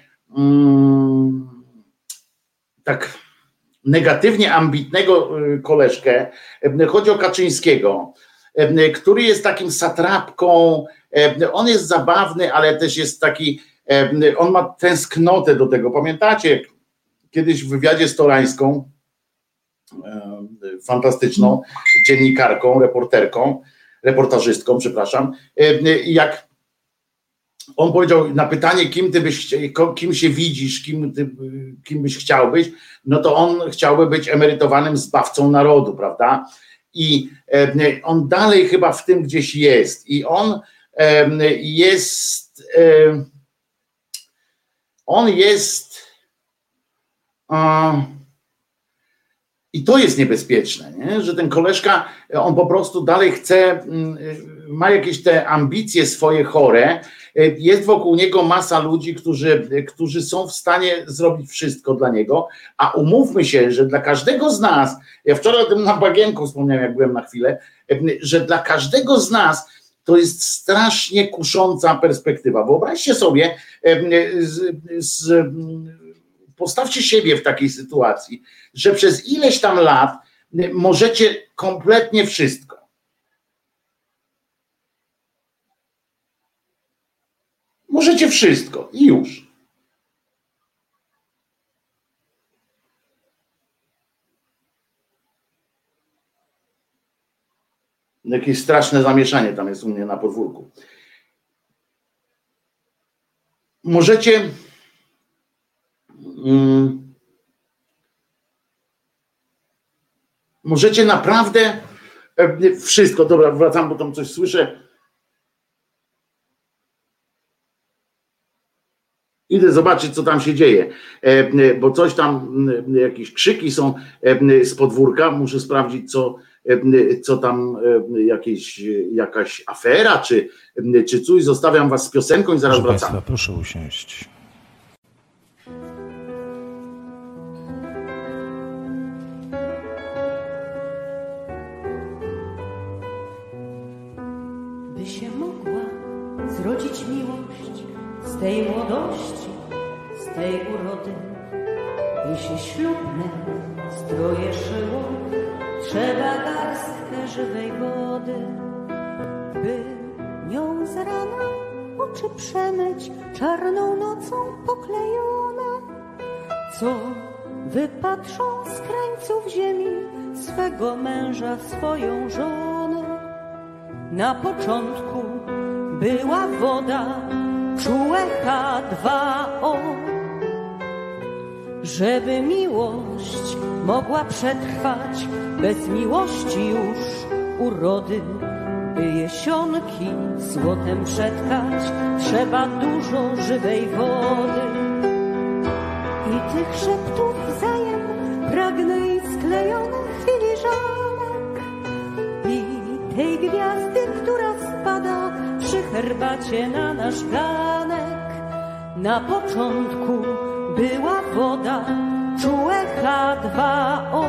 tak negatywnie ambitnego koleżkę. Chodzi o Kaczyńskiego, który jest takim satrapką. On jest zabawny, ale też jest taki, on ma tęsknotę do tego. Pamiętacie, kiedyś w wywiadzie z Torańską, fantastyczną dziennikarką, reportażystką, przepraszam, jak on powiedział na pytanie, kim się widzisz, kim byś chciał być, no to on chciałby być emerytowanym zbawcą narodu, prawda? I on dalej chyba w tym gdzieś jest. I on jest i to jest niebezpieczne, nie? Że ten koleżka, on po prostu dalej chce, ma jakieś te ambicje swoje chore, jest wokół niego masa ludzi, którzy są w stanie zrobić wszystko dla niego, a umówmy się, że dla każdego z nas, ja wczoraj o tym na Bagienku wspomniałem, jak byłem na chwilę, że dla każdego z nas to jest strasznie kusząca perspektywa. Wyobraźcie sobie, postawcie siebie w takiej sytuacji, że przez ileś tam lat możecie kompletnie wszystko. Możecie wszystko i już. Jakieś straszne zamieszanie tam jest u mnie na podwórku. Możecie naprawdę wszystko. Dobra, wracam, bo tam coś słyszę. Idę zobaczyć, co tam się dzieje, bo coś tam, jakieś krzyki są z podwórka. Muszę sprawdzić, co tam jakaś afera, czy coś. Zostawiam was z piosenką i zaraz Proszę wracamy. Państwa, proszę usiąść. By się mogła zrodzić miłość z tej młodości, z tej urody, by się ślubne stroje szyło, trzeba garstkę żywej wody, by nią z rana oczy przemyć czarną nocą poklejone, co wypatrzą z krańców ziemi swego męża, swoją żonę. Na początku była woda, czułe H2O. Żeby miłość mogła przetrwać, bez miłości już urody, by jesionki złotem przetkać, trzeba dużo żywej wody. I tych szeptów wzajem pragnę i sklejonych filiżanek, i tej gwiazdy, która spada przy herbacie na nasz ganek. Na początku była woda, czułe H2O.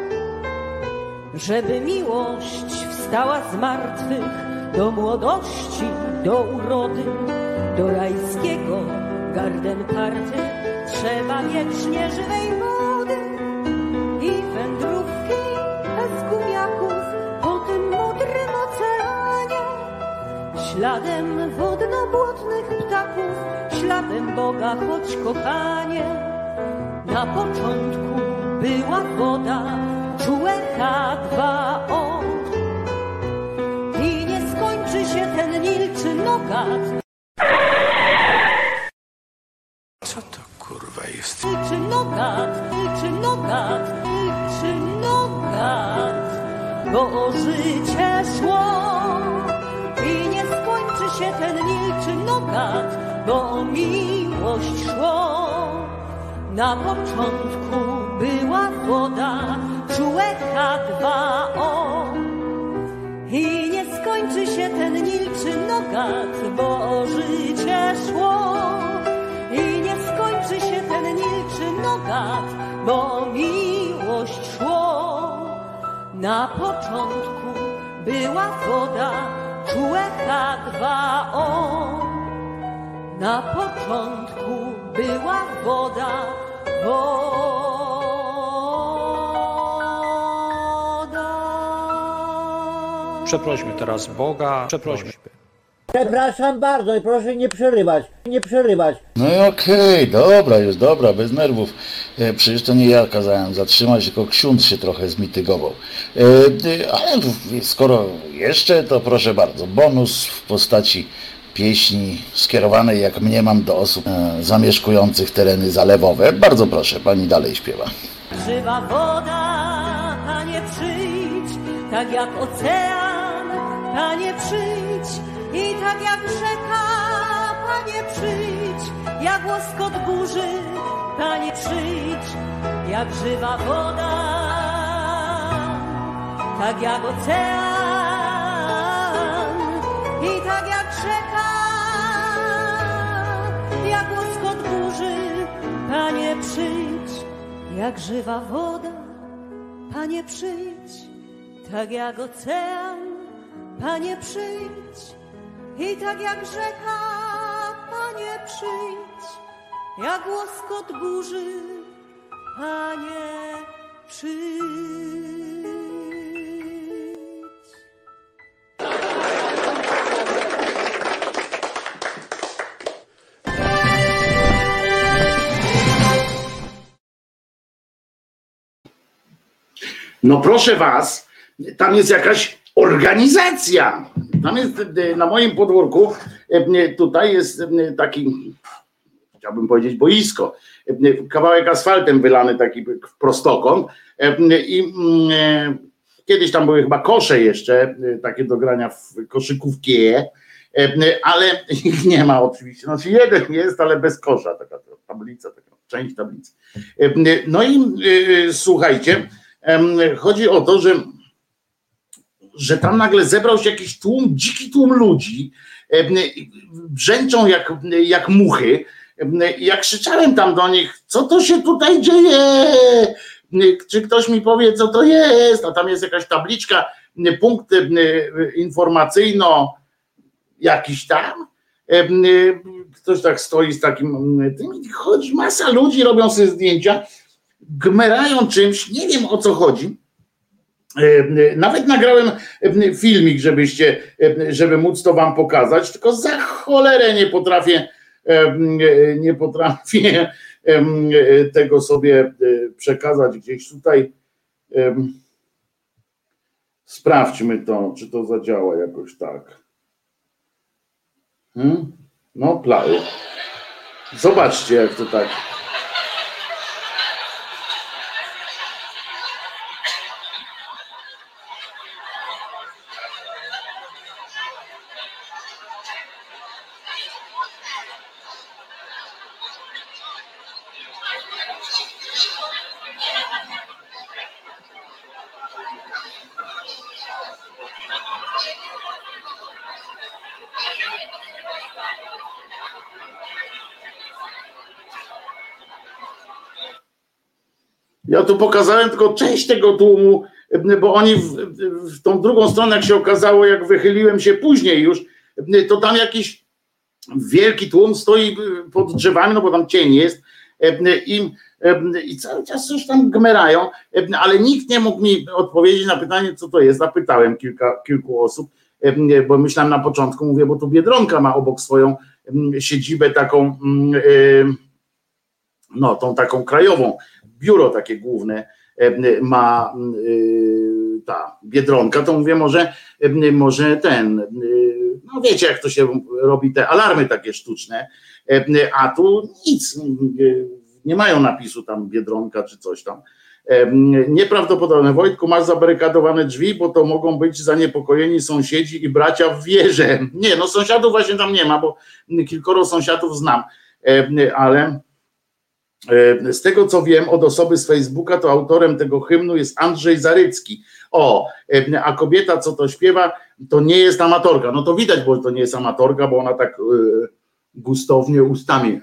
Żeby miłość wstała z martwych, do młodości, do urody, do rajskiego garden party, trzeba wiecznie żywej wody i wędrówki bez gumiaków po tym modrym oceanie, śladem wodno-błotnych ptaków, śladem Boga, choć kochanie. Na początku była woda, czułe H2O. I nie skończy się ten Nil czy Nogat. Co to kurwa jest? Czy Nogat, czy Nogat, czy Nogat, bo o życie szło. I nie skończy się ten Nil czy Nogat, bo o miłość szło. Na początku była woda, czułe H2O. I nie skończy się ten Nil czy Nogat, bo o życie szło. I nie skończy się ten Nil czy Nogat, bo o miłość szło. Na początku była woda, czułe H2O. Na początku była woda, woda. Przeprośmy teraz Boga, przeprośmy. Przepraszam bardzo i proszę nie przerywać, nie przerywać. No i okej, dobra, jest dobra, bez nerwów. Przecież to nie ja kazałem zatrzymać, tylko ksiądz się trochę zmitygował. Ale skoro jeszcze, to proszę bardzo, bonus w postaci pieśni skierowanej, jak mniemam, do osób zamieszkujących tereny zalewowe. Bardzo proszę, pani dalej śpiewa. Żywa woda, Panie przyjdź, tak jak ocean, Panie przyjdź, i tak jak rzeka, Panie przyjdź, jak łoskot burzy, Panie przyjdź, jak żywa woda, tak jak ocean, i tak jak rzeka, jak łoskot burzy, Panie przyjdź, jak żywa woda, Panie przyjdź, tak jak ocean, Panie przyjdź, i tak jak rzeka, Panie przyjdź, jak łoskot burzy, Panie przyjdź. No proszę was, tam jest jakaś organizacja. Tam jest na moim podwórku, tutaj jest taki, chciałbym powiedzieć, boisko. Kawałek asfaltem wylany taki w prostokąt. I kiedyś tam były chyba kosze jeszcze, takie do grania w koszykówki, ale ich nie ma oczywiście. Znaczy jeden jest, ale bez kosza, taka tablica, taka część tablicy. No i słuchajcie, chodzi o to, że że tam nagle zebrał się jakiś tłum, dziki tłum ludzi, brzęczą jak muchy. Ja krzyczałem tam do nich, co to się tutaj dzieje? Czy ktoś mi powie, co to jest? A tam jest jakaś tabliczka, punkt informacyjno jakiś tam. Ktoś tak stoi z takim, chodzi masa ludzi, robią sobie zdjęcia, gmerają czymś, nie wiem o co chodzi. Nawet nagrałem filmik, żeby móc to wam pokazać, tylko za cholerę nie potrafię tego sobie przekazać gdzieś tutaj. Sprawdźmy to, czy to zadziała jakoś tak. No, play. Zobaczcie, jak to tak. Ja tu pokazałem tylko część tego tłumu, bo oni w tą drugą stronę, jak się okazało, jak wychyliłem się później już, to tam jakiś wielki tłum stoi pod drzewami, no bo tam cień jest i cały czas coś tam gmerają, ale nikt nie mógł mi odpowiedzieć na pytanie, co to jest. Zapytałem kilku osób, bo myślałem na początku, mówię, bo tu Biedronka ma obok swoją siedzibę taką, no tą taką krajową, biuro takie główne ma ta Biedronka, to mówię, może no wiecie, jak to się robi, te alarmy takie sztuczne, a tu nic, nie mają napisu tam Biedronka czy coś tam. Nieprawdopodobne. Wojtku, masz zabarykadowane drzwi, bo to mogą być zaniepokojeni sąsiedzi i bracia w wierze. Nie, no sąsiadów właśnie tam nie ma, bo kilkoro sąsiadów znam, ale z tego co wiem od osoby z Facebooka, to autorem tego hymnu jest Andrzej Zarycki. A kobieta, co to śpiewa, to nie jest amatorka. No to widać, bo to nie jest amatorka, bo ona tak gustownie ustami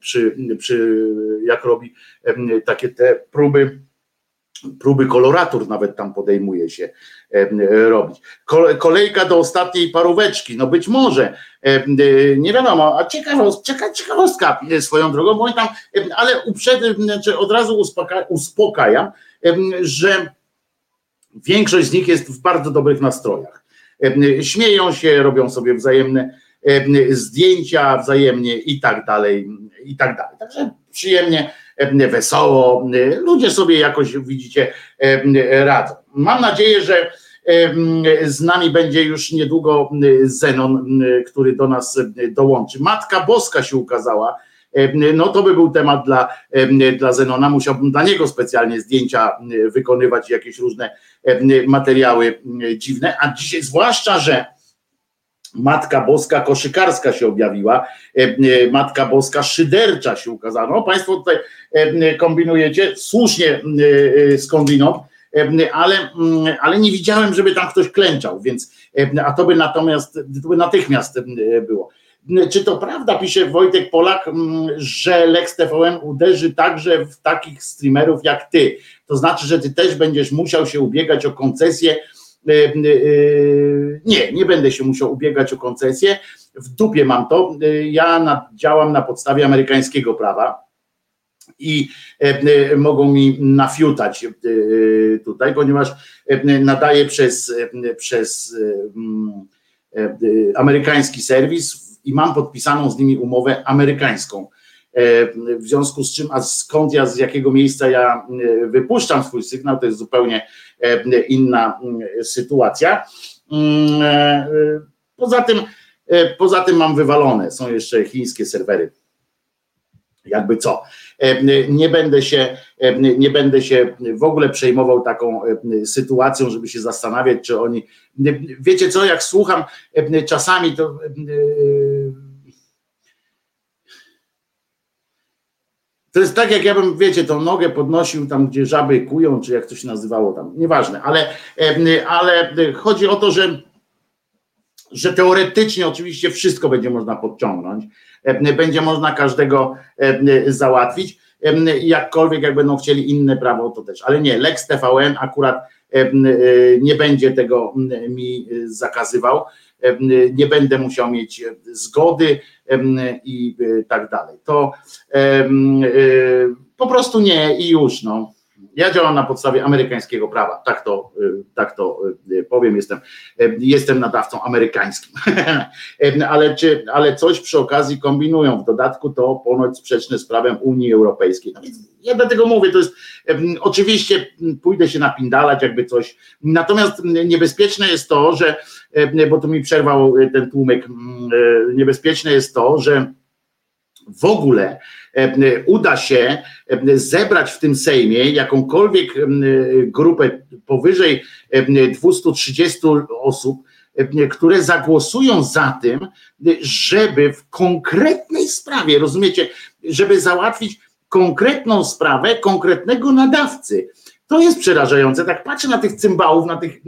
jak robi takie te próby koloratur nawet tam podejmuje się robić. Kolejka do ostatniej paróweczki, no być może, nie wiadomo, a ciekawostka swoją drogą, bo tam, ale znaczy od razu uspokajam, że większość z nich jest w bardzo dobrych nastrojach. Śmieją się, robią sobie wzajemne zdjęcia wzajemnie i tak dalej, i tak dalej. Także przyjemnie, wesoło, ludzie sobie jakoś, widzicie, radzą. Mam nadzieję, że z nami będzie już niedługo Zenon, który do nas dołączy. Matka Boska się ukazała, no to by był temat dla Zenona, musiałbym dla niego specjalnie zdjęcia wykonywać, jakieś różne materiały dziwne, a dzisiaj zwłaszcza, że Matka Boska koszykarska się objawiła, Matka Boska szydercza się ukazała. No państwo tutaj kombinujecie, słusznie skądinąd, ale nie widziałem, żeby tam ktoś klęczał, więc, a to by natychmiast było. Czy to prawda, pisze Wojtek Polak, że Lex TVN uderzy także w takich streamerów jak ty? To znaczy, że ty też będziesz musiał się ubiegać o koncesję. Nie będę się musiał ubiegać o koncesję, w dupie mam to, ja działam na podstawie amerykańskiego prawa i mogą mi nafiutać tutaj, ponieważ nadaję przez amerykański serwis i mam podpisaną z nimi umowę amerykańską. W związku z czym, a skąd ja, z jakiego miejsca ja wypuszczam swój sygnał, to jest zupełnie inna sytuacja. Poza tym mam wywalone, są jeszcze chińskie serwery. Jakby co, nie będę się w ogóle przejmował taką sytuacją, żeby się zastanawiać, czy oni, wiecie co, jak słucham czasami, to To jest tak, jak ja bym, wiecie, tą nogę podnosił tam, gdzie żaby kują, czy jak to się nazywało tam, nieważne, ale chodzi o to, że teoretycznie oczywiście wszystko będzie można podciągnąć, będzie można każdego załatwić, jakkolwiek jak będą chcieli inne prawo, to też, ale nie, Lex TVN akurat nie będzie tego mi zakazywał, nie będę musiał mieć zgody i tak dalej. To po prostu nie i już, no. Ja działam na podstawie amerykańskiego prawa, tak to powiem, jestem nadawcą amerykańskim, ale coś przy okazji kombinują, w dodatku to ponoć sprzeczne z prawem Unii Europejskiej. No więc ja dlatego mówię, to jest, oczywiście pójdę się napindalać jakby coś, natomiast niebezpieczne jest to, że, bo tu mi przerwał ten tłumek, niebezpieczne jest to, że w ogóle uda się zebrać w tym Sejmie jakąkolwiek grupę powyżej 230 osób, które zagłosują za tym, żeby w konkretnej sprawie, rozumiecie, żeby załatwić konkretną sprawę konkretnego nadawcy. To jest przerażające, tak patrzę na tych cymbałów, na tych,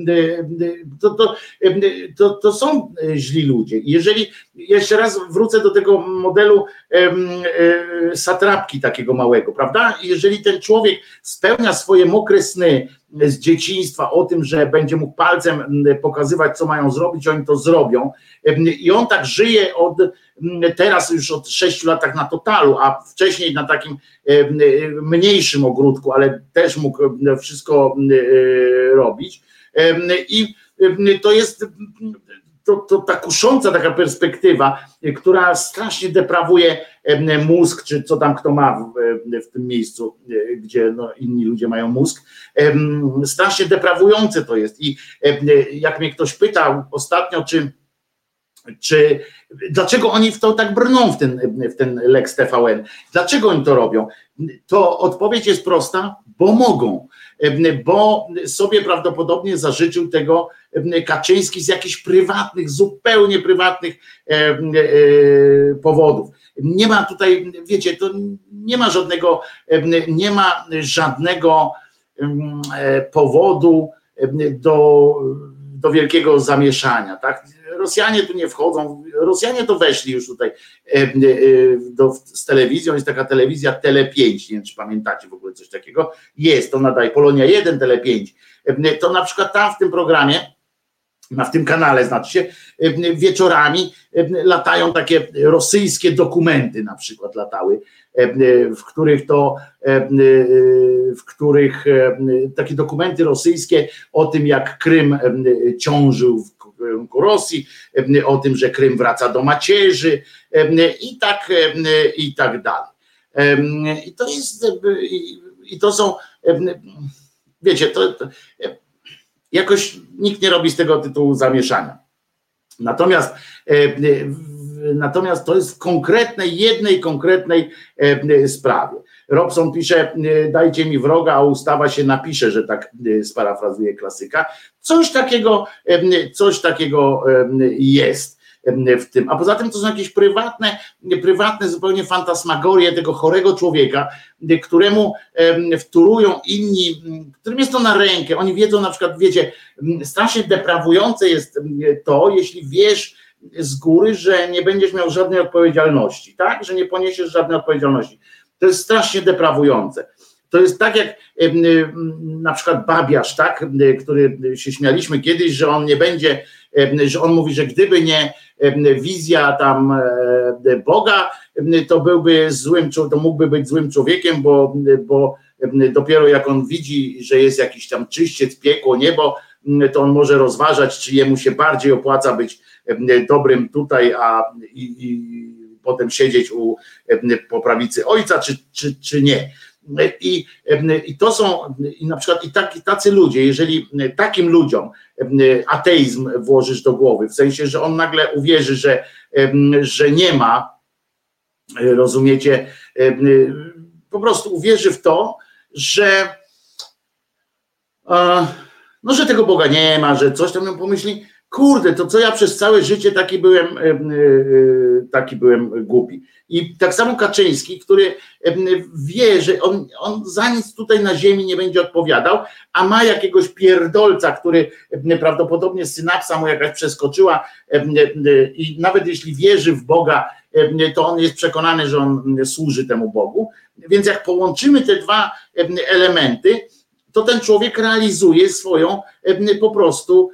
to są źli ludzie. Jeżeli, jeszcze raz wrócę do tego modelu satrapki takiego małego, prawda? Jeżeli ten człowiek spełnia swoje mokre sny z dzieciństwa o tym, że będzie mógł palcem pokazywać, co mają zrobić, oni to zrobią i on tak żyje teraz już od 6 latach na totalu, a wcześniej na takim mniejszym ogródku, ale też mógł wszystko robić i to jest to ta kusząca taka perspektywa, która strasznie deprawuje mózg, czy co tam kto ma w tym miejscu, gdzie no, inni ludzie mają mózg, strasznie deprawujące to jest i jak mnie ktoś pytał ostatnio, czy dlaczego oni w to tak brną w ten Lex TVN, dlaczego oni to robią, to odpowiedź jest prosta, bo mogą, bo sobie prawdopodobnie zażyczył tego Kaczyński z jakichś prywatnych, zupełnie prywatnych powodów. Nie ma tutaj, wiecie, to nie ma żadnego powodu do wielkiego zamieszania, tak? Rosjanie tu nie wchodzą, Rosjanie to weszli już tutaj z telewizją, jest taka telewizja Tele 5, nie wiem czy pamiętacie w ogóle coś takiego, jest, to nadaje Polonia 1, Tele 5, to na przykład tam w tym programie, w tym kanale znaczy się, wieczorami latają takie rosyjskie dokumenty na przykład latały, w których takie dokumenty rosyjskie o tym jak Krym ciążył w kierunku Rosji, o tym, że Krym wraca do macierzy i tak dalej. I to jest, i to są, wiecie, to jakoś nikt nie robi z tego tytułu zamieszania. Natomiast to jest w jednej konkretnej sprawie. Robson pisze, dajcie mi wroga, a ustawa się napisze, że tak sparafrazuję klasyka. Coś takiego jest w tym. A poza tym to są jakieś prywatne zupełnie fantasmagorie tego chorego człowieka, któremu wtórują inni, którym jest to na rękę. Oni wiedzą na przykład, wiecie, strasznie deprawujące jest to, jeśli wiesz z góry, że nie będziesz miał żadnej odpowiedzialności, tak? Że nie poniesiesz żadnej odpowiedzialności. To jest strasznie deprawujące. To jest tak jak na przykład Babiarz, tak? Który się śmialiśmy kiedyś, że on nie będzie, że on mówi, że gdyby nie wizja tam Boga, to mógłby być złym człowiekiem, bo dopiero jak on widzi, że jest jakiś tam czyściec, piekło, niebo, to on może rozważać, czy jemu się bardziej opłaca być dobrym tutaj, i potem siedzieć po prawicy ojca, czy nie. I to są, i na przykład tacy ludzie, jeżeli takim ludziom ateizm włożysz do głowy, w sensie, że on nagle uwierzy, że nie ma, rozumiecie, po prostu uwierzy w to, że tego Boga nie ma, że coś tam ją pomyśli, kurde, to co ja przez całe życie taki byłem głupi. I tak samo Kaczyński, który wie, że on za nic tutaj na ziemi nie będzie odpowiadał, a ma jakiegoś pierdolca, który prawdopodobnie synapsa mu jakaś przeskoczyła i nawet jeśli wierzy w Boga, to on jest przekonany, że on służy temu Bogu. Więc jak połączymy te dwa elementy, to ten człowiek realizuje swoją po prostu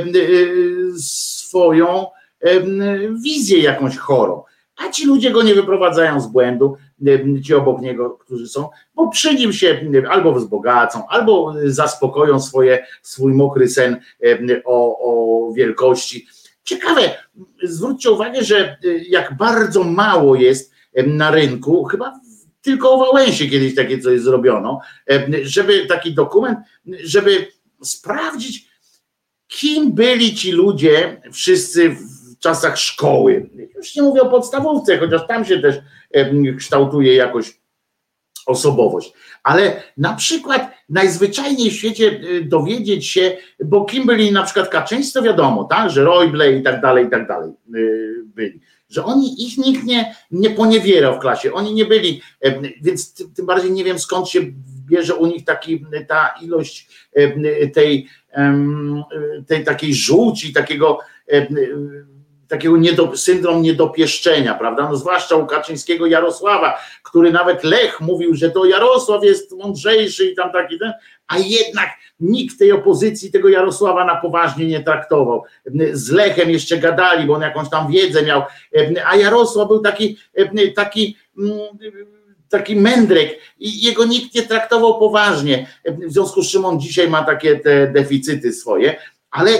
swoją wizję jakąś chorą. A ci ludzie go nie wyprowadzają z błędu, ci obok niego, którzy są, bo przy nim się albo wzbogacą, albo zaspokoją swój mokry sen o wielkości. Ciekawe, zwróćcie uwagę, że jak bardzo mało jest na rynku, chyba tylko o Wałęsie kiedyś takie coś zrobiono, żeby taki dokument, żeby sprawdzić, kim byli ci ludzie wszyscy w czasach szkoły. Już nie mówię o podstawówce, chociaż tam się też kształtuje jakoś osobowość. Ale na przykład najzwyczajniej w świecie dowiedzieć się, bo kim byli na przykład Kaczyńscy, to wiadomo, tak, że Rojble i tak dalej byli. Że ich nikt nie poniewierał w klasie, oni nie byli, więc tym bardziej nie wiem skąd się bierze u nich ta ilość tej takiej żółci, takiego syndrom niedopieszczenia, prawda? No zwłaszcza u Kaczyńskiego Jarosława, który nawet Lech mówił, że to Jarosław jest mądrzejszy i tam taki ten, a jednak nikt tej opozycji tego Jarosława na poważnie nie traktował. Z Lechem jeszcze gadali, bo on jakąś tam wiedzę miał, a Jarosław był taki mędrek i jego nikt nie traktował poważnie, w związku z czym on dzisiaj ma takie te deficyty swoje, ale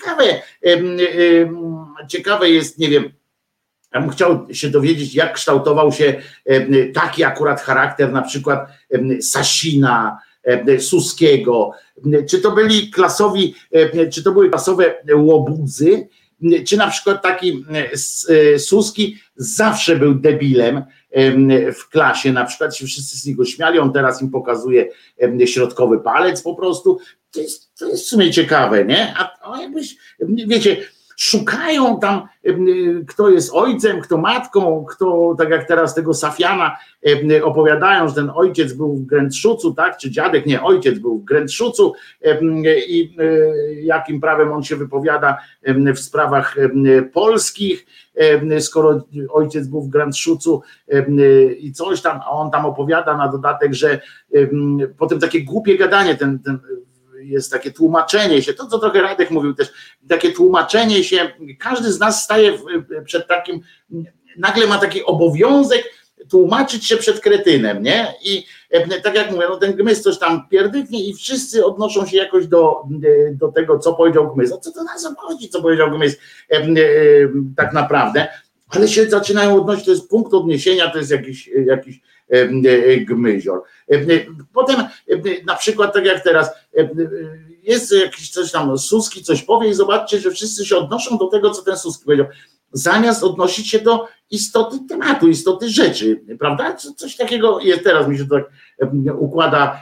ciekawe jest, nie wiem, ja bym chciał się dowiedzieć, jak kształtował się taki akurat charakter na przykład Sasina, Suskiego, czy to były klasowe łobudzy, czy na przykład taki Suski zawsze był debilem w klasie, na przykład się wszyscy z niego śmiali, on teraz im pokazuje środkowy palec po prostu, to jest w sumie ciekawe, nie? A jakbyś, wiecie, szukają tam, kto jest ojcem, kto matką, kto, tak jak teraz tego Safiana opowiadają, że ten ojciec był w Grędszucu, tak, czy dziadek, nie, ojciec był w Grędszucu i jakim prawem on się wypowiada w sprawach polskich, skoro ojciec był w Grędszucu i coś tam, a on tam opowiada na dodatek, że potem takie głupie gadanie, jest takie tłumaczenie się, to co trochę Radek mówił też, takie tłumaczenie się, każdy z nas staje przed takim, nagle ma taki obowiązek tłumaczyć się przed kretynem, nie? I tak jak mówię, no ten Gmyz coś tam pierdyknie i wszyscy odnoszą się jakoś do tego, co powiedział Gmyz. A co to nas obchodzi, co powiedział Gmyz tak naprawdę? Ale się zaczynają odnosić, to jest punkt odniesienia, to jest jakiś Gmyzior. Potem na przykład tak jak teraz jest jakiś coś tam Suski coś powie i zobaczcie, że wszyscy się odnoszą do tego, co ten Suski powiedział, zamiast odnosić się do istoty tematu, istoty rzeczy, prawda? Coś takiego jest, teraz mi się to tak układa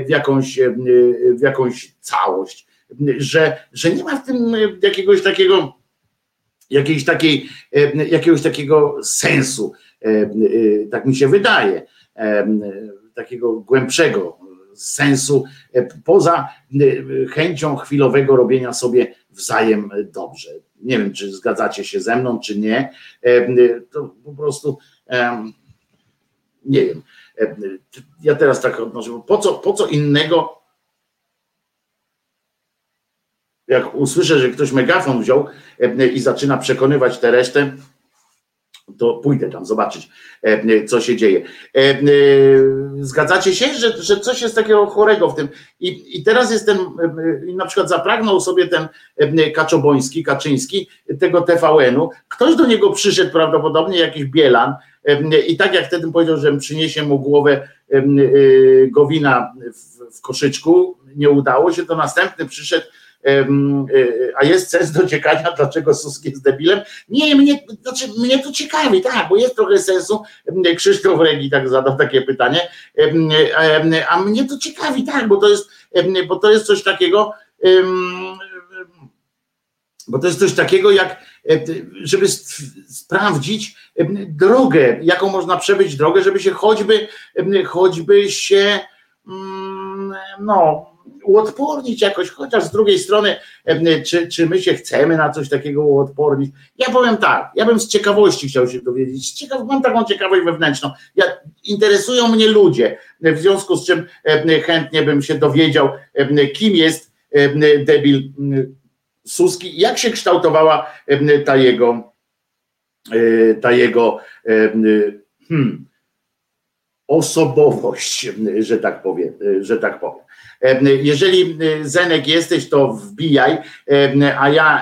w jakąś całość, że nie ma w tym jakiegoś takiego sensu, tak mi się wydaje, takiego głębszego sensu, poza chęcią chwilowego robienia sobie wzajem dobrze. Nie wiem, czy zgadzacie się ze mną, czy nie, to po prostu nie wiem. Ja teraz tak odnoszę, po co innego, jak usłyszę, że ktoś megafon wziął i zaczyna przekonywać tę resztę, to pójdę tam zobaczyć, co się dzieje. Zgadzacie się, że coś jest takiego chorego w tym i teraz jest ten, na przykład zapragnął sobie ten Kaczyński tego TVN-u, ktoś do niego przyszedł prawdopodobnie, jakiś Bielan i tak jak wtedy powiedział, że przyniesie mu głowę Gowina w koszyczku, nie udało się, to następny przyszedł, a jest sens dociekania, dlaczego Suski jest debilem? Nie, mnie to ciekawi, tak, bo jest trochę sensu. Krzysztof Regi tak zadał takie pytanie, a mnie to ciekawi, tak, bo to jest coś takiego, Bo to jest coś takiego jak, żeby sprawdzić drogę, jaką można przebyć drogę, żeby się choćby się uodpornić jakoś, chociaż z drugiej strony, czy my się chcemy na coś takiego uodpornić. Ja powiem tak, ja bym z ciekawości chciał się dowiedzieć, mam taką ciekawość wewnętrzną, interesują mnie ludzie, w związku z czym chętnie bym się dowiedział, kim jest debil Suski, jak się kształtowała ta jego osobowość, że tak powiem. Jeżeli Zenek jesteś, to wbijaj, a ja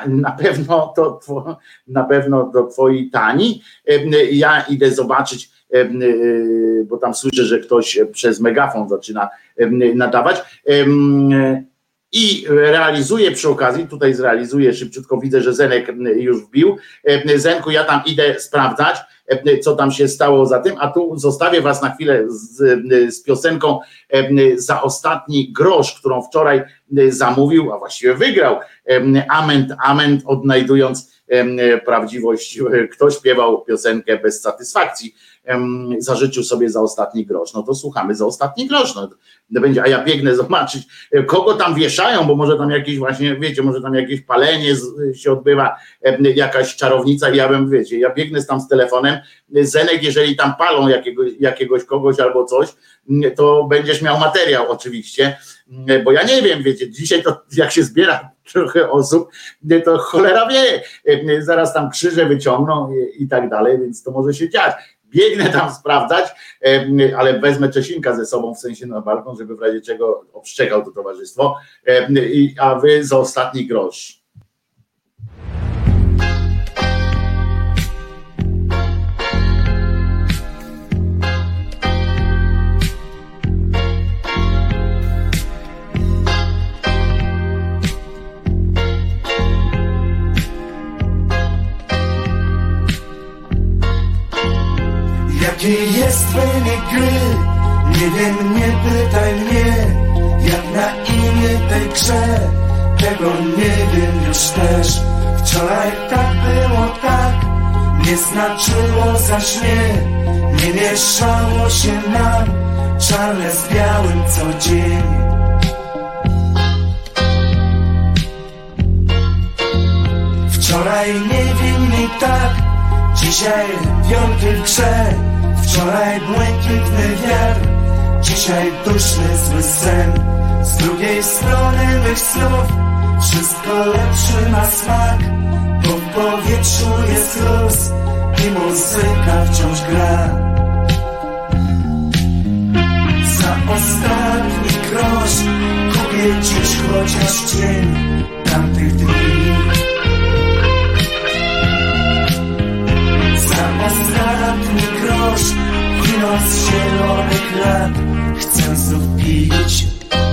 na pewno do twojej Tani, ja idę zobaczyć, bo tam słyszę, że ktoś przez megafon zaczyna nadawać i realizuję przy okazji, tutaj zrealizuję szybciutko, widzę, że Zenek już wbił. Zenku, ja tam idę sprawdzać, co tam się stało za tym, a tu zostawię was na chwilę z piosenką Za ostatni grosz, którą wczoraj zamówił, a właściwie wygrał Ament, odnajdując prawdziwość. Kto śpiewał piosenkę bez satysfakcji, zażyczył sobie za ostatni grosz. No to słuchamy za ostatni grosz. No, będzie, a ja biegnę zobaczyć, kogo tam wieszają, bo może tam jakieś właśnie, wiecie, może tam jakieś palenie się odbywa, jakaś czarownica i ja biegnę tam z telefonem. Zenek, jeżeli tam palą jakiegoś kogoś albo coś, to będziesz miał materiał oczywiście, bo ja nie wiem, wiecie, dzisiaj to jak się zbiera trochę osób, to cholera wie, zaraz tam krzyże wyciągną i tak dalej, więc to może się dziać. Biegnę tam sprawdzać, ale wezmę Czesinka ze sobą, w sensie na balkon, żeby w razie czego obszczekał to towarzystwo, a wy za ostatni grosz. Jaki jest wynik gry? Nie wiem, nie pytaj mnie, jak na imię tej grze. Tego nie wiem już też. Wczoraj tak było, tak nie znaczyło zaś nie mieszało się nam czarne z białym co dzień. Wczoraj niewinni tak, dzisiaj wielki w grze. Wczoraj błękitny wiatr, dzisiaj duszny zły sen. Z drugiej strony mych snów wszystko lepszy ma smak, bo w powietrzu jest luz i muzyka wciąż gra. Za ostatni grosz kupię dziś chociaż cień tamtych dni. Za ostatni grosz wino z zielonych lat chcę znów pić.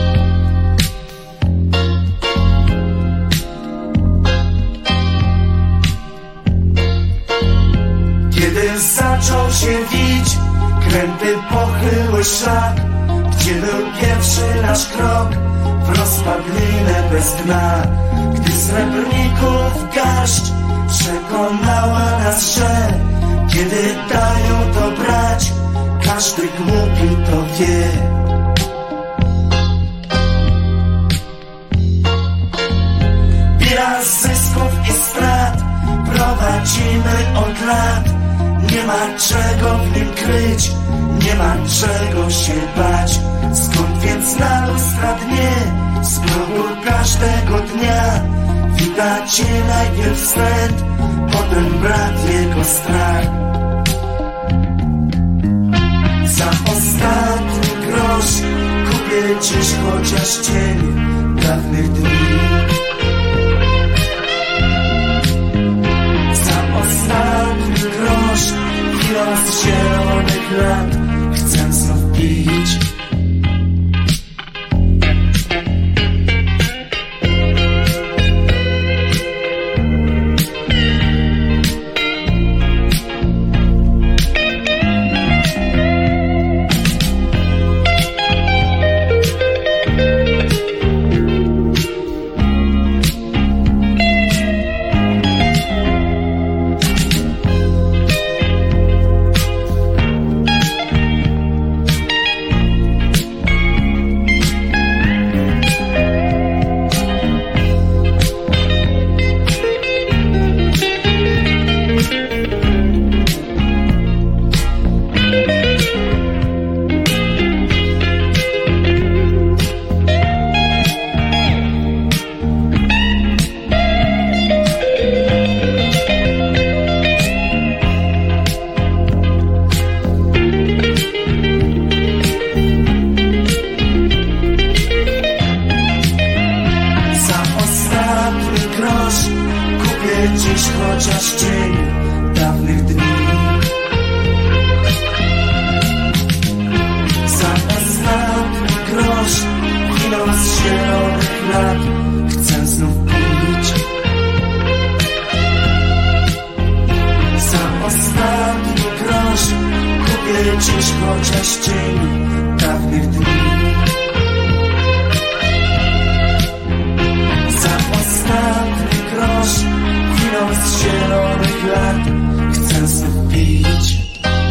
Kiedy zaczął się wić kręty pochyły szlak, gdzie był pierwszy nasz krok w rozpadlinę bez dna, gdy srebrników garść przekonała nas, że kiedy dają to brać, każdy głupi to wie. Bilans zysków i strat prowadzimy od lat. Nie ma czego w nim kryć, nie ma czego się bać. Skąd więc na lustra dnie, z progu każdego dnia witacie najpierw wstręt, potem brat jego strach. Za ostatni grosz kupię dziś chociaż cień dawnych dni. Za ostatni grosz wino z zielonych lat chcę znów pić. dziś chociaż cień dawnych dni. Za ostatni grosz wino z zielonych lat chcę znów pić. Za ostatni grosz kupię dziś chociaż cień dawnych dni. Za ostatni grosz wino z zielonych lat chcę znów pić.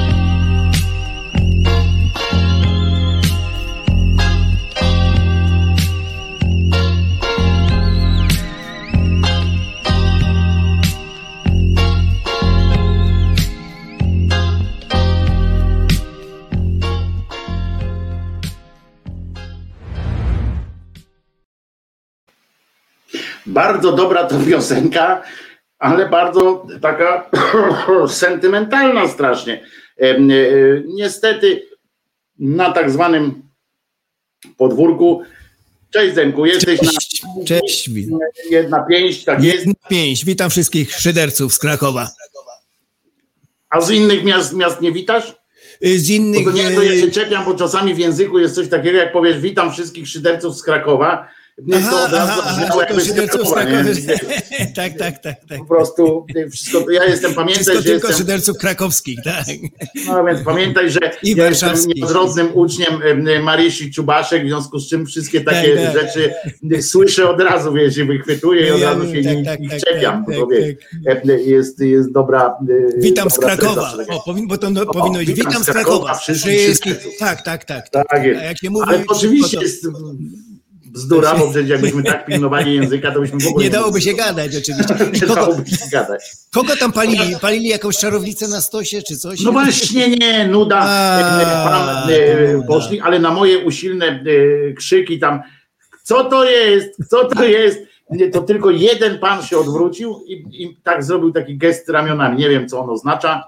Bardzo dobra to piosenka, ale bardzo taka sentymentalna strasznie. Niestety na tak zwanym podwórku. Cześć Zenku, jesteś cześć, na... Cześć. Jedna pięść, tak jest. Jedna pięść, witam wszystkich szyderców z Krakowa. A z innych miast nie witasz? Z innych... Bo to nie, to ja się czepiam, bo czasami w języku jest coś takiego, jak powiesz witam wszystkich szyderców z Krakowa. To od razu szyderców z Krakowa. Tak. Po prostu wszystko to ja jestem, pamiętaj, wszystko że tylko jestem... szyderców krakowskich, tak. No więc pamiętaj, że I ja jestem niezrodnym uczniem Marysi Czubaszek, w związku z czym wszystkie takie rzeczy słyszę od razu, wiesz, i wychwytuję i od razu się ich czepiam. Jest dobra... Witam z dobra Krakowa, bo to powinno być. Witam z Krakowa. Wszystkich. Tak. Tak jest. Jak się mówi, ale oczywiście jest... Bzdura, bo przecież jakbyśmy tak pilnowali języka, to byśmy w ogóle... Nie dałoby się gadać, oczywiście. Nie dałoby się gadać. Kogo tam palili? Palili jakąś czarownicę na stosie, czy coś? No właśnie nie, nuda. Poszli, ale na moje usilne krzyki tam, co to jest, to tylko jeden pan się odwrócił i tak zrobił taki gest ramionami. Nie wiem, co on oznacza.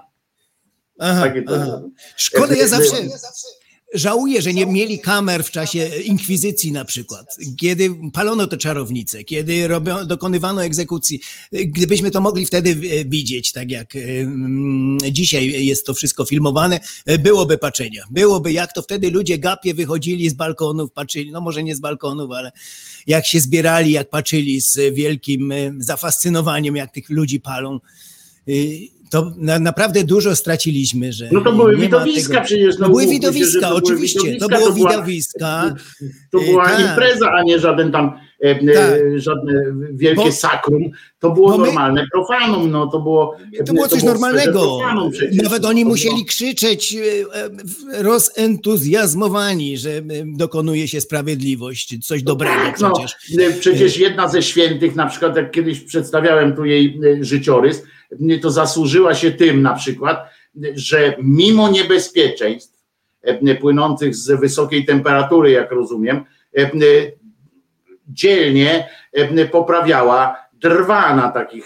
Szkoda, ja zawsze... Żałuję, że nie mieli kamer w czasie inkwizycji na przykład, kiedy palono te czarownice, kiedy dokonywano egzekucji. Gdybyśmy to mogli wtedy widzieć, tak jak dzisiaj jest to wszystko filmowane, byłoby patrzenia. Byłoby, jak to wtedy ludzie gapie wychodzili z balkonów, patrzyli, no może nie z balkonów, ale jak się zbierali, jak patrzyli z wielkim zafascynowaniem, jak tych ludzi palą. To naprawdę dużo straciliśmy, że... No to były widowiska przecież. No były widowiska, oczywiście. To było widowiska. To była impreza, a nie żaden tam żadne wielkie sakrum. To było normalne profanum. No, to było coś normalnego. Nawet oni musieli krzyczeć rozentuzjazmowani, że dokonuje się sprawiedliwość, coś dobrego przecież. Przecież jedna ze świętych, na przykład jak kiedyś przedstawiałem tu jej życiorys, to zasłużyła się tym na przykład, że mimo niebezpieczeństw płynących z wysokiej temperatury, jak rozumiem, dzielnie poprawiała drwa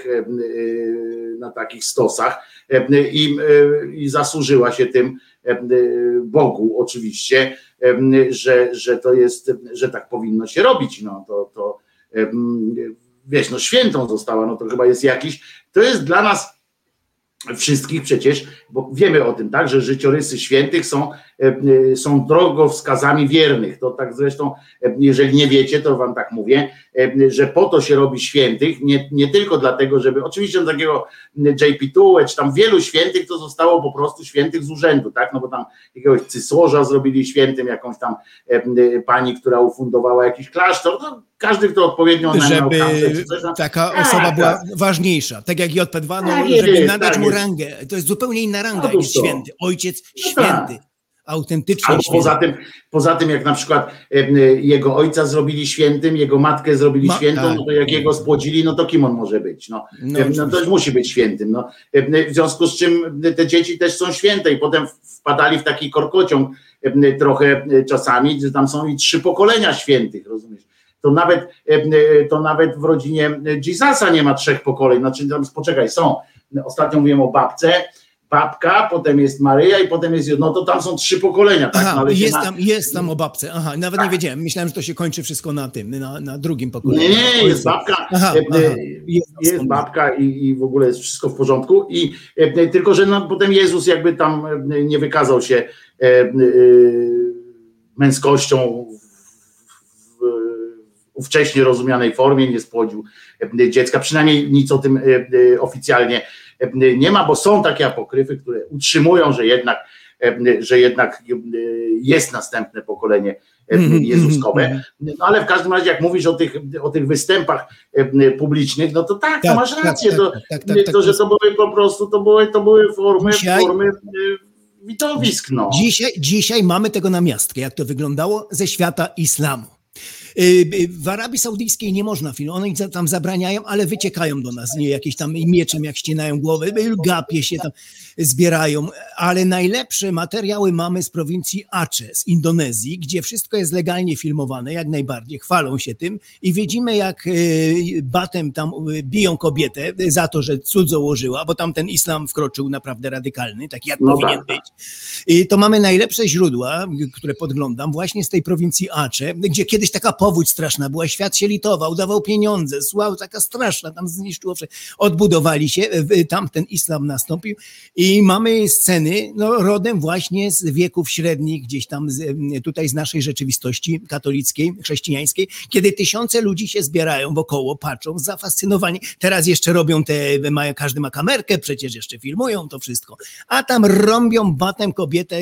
na takich stosach i zasłużyła się tym Bogu oczywiście, że to jest, że tak powinno się robić. No to wiesz, no świętą została, no to chyba jest jakiś, to jest dla nas wszystkich przecież, bo wiemy o tym, tak, że życiorysy świętych są drogowskazami wiernych. To tak zresztą, jeżeli nie wiecie, to wam tak mówię, że po to się robi świętych, nie tylko dlatego, żeby, oczywiście takiego JP2, czy tam wielu świętych to zostało po prostu świętych z urzędu, tak, no bo tam jakiegoś cysłorza zrobili świętym, jakąś tam pani, która ufundowała jakiś klasztor, no każdy, kto odpowiednio żeby taka osoba była ważniejsza, tak jak JP2, żeby nadać mu rangę. To jest zupełnie inna ranga niż święty. Ojciec święty, autentycznie święty. Poza tym, jak na przykład jego ojca zrobili świętym, jego matkę zrobili świętą, no to jak jego spłodzili, no to kim on może być? No to już musi być świętym. No. W związku z czym te dzieci też są święte i potem wpadali w taki korkociąg trochę czasami, że tam są i 3 pokolenia świętych, rozumiesz? To nawet w rodzinie Jezusa nie ma 3 pokoleń. Znaczy, tam, poczekaj, są. Ostatnio mówiłem o babce, babka, potem jest Maryja i potem jest, no to tam są 3 pokolenia. Tak? Aha, jest tam o babce. Aha, nawet nie wiedziałem. Myślałem, że to się kończy wszystko na tym, na drugim pokoleniu. Nie, jest babka. Jest babka i w ogóle jest wszystko w porządku. I tylko, że potem Jezus jakby tam nie wykazał się męskością w wcześniej rozumianej formie, nie spłodził dziecka. Przynajmniej nic o tym oficjalnie nie ma, bo są takie apokryfy, które utrzymują, że jednak jest następne pokolenie jezuskowe. No ale w każdym razie, jak mówisz o tych występach publicznych, no to tak, to masz rację, to że to były po prostu, to były formy widowisk. No. Dzisiaj mamy tego namiastkę, jak to wyglądało ze świata islamu. W Arabii Saudyjskiej nie można filmować, oni tam zabraniają, ale wyciekają do nas, nie jakieś tam mieczem, jak ścinają głowy, gapie się tam zbierają, ale najlepsze materiały mamy z prowincji Aceh, z Indonezji, gdzie wszystko jest legalnie filmowane, jak najbardziej, chwalą się tym i widzimy, jak batem tam biją kobietę za to, że cudzo łożyła, bo tam ten islam wkroczył naprawdę radykalny, tak jak powinien być. I to mamy najlepsze źródła, które podglądam właśnie z tej prowincji Aceh, gdzie kiedyś taka powódź straszna była, świat się litował, dawał pieniądze, słał taka straszna, tam zniszczyło wszystko. Odbudowali się, tam ten islam nastąpił i mamy sceny rodem właśnie z wieków średnich, gdzieś tam tutaj z naszej rzeczywistości katolickiej, chrześcijańskiej, kiedy tysiące ludzi się zbierają wokoło, patrzą, zafascynowani. Teraz jeszcze robią każdy ma kamerkę, przecież jeszcze filmują to wszystko, a tam rąbią batem kobietę,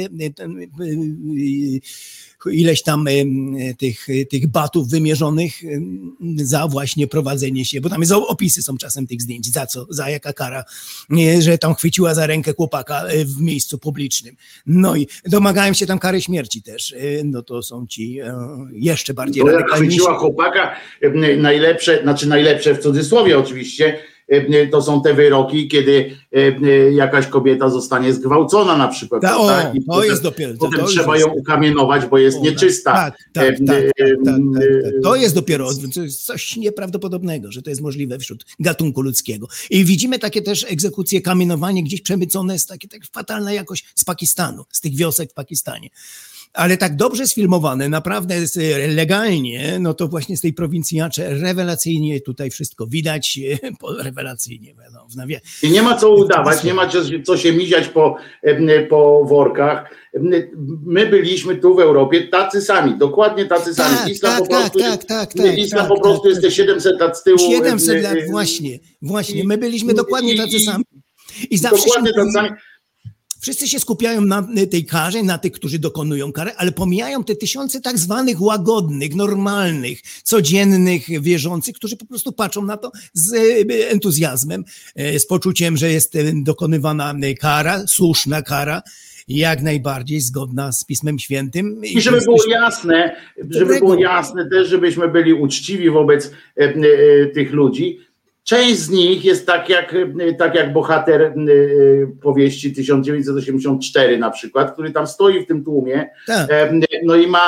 ileś tam tych batów wymierzonych za właśnie prowadzenie się, bo tam opisy są czasem tych zdjęć, za co, za jaka kara, że tam chwyciła za rękę chłopaka w miejscu publicznym. No i domagają się tam kary śmierci też. No to są ci jeszcze bardziej radykalni. Chwyciła chłopaka, najlepsze w cudzysłowie oczywiście, to są te wyroki, kiedy jakaś kobieta zostanie zgwałcona na przykład. To jest dopiero. Potem trzeba ją ukamienować, bo jest nieczysta. Tak. To jest dopiero coś nieprawdopodobnego, że to jest możliwe wśród gatunku ludzkiego. I widzimy takie też egzekucje, kamienowanie gdzieś przemycone z takie fatalna jakość z Pakistanu, z tych wiosek w Pakistanie. Ale tak dobrze sfilmowane, naprawdę legalnie, no to właśnie z tej prowincji Aceh rewelacyjnie tutaj wszystko widać, rewelacyjnie. I nie ma co udawać, nie ma co się miziać po workach. My byliśmy tu w Europie tacy sami, dokładnie tacy sami. Islam po prostu jest te 700 lat z tyłu. 700 lat, właśnie. My byliśmy dokładnie tacy sami. I zawsze dokładnie tacy sami. Wszyscy się skupiają na tej karze, na tych, którzy dokonują kary, ale pomijają te tysiące tak zwanych łagodnych, normalnych, codziennych wierzących, którzy po prostu patrzą na to z entuzjazmem, z poczuciem, że jest dokonywana kara, słuszna kara, jak najbardziej zgodna z Pismem Świętym. I żeby było jasne też, żebyśmy byli uczciwi wobec tych ludzi. Część z nich jest tak jak bohater powieści 1984 na przykład, który tam stoi w tym tłumie, no i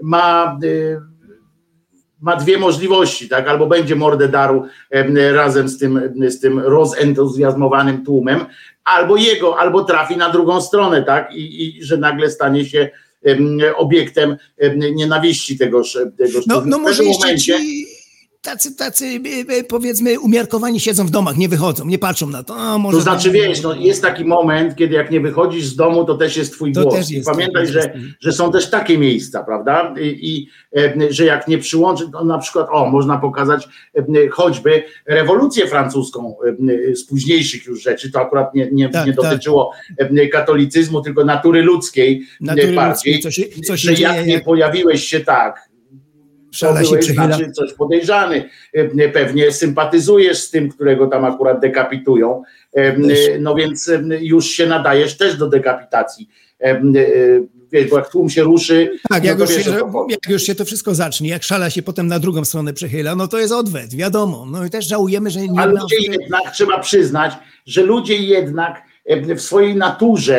ma dwie możliwości, tak? Albo będzie mordę darł razem z tym rozentuzjazmowanym tłumem, albo trafi na drugą stronę, tak? I że nagle stanie się obiektem nienawiści tegoż no może jeszcze tacy powiedzmy umiarkowani siedzą w domach, nie wychodzą, nie patrzą na to. To znaczy wiesz, jest taki moment, kiedy jak nie wychodzisz z domu, to też jest twój głos. I pamiętaj, że są też takie miejsca, prawda? I że jak nie przyłączy, to na przykład można pokazać choćby rewolucję francuską z późniejszych już rzeczy, to akurat nie dotyczyło katolicyzmu, tylko natury ludzkiej bardziej, że jak nie pojawiłeś się znaczy coś podejrzany, pewnie sympatyzujesz z tym, którego tam akurat dekapitują, no więc już się nadajesz też do dekapitacji. Wiesz, bo jak tłum się ruszy... Tak, jak już się to wszystko zacznie, jak szala się potem na drugą stronę przechyla, no to jest odwet, wiadomo. No i też żałujemy, że nie... Ale ludzie jednak, trzeba przyznać, że ludzie jednak w swojej naturze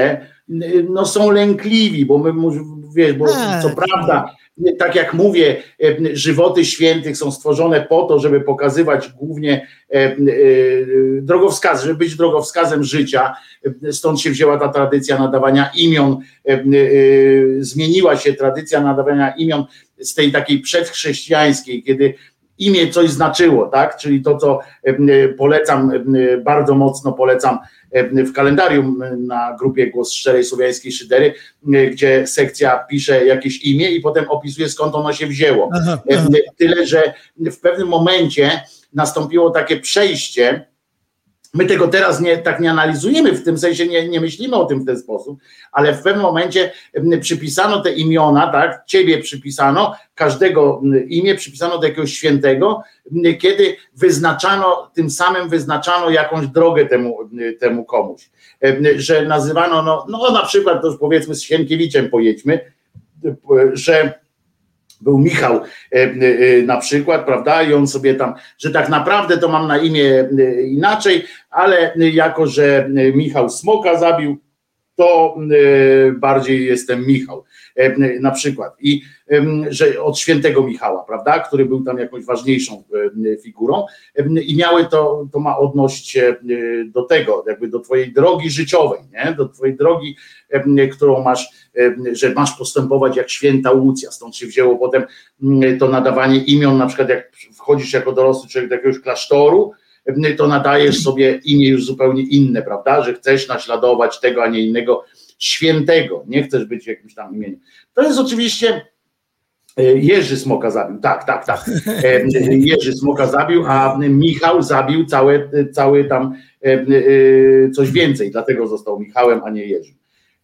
no są lękliwi, bo my, wiesz, bo co prawda, tak jak mówię, żywoty świętych są stworzone po to, żeby pokazywać głównie drogowskaz, żeby być drogowskazem życia, stąd się wzięła ta tradycja nadawania imion, zmieniła się tradycja nadawania imion z tej takiej przedchrześcijańskiej, kiedy imię coś znaczyło, tak? Czyli to, co polecam, bardzo mocno polecam w kalendarium na grupie Głos Szczerej Słowiańskiej Szydery, gdzie sekcja pisze jakieś imię i potem opisuje, skąd ono się wzięło. Tyle, że w pewnym momencie nastąpiło takie przejście. My tego teraz tak nie analizujemy, w tym sensie nie myślimy o tym w ten sposób, ale w pewnym momencie przypisano te imiona, tak, ciebie przypisano, każdego imię przypisano do jakiegoś świętego, kiedy tym samym wyznaczano jakąś drogę temu komuś, że nazywano, no na przykład, to już powiedzmy z Sienkiewiczem pojedźmy, że był Michał na przykład, prawda, i on sobie tam, że tak naprawdę to mam na imię inaczej, ale jako, że Michał smoka zabił, to bardziej jestem Michał na przykład. I że od świętego Michała, prawda, który był tam jakąś ważniejszą figurą i to ma odnosić się do tego, jakby do twojej drogi życiowej, nie? Do twojej drogi, którą masz, że masz postępować jak święta Łucja. Stąd się wzięło potem to nadawanie imion, na przykład jak wchodzisz jako dorosły człowiek do jakiegoś klasztoru, to nadajesz sobie imię już zupełnie inne, prawda, że chcesz naśladować tego, a nie innego świętego, nie chcesz być jakimś tam imieniem. To jest oczywiście Jerzy Smoka zabił, tak. Jerzy Smoka zabił, a Michał zabił cały tam coś więcej, dlatego został Michałem, a nie Jerzym.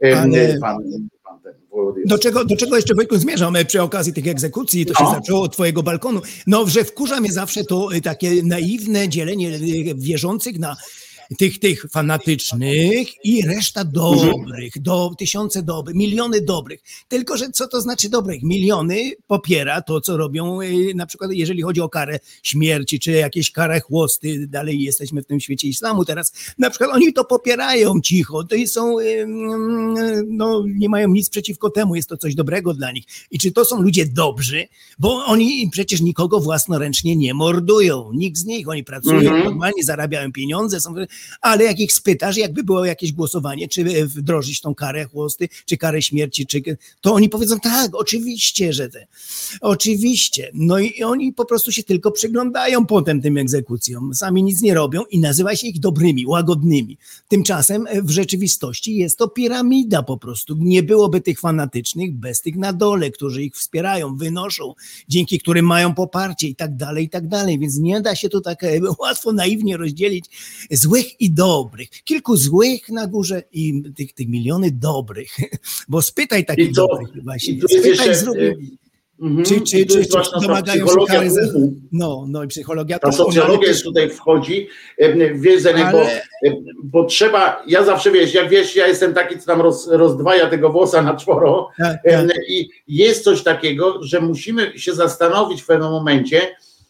Do czego jeszcze, Wojtku, zmierzam przy okazji tych egzekucji, to się zaczęło od twojego balkonu, no, że wkurza mnie zawsze to takie naiwne dzielenie wierzących na tych fanatycznych i reszta dobrych, tysiące dobrych, miliony dobrych. Tylko, że co to znaczy dobrych? Miliony popiera to, co robią, na przykład jeżeli chodzi o karę śmierci, czy jakieś karę chłosty, dalej jesteśmy w tym świecie islamu teraz, na przykład oni to popierają cicho, to są, no nie mają nic przeciwko temu, jest to coś dobrego dla nich. I czy to są ludzie dobrzy? Bo oni przecież nikogo własnoręcznie nie mordują, nikt z nich, oni pracują normalnie, zarabiają pieniądze, ale jak ich spytasz, jakby było jakieś głosowanie, czy wdrożyć tą karę chłosty, czy karę śmierci, to oni powiedzą tak, oczywiście, że oczywiście. No i oni po prostu się tylko przyglądają potem tym egzekucjom, sami nic nie robią i nazywa się ich dobrymi, łagodnymi. Tymczasem w rzeczywistości jest to piramida po prostu. Nie byłoby tych fanatycznych bez tych na dole, którzy ich wspierają, wynoszą, dzięki którym mają poparcie i tak dalej, więc nie da się to tak łatwo, naiwnie rozdzielić złych i dobrych. Kilku złych na górze i tych miliony dobrych. Bo spytaj takich dobrych właśnie. Spytaj czy domagają się kary za... No i psychologia... Ta socjologia tutaj wchodzi, wiesz, bo trzeba, ja zawsze wiesz, ja jestem taki, co tam rozdwaja tego włosa na czworo i jest coś takiego, że musimy się zastanowić w pewnym momencie,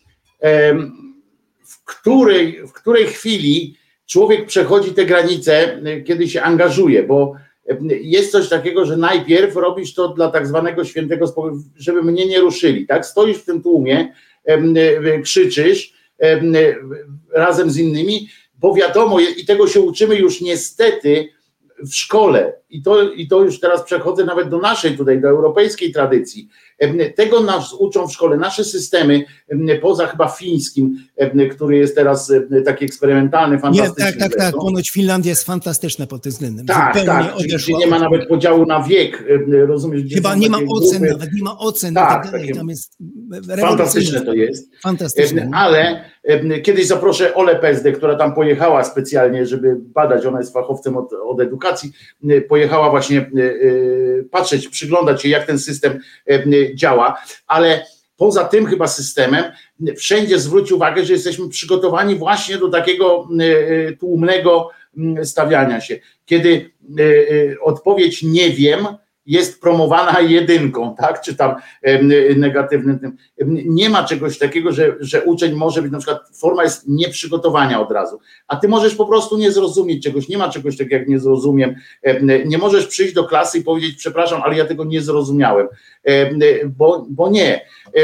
w której chwili człowiek przechodzi te granice, kiedy się angażuje, bo jest coś takiego, że najpierw robisz to dla tak zwanego świętego spokoju, żeby mnie nie ruszyli, tak? Stoisz w tym tłumie, krzyczysz razem z innymi, bo wiadomo, i tego się uczymy już niestety w szkole, i to już teraz przechodzę nawet do naszej tutaj, do europejskiej tradycji. Tego nas uczą w szkole, nasze systemy, poza chyba fińskim, który jest teraz taki eksperymentalny, fantastyczny. Tak, ponoć Finlandia jest fantastyczna pod tym względem. Tak, czyli nie ma nawet podziału na wiek, rozumiesz? Chyba nie ma ocen nawet, nie ma ocen. Tak, tam jest fantastyczne to jest. Fantastyczne. Ale kiedyś zaproszę Olę Pezdę, która tam pojechała specjalnie, żeby badać, ona jest fachowcem od edukacji, pojechała właśnie patrzeć, przyglądać się, jak ten system działa, ale poza tym chyba systemem wszędzie zwróć uwagę, że jesteśmy przygotowani właśnie do takiego tłumnego stawiania się. Kiedy odpowiedź nie wiem jest promowana jedynką, tak, czy tam negatywnym tym. Nie ma czegoś takiego, że uczeń może być, na przykład forma jest nieprzygotowania od razu, a ty możesz po prostu nie zrozumieć czegoś, nie ma czegoś takiego jak nie zrozumiem, nie możesz przyjść do klasy i powiedzieć przepraszam, ale ja tego nie zrozumiałem, bo nie.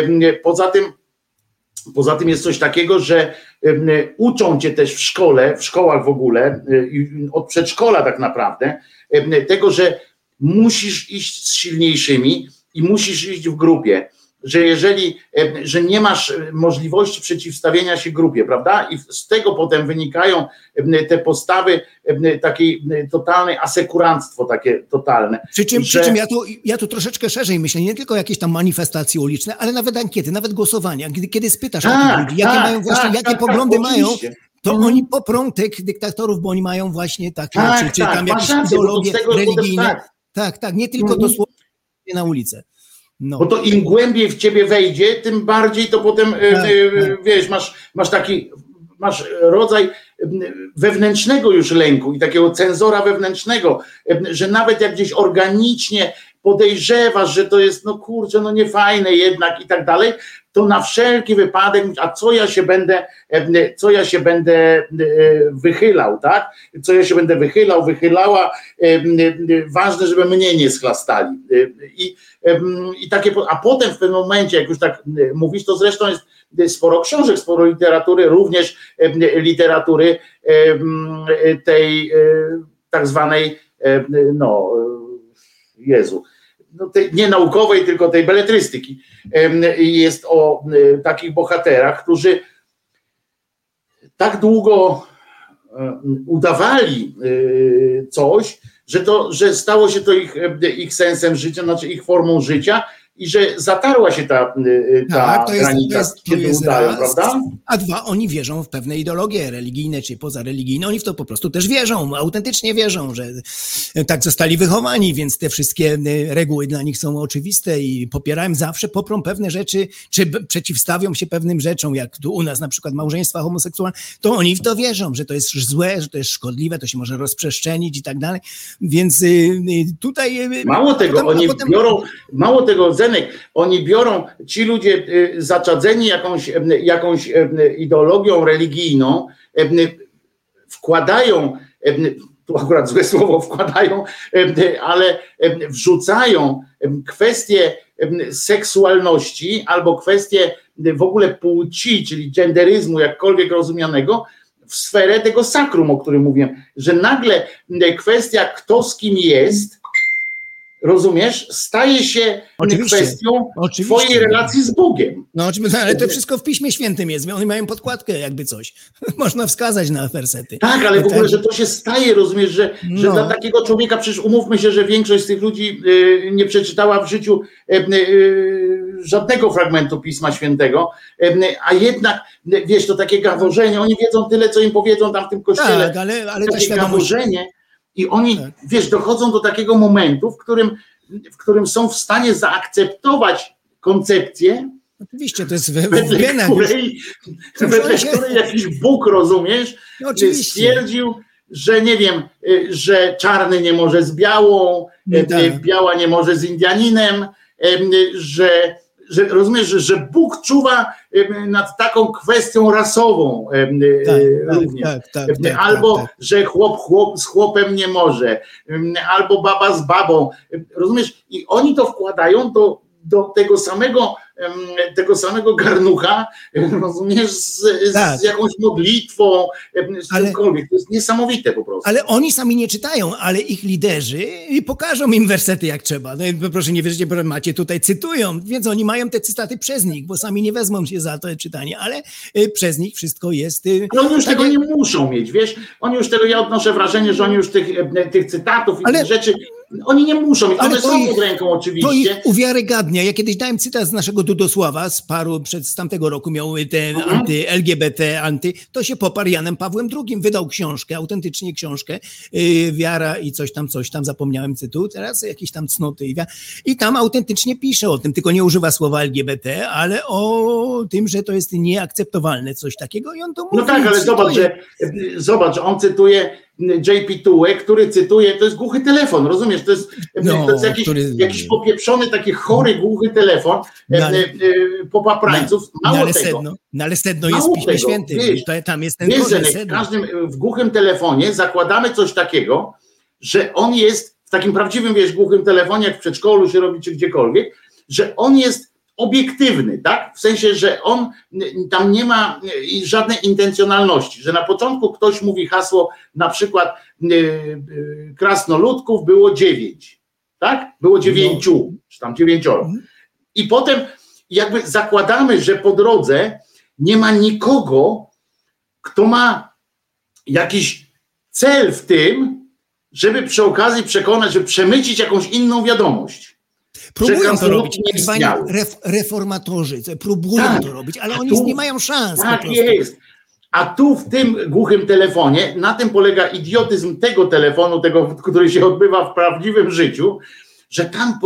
Poza tym jest coś takiego, że uczą cię też w szkole, w szkołach w ogóle, od przedszkola tak naprawdę, tego, że musisz iść z silniejszymi i musisz iść w grupie, że nie masz możliwości przeciwstawienia się grupie, prawda? I z tego potem wynikają te postawy takiej totalnej asekuranstwo takie totalne. Przy czym ja tu troszeczkę szerzej myślę, nie tylko jakieś tam manifestacje uliczne, ale nawet ankiety, nawet głosowania, kiedy spytasz takich ludzi, jakie poglądy mają, to oni poprą tych dyktatorów, bo oni mają właśnie takie, czy tam jakieś ideologie religijne. Tak, nie tylko dosłownie na ulicę. No. Bo to im głębiej w ciebie wejdzie, tym bardziej to potem, wiesz, masz rodzaj wewnętrznego już lęku i takiego cenzora wewnętrznego, że nawet jak gdzieś organicznie podejrzewasz, że to jest, no kurczę, no niefajne jednak i tak dalej, to na wszelki wypadek, a co ja się będę wychylał, tak? Co ja się będę wychylała, ważne, żeby mnie nie schlastali. I takie, a potem w pewnym momencie, jak już tak mówisz, to zresztą jest sporo książek, sporo literatury, również literatury tej tak zwanej, tej nie naukowej, tylko tej beletrystyki. Jest o takich bohaterach, którzy tak długo udawali coś, że stało się to ich sensem życia, znaczy ich formą życia i że zatarła się ta granica, kiedy udają, prawda? A dwa, oni wierzą w pewne ideologie religijne czy pozareligijne, oni w to po prostu też wierzą, autentycznie wierzą, że tak zostali wychowani, więc te wszystkie reguły dla nich są oczywiste i poprą pewne rzeczy, czy przeciwstawią się pewnym rzeczom, jak tu u nas na przykład małżeństwa homoseksualne, to oni w to wierzą, że to jest złe, że to jest szkodliwe, to się może rozprzestrzenić i tak dalej, więc tutaj... Mało tego, Zenek, oni biorą, ci ludzie zaczadzeni jakąś ideologią religijną, wkładają, tu akurat złe słowo wkładają, ale wrzucają kwestie seksualności albo kwestie w ogóle płci, czyli genderyzmu, jakkolwiek rozumianego, w sferę tego sakrum, o którym mówiłem, że nagle kwestia, kto z kim jest, rozumiesz, staje się kwestią twojej relacji z Bogiem. No oczywiście, ale to wszystko w Piśmie Świętym jest. Oni mają podkładkę jakby coś. Można wskazać na wersety. Tak, ale w ogóle, że to się staje, rozumiesz, że dla takiego człowieka, przecież umówmy się, że większość z tych ludzi nie przeczytała w życiu żadnego fragmentu Pisma Świętego, a jednak, wiesz, to takie gaworzenie, oni wiedzą tyle, co im powiedzą tam w tym kościele. Tak, ale takie gaworzenie. I oni, wiesz, dochodzą do takiego momentu, w którym są w stanie zaakceptować koncepcję, oczywiście, to jest wedle której jakiś Bóg, rozumiesz, stwierdził, że nie wiem, że czarny nie może z białą, biała nie może z Indianinem, że rozumiesz, że Bóg czuwa nad taką kwestią rasową również. Albo że chłop z chłopem nie może, albo baba z babą. Rozumiesz? I oni to wkładają do tego samego garnucha, rozumiesz, z jakąś modlitwą, z czymkolwiek. To jest niesamowite po prostu. Ale oni sami nie czytają, ale ich liderzy pokażą im wersety jak trzeba. No, proszę nie wierzycie, bo macie tutaj cytują, więc oni mają te cytaty przez nich, bo sami nie wezmą się za to czytanie, ale przez nich wszystko jest... Ale oni już tego nie muszą mieć, wiesz? Oni już tego, ja odnoszę wrażenie, że oni już tych cytatów i tych rzeczy, oni nie muszą mieć, one są pod ręką oczywiście. To ich uwiarygadnia. Ja kiedyś dałem cytat z naszego Dudosława, z tamtego roku miał te anty-LGBT, to się poparł Janem Pawłem II, wydał książkę, autentycznie książkę, Wiara i coś tam, zapomniałem tytuł, teraz jakieś tam cnoty i tam autentycznie pisze o tym, tylko nie używa słowa LGBT, ale o tym, że to jest nieakceptowalne coś takiego i on to mówi. No tak, ale zobacz, on cytuje JP Tułek, który cytuje, to jest głuchy telefon, rozumiesz? To jest jakiś popieprzony, taki chory, głuchy telefon popaprańców. Mało tego. Ale sedno jest w Piśmie Świętym. Tam jest ten w każdym w głuchym telefonie zakładamy coś takiego, że on jest w takim prawdziwym, głuchym telefonie, jak w przedszkolu się robi, czy gdziekolwiek, że on jest obiektywny, tak? W sensie, że on tam nie ma żadnej intencjonalności, że na początku ktoś mówi hasło, na przykład krasnoludków było 9, tak? Było 9, czy tam 9. I potem jakby zakładamy, że po drodze nie ma nikogo, kto ma jakiś cel w tym, żeby przy okazji przekonać, żeby przemycić jakąś inną wiadomość. Próbują to robić, tak zwani reformatorzy, próbują to robić, ale oni nie mają szans. Tak jest. A tu w tym głuchym telefonie, na tym polega idiotyzm tego telefonu, który się odbywa w prawdziwym życiu, że tam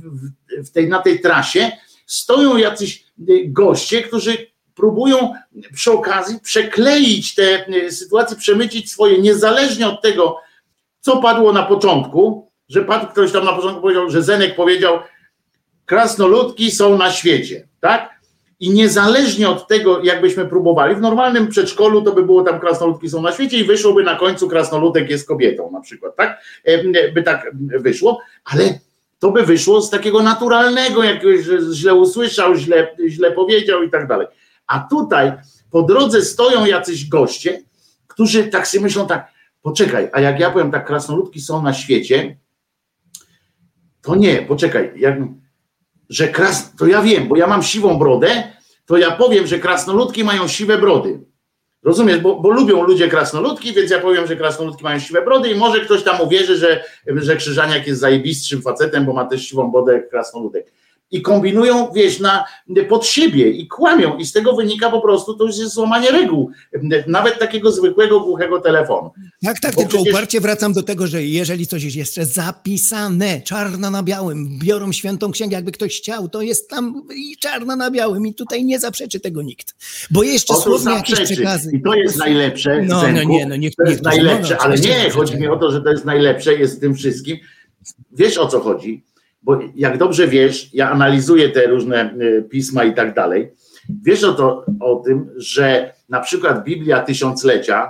na tej trasie stoją jacyś goście, którzy próbują przy okazji przekleić te sytuacje, przemycić swoje, niezależnie od tego, co padło na początku, że padł ktoś tam na początku powiedział, że Zenek powiedział, krasnoludki są na świecie, tak? I niezależnie od tego, jakbyśmy próbowali, w normalnym przedszkolu to by było tam krasnoludki są na świecie i wyszłoby na końcu krasnoludek jest kobietą na przykład, tak? By tak wyszło, ale to by wyszło z takiego naturalnego, jakiegoś, że źle usłyszał, źle powiedział i tak dalej. A tutaj po drodze stoją jacyś goście, którzy tak sobie myślą tak, poczekaj, a jak ja powiem tak, krasnoludki są na świecie, to nie, poczekaj, to ja wiem, bo ja mam siwą brodę, to ja powiem, że krasnoludki mają siwe brody. Rozumiesz, bo lubią ludzie krasnoludki, więc ja powiem, że krasnoludki mają siwe brody i może ktoś tam uwierzy, że Krzyżaniak jest zajebistszym facetem, bo ma też siwą brodę jak krasnoludek. I kombinują, pod siebie i kłamią i z tego wynika po prostu, to już jest złamanie reguł, nawet takiego zwykłego, głuchego telefonu. Tak, tylko uparcie wracam do tego, że jeżeli coś jest jeszcze zapisane, czarno na białym, biorą świętą księgę, jakby ktoś chciał, to jest tam i czarno na białym i tutaj nie zaprzeczy tego nikt. Bo jeszcze słownie jakieś przekazy. I to jest najlepsze, to jest najlepsze, ale nie, chodzi mi o to, że to jest najlepsze, jest w tym wszystkim. Wiesz, o co chodzi? Bo jak dobrze wiesz, ja analizuję te różne pisma i tak dalej, wiesz o tym, że na przykład Biblia Tysiąclecia,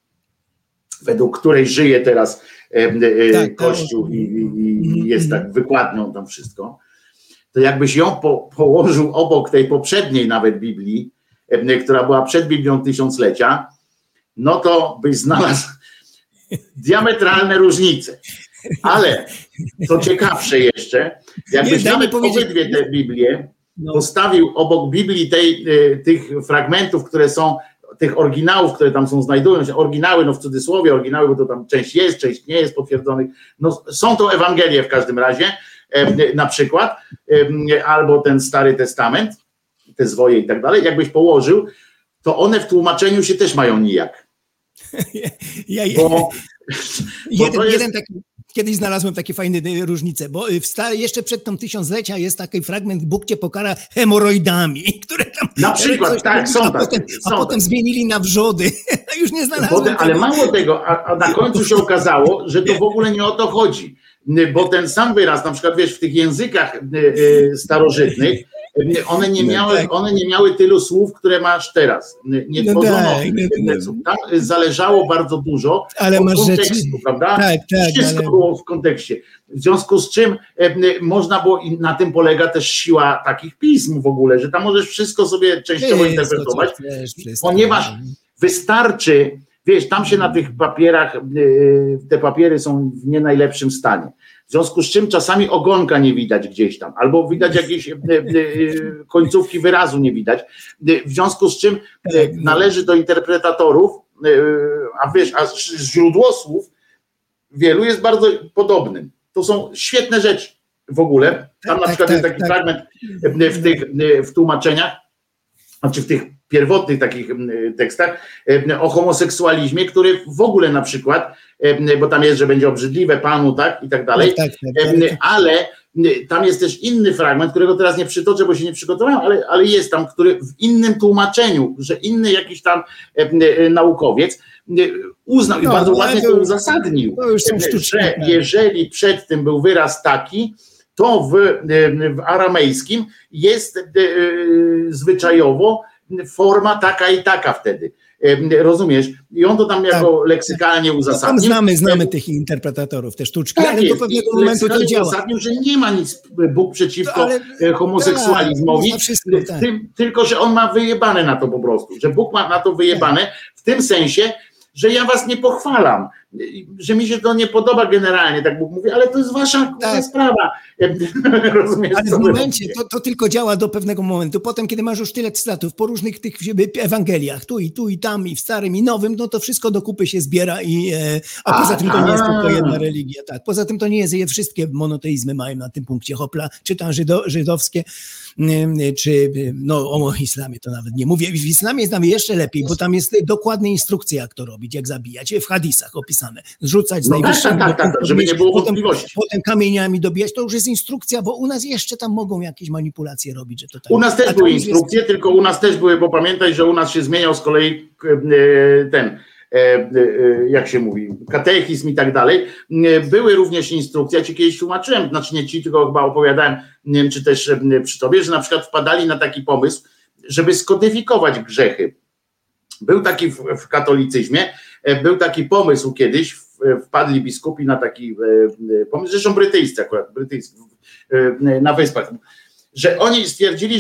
według której żyje teraz Kościół i jest tak wykładnią tam wszystko, to jakbyś ją położył obok tej poprzedniej nawet Biblii, która była przed Biblią Tysiąclecia, no to byś znalazł diametralne różnice. Ale co ciekawsze jeszcze, jakbyś nawet obydwie te Biblie postawił obok Biblii tych fragmentów, które są, tych oryginałów, które tam znajdują się, oryginały, w cudzysłowie oryginały, bo to tam część jest, część nie jest potwierdzonych, są to Ewangelie w każdym razie, na przykład, albo ten Stary Testament, te zwoje i tak dalej, jakbyś położył, to one w tłumaczeniu się też mają nijak. Kiedyś znalazłem takie fajne różnice, bo jeszcze przed tą tysiąclecia jest taki fragment, Bóg cię pokara hemoroidami, które tam... Na przykład, tak, są takie. Potem zmienili na wrzody. Już nie znalazłem ale mało tego, a na końcu się okazało, że to w ogóle nie o to chodzi. Bo ten sam wyraz, na przykład w tych językach starożytnych, one nie miały tylu słów, które masz teraz. Nie tworzono. Tam zależało bardzo dużo od kontekstu, prawda? Wszystko było w kontekście. W związku z czym można było, i na tym polega też siła takich pism w ogóle, że tam możesz wszystko sobie częściowo interpretować, ponieważ wystarczy, tam się na tych papierach, te papiery są w nie najlepszym stanie. W związku z czym czasami ogonka nie widać gdzieś tam, albo widać jakieś końcówki wyrazu nie widać. W związku z czym należy do interpretatorów, a źródło słów wielu jest bardzo podobnym. To są świetne rzeczy w ogóle. Tam na przykład jest taki fragment w tłumaczeniach, znaczy w tych pierwotnych takich tekstach o homoseksualizmie, który w ogóle na przykład, bo tam jest, że będzie obrzydliwe panu, tak, i tak dalej, ale tam jest też inny fragment, którego teraz nie przytoczę, bo się nie przygotowałem, ale jest tam, który w innym tłumaczeniu, że inny jakiś tam naukowiec uznał i bardzo ładnie to uzasadnił, że jeżeli przed tym był wyraz taki, to w aramejskim jest zwyczajowo forma taka i taka wtedy. Rozumiesz? I on to tam jako leksykalnie uzasadnił. Znamy tych interpretatorów, te sztuczki, tak ale do pewnego momentu to działa. Uzasadnił, że nie ma nic Bóg przeciwko homoseksualizmowi, tylko że on ma wyjebane na to po prostu, że Bóg ma na to wyjebane w tym sensie, że ja was nie pochwalam, że mi się to nie podoba generalnie, tak Bóg mówi, ale to jest wasza sprawa. Rozumiesz, ale w momencie to tylko działa do pewnego momentu. Potem, kiedy masz już tyle cytatów po różnych tych Ewangeliach, tu i tam, i w Starym, i Nowym, no to wszystko do kupy się zbiera a poza tym to nie jest tylko jedna religia. Tak. Poza tym to nie jest, wszystkie monoteizmy mają na tym punkcie hopla, czy tam żydowskie, czy o islamie to nawet nie mówię. W islamie jest nam jeszcze lepiej, bo tam jest dokładne instrukcje, jak to robić, jak zabijać. W hadisach opisane. Zrzucać z najwyższego. Tak, żeby nie było wątpliwości. Potem kamieniami dobijać. To już jest instrukcja, bo u nas jeszcze tam mogą jakieś manipulacje robić. Że to tak. U nas też były instrukcje, tylko u nas też były, bo pamiętaj, że u nas się zmieniał z kolei jak się mówi, katechizm i tak dalej. Były również instrukcje, ja ci kiedyś tłumaczyłem, znaczy nie ci, tylko chyba opowiadałem, nie wiem, czy też przy tobie, że na przykład wpadali na taki pomysł, żeby skodyfikować grzechy. Był taki w katolicyzmie, był taki pomysł kiedyś, wpadli biskupi na taki pomysł, zresztą brytyjscy akurat, na Wyspach, że oni stwierdzili,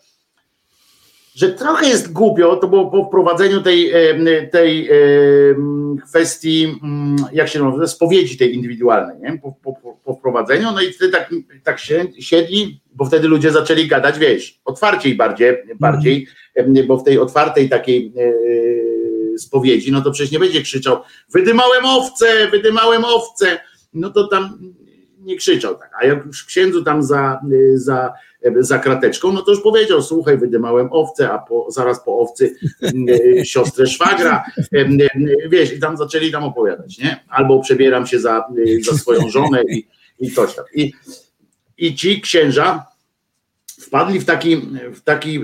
że trochę jest głupio, to było po wprowadzeniu tej kwestii, jak się nazywa, spowiedzi tej indywidualnej, nie? Po wprowadzeniu, no i wtedy tak siedli, bo wtedy ludzie zaczęli gadać, wiesz, otwarciej bardziej, bo w tej otwartej takiej spowiedzi, no to przecież nie będzie krzyczał, wydymałem owce, no to tam nie krzyczał tak, a jak już księdzu tam za krateczką, no to już powiedział, słuchaj, wydymałem owce, a zaraz po owcy siostrę szwagra, wiesz, i tam zaczęli opowiadać, nie? Albo przebieram się za swoją żonę i coś tam. I ci księża wpadli w taki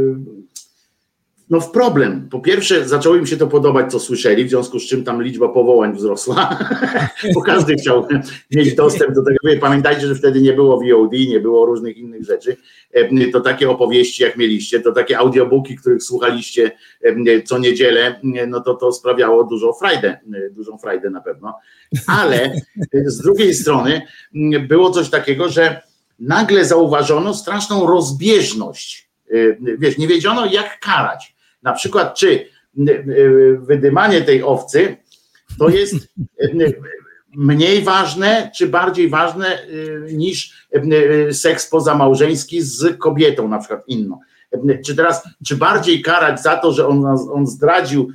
w problem. Po pierwsze, zaczęło im się to podobać, co słyszeli, w związku z czym tam liczba powołań wzrosła, bo każdy chciał mieć dostęp do tego. Pamiętajcie, że wtedy nie było VOD, nie było różnych innych rzeczy. To takie opowieści, jak mieliście, to takie audiobooki, których słuchaliście co niedzielę, no to sprawiało dużą frajdę na pewno. Ale z drugiej strony było coś takiego, że nagle zauważono straszną rozbieżność. Wiesz, nie wiedziano, jak karać. Na przykład, czy wydymanie tej owcy to jest mniej ważne, czy bardziej ważne niż seks pozamałżeński z kobietą, na przykład inną. Czy bardziej karać za to, że on zdradził,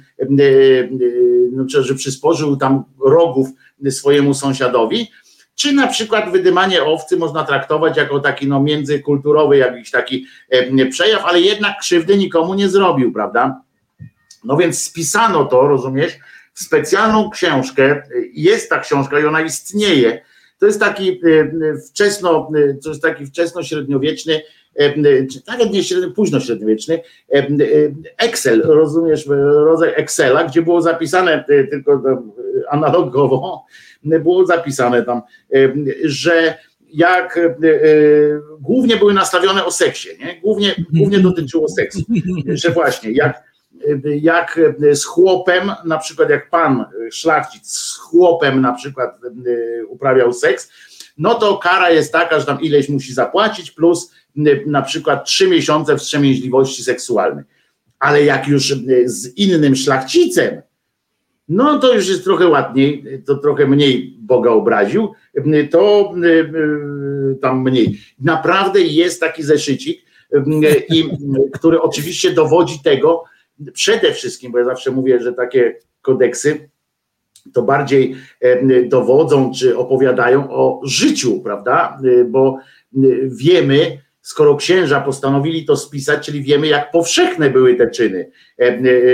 że przysporzył tam rogów swojemu sąsiadowi, czy na przykład wydymanie owcy można traktować jako taki międzykulturowy jakiś taki przejaw, ale jednak krzywdy nikomu nie zrobił, prawda? No więc spisano to, rozumiesz, w specjalną książkę, jest ta książka i ona istnieje. To jest taki wczesnośredniowieczny, nawet nie późnośredniowieczny Excel, rozumiesz, rodzaj Excela, gdzie było zapisane tylko analogowo, było zapisane tam, że jak głównie były nastawione o seksie, nie? Głównie dotyczyło seksu, że właśnie jak z chłopem, na przykład jak pan szlachcic z chłopem na przykład uprawiał seks, no to kara jest taka, że tam ileś musi zapłacić plus na przykład 3 miesiące wstrzemięźliwości seksualnej. Ale jak już z innym szlachcicem, no to już jest trochę ładniej, to trochę mniej Boga obraził, to tam mniej. Naprawdę jest taki zeszycik, który oczywiście dowodzi tego, przede wszystkim, bo ja zawsze mówię, że takie kodeksy to bardziej dowodzą czy opowiadają o życiu, prawda? Bo wiemy, skoro księża postanowili to spisać, czyli wiemy, jak powszechne były te czyny,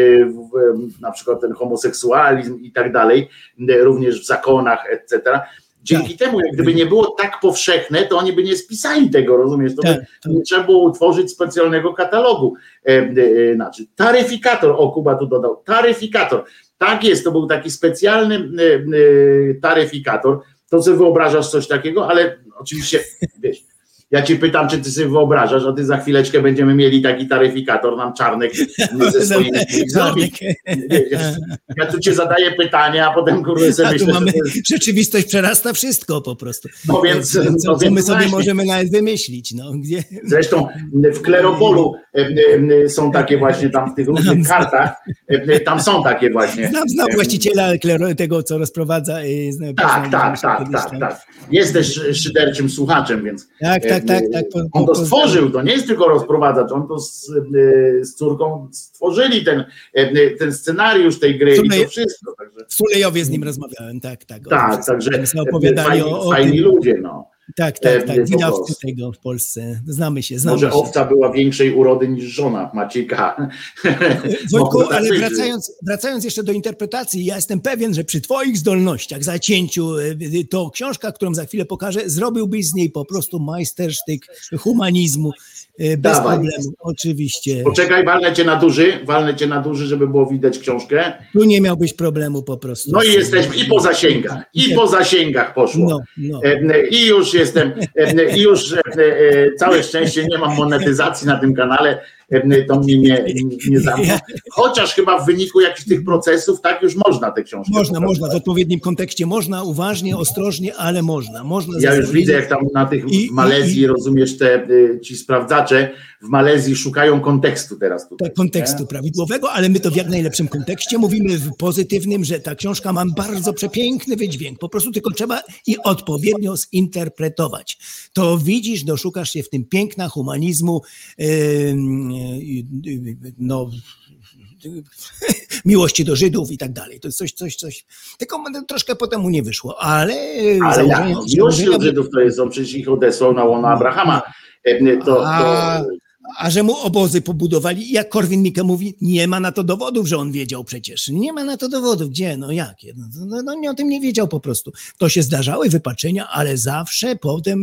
na przykład ten homoseksualizm i tak dalej, również w zakonach, etc., Dzięki temu, jak gdyby nie było tak powszechne, to oni by nie spisali tego, rozumiesz? To by nie trzeba było utworzyć specjalnego katalogu. Znaczy, taryfikator, o Kuba tu dodał, taryfikator. Tak jest, to był taki specjalny taryfikator. To sobie wyobrażasz coś takiego, ale oczywiście, wiesz, ja cię pytam, czy ty sobie wyobrażasz, a ty za chwileczkę będziemy mieli taki taryfikator, nam Czarnek ze swoimi zrobić. Ja tu cię zadaję pytania, a potem kurde sobie myślę, mamy rzeczywistość przerasta wszystko po prostu. No więc, co my sobie możemy nawet wymyślić. No, gdzie... Zresztą w Kleropolu są takie właśnie tam w tych różnych kartach, tam są takie właśnie. Znam właściciela tego, co rozprowadza. Tak. Jest też szyderczym słuchaczem, więc tak. On to stworzył, to nie jest tylko rozprowadzacz, on to z córką stworzyli ten scenariusz tej gry i to wszystko. Także... W Sulejowie z nim rozmawiałem, tak. Także opowiadali fajni ludzie, no. Tak, wydawcy tego w Polsce. Znamy się. Może owca była większej urody niż żona Macieka. Wojtku, ale wracając jeszcze do interpretacji, ja jestem pewien, że przy twoich zdolnościach, zacięciu, to książka, którą za chwilę pokażę, zrobiłbyś z niej po prostu majstersztyk humanizmu. Bez problemu, oczywiście. Poczekaj, walnę cię na duży, żeby było widać książkę. Tu nie miałbyś problemu po prostu. No i jesteśmy, i po zasięgach poszło. No. I już jestem, całe szczęście nie mam monetyzacji na tym kanale, to mnie nie zamknął. Chociaż chyba w wyniku jakichś tych procesów, tak już można te książki. Można, w odpowiednim kontekście można, uważnie, ostrożnie, ale można. Ja już widzę, jak tam na tych Malezji, rozumiesz, ci sprawdzacze w Malezji szukają kontekstu teraz tutaj. Kontekstu prawidłowego, ale my to w jak najlepszym kontekście mówimy w pozytywnym, że ta książka ma bardzo przepiękny wydźwięk, po prostu tylko trzeba i odpowiednio zinterpretować. To widzisz, doszukasz się w tym piękna humanizmu, miłości do Żydów i tak dalej. To jest coś. Tylko troszkę potem mu nie wyszło, ale miłość do Żydów to jest, on przecież ich odesłał na łono Abrahama. A że mu obozy pobudowali, jak Korwin-Mikke mówi, nie ma na to dowodów, że on wiedział przecież. Nie ma na to dowodów. Gdzie? No jakie? No o tym nie wiedział po prostu. To się zdarzały wypaczenia, ale zawsze potem...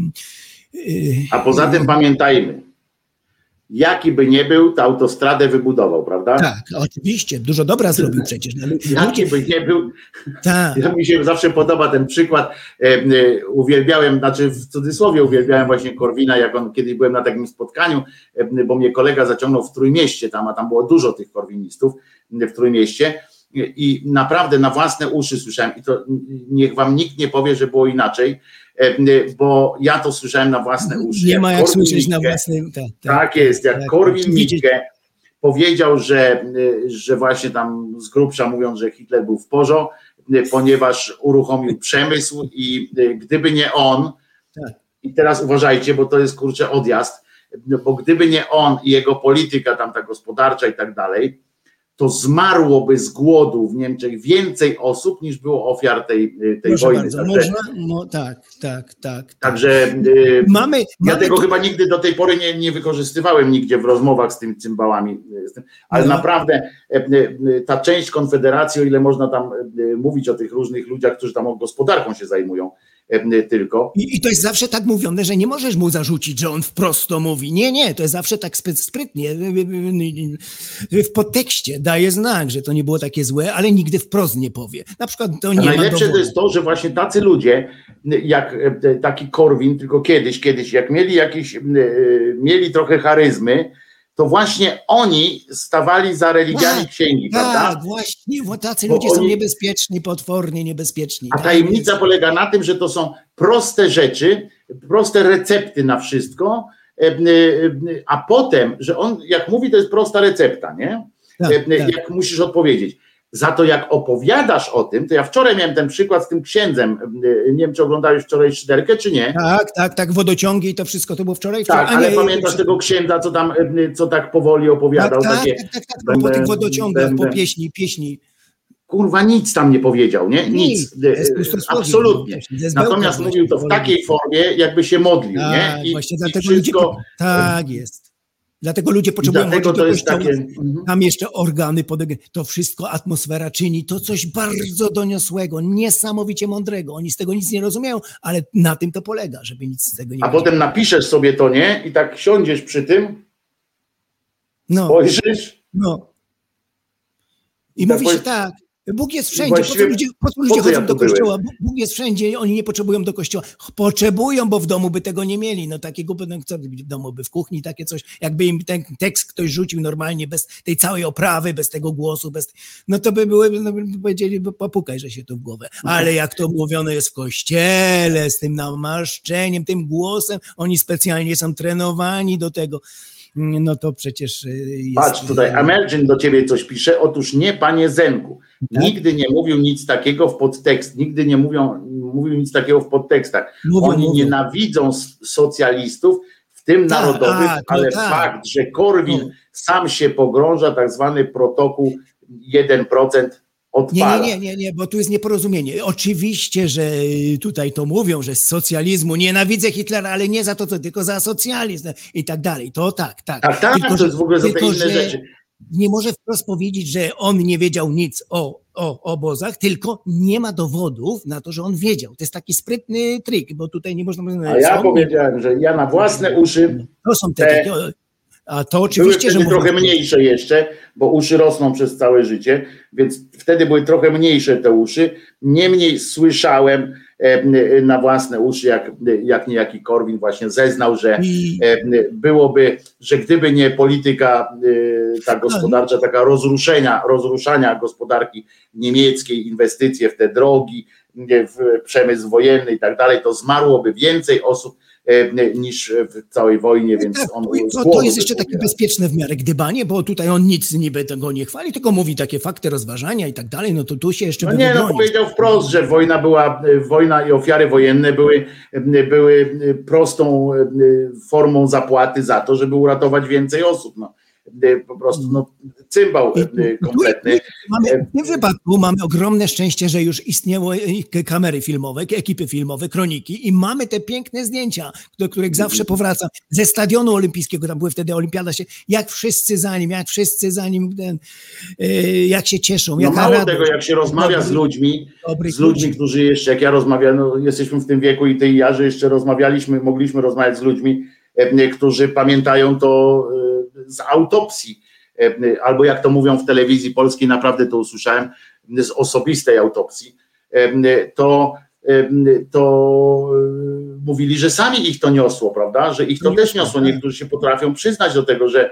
A poza tym pamiętajmy, jaki by nie był, to autostradę wybudował, prawda? Tak, oczywiście, dużo dobra zrobił przecież. Jaki by nie był, ja mi się zawsze podoba ten przykład, uwielbiałem, znaczy w cudzysłowie uwielbiałem właśnie Korwina, jak on, kiedyś byłem na takim spotkaniu, bo mnie kolega zaciągnął w Trójmieście, a tam było dużo tych korwinistów w Trójmieście i naprawdę na własne uszy słyszałem i to niech wam nikt nie powie, że było inaczej, bo ja to słyszałem na własne uszy. Nie ma jak słyszeć na własne... Tak jest, jak Korwin-Mikke powiedział, że właśnie tam z grubsza mówią, że Hitler był w porządku, ponieważ uruchomił przemysł i gdyby nie on, i teraz uważajcie, bo to jest kurczę odjazd, bo gdyby nie on i jego polityka tam ta gospodarcza i tak dalej, to zmarłoby z głodu w Niemczech więcej osób niż było ofiar tej wojny. Bardzo. Można? No, tak. Także ja tego chyba nigdy do tej pory nie wykorzystywałem nigdzie w rozmowach z tymi cymbałami, ale naprawdę ta część Konfederacji, o ile można tam mówić o tych różnych ludziach, którzy tam gospodarką się zajmują tylko. I to jest zawsze tak mówione, że nie możesz mu zarzucić, że on wprost to mówi. Nie, to jest zawsze tak sprytnie. W podtekście daje znak, że to nie było takie złe, ale nigdy wprost nie powie. Na przykład to nie najlepsze ma to jest to, że właśnie tacy ludzie, jak taki Korwin, tylko kiedyś, jak mieli trochę charyzmy, to właśnie oni stawali za religiami księgi, prawda? Tak, właśnie, bo tacy ludzie są niebezpieczni, potwornie niebezpieczni. A tajemnica polega na tym, że to są proste rzeczy, proste recepty na wszystko, a potem, że on, jak mówi, to jest prosta recepta, nie? Jak musisz odpowiedzieć. Za to jak opowiadasz o tym, to ja wczoraj miałem ten przykład z tym księdzem, nie wiem, czy oglądałeś wczoraj Szyderkę, czy nie? Tak, wodociągi i to wszystko, to było wczoraj. Tak, ale pamiętasz tego księdza, co tak powoli opowiadał? Tak, po tych wodociągach, po pieśni. Kurwa, nic tam nie powiedział, nie? Nic. Absolutnie. Natomiast mówił to w takiej formie, jakby się modlił, nie? Właśnie dlatego wszystko... Tak jest. Dlatego ludzie potrzebują Dlatego chodzić do to jest kościoła. takie- Tam jeszcze organy, to wszystko atmosfera czyni, to coś bardzo doniosłego, niesamowicie mądrego. Oni z tego nic nie rozumieją, ale na tym to polega, żeby nic z tego nie A wiedzieć. potem napiszesz sobie to, nie? I tak siądziesz przy tym, spojrzysz. No. I tak mówi się powiedz- tak, Bóg jest I wszędzie, po co właściwie ludzie po co chodzą ja do tu byłem? kościoła? Bóg jest wszędzie, oni nie potrzebują do kościoła. Potrzebują, bo w domu by tego nie mieli. No takiego co w domu by w kuchni takie coś, jakby im ten tekst ktoś rzucił normalnie, bez tej całej oprawy, bez tego głosu, no to by by powiedzieli, popukaj, że się to w głowę. Ale jak to mówione jest w kościele, z tym namaszczeniem, tym głosem, oni specjalnie są trenowani do tego. No to przecież jest... Patrz, tutaj Emerging do ciebie coś pisze. Otóż nie, panie Zenku. Nigdy nie mówił nic takiego w podtekst. Nigdy nie mówił nic takiego w podtekstach. Oni nienawidzą socjalistów, w tym narodowych, ale fakt, że Korwin sam się pogrąża, tak zwany protokół 1% odpala. Nie, bo tu jest nieporozumienie. Oczywiście, że tutaj to mówią, że z socjalizmu nienawidzę Hitlera, ale nie za to, tylko za socjalizm i tak dalej. To tak. Tak, tylko, to jest w ogóle za te tylko, inne rzeczy. Nie może wprost powiedzieć, że on nie wiedział nic o obozach, tylko nie ma dowodów na to, że on wiedział. To jest taki sprytny trik, bo tutaj nie można powiedzieć... A ja powiedziałem, że ja na własne uszy... To są te takie... A to oczywiście, były wtedy trochę mniejsze jeszcze, bo uszy rosną przez całe życie, więc wtedy były trochę mniejsze te uszy. Niemniej słyszałem na własne uszy, jak niejaki Korwin właśnie zeznał, że byłoby, że gdyby nie polityka ta gospodarcza, taka rozruszania gospodarki niemieckiej, inwestycje w te drogi, w przemysł wojenny i tak dalej, to zmarłoby więcej osób niż w całej wojnie, więc tak, on... To jest jeszcze takie bezpieczne w miarę gdybanie, bo tutaj on nic niby tego nie chwali, tylko mówi takie fakty, rozważania i tak dalej, no to tu się jeszcze powiedział wprost, że wojna i ofiary wojenne były prostą formą zapłaty za to, żeby uratować więcej osób. Po prostu cymbał kompletny. W tym wypadku mamy ogromne szczęście, że już istniały kamery filmowe, ekipy filmowe, kroniki i mamy te piękne zdjęcia, do których zawsze powracam. Ze stadionu olimpijskiego, tam były wtedy olimpiada się, jak wszyscy za nim, jak się cieszą. Mało tego, jak się rozmawia z ludźmi, którzy jeszcze, jak ja rozmawiam, jesteśmy w tym wieku i ty i ja, że jeszcze mogliśmy rozmawiać z ludźmi, którzy pamiętają to z autopsji, albo jak to mówią w telewizji polskiej, naprawdę to usłyszałem, z osobistej autopsji, to mówili, że sami ich to niosło, prawda, że ich to też niosło, niektórzy się potrafią przyznać do tego, że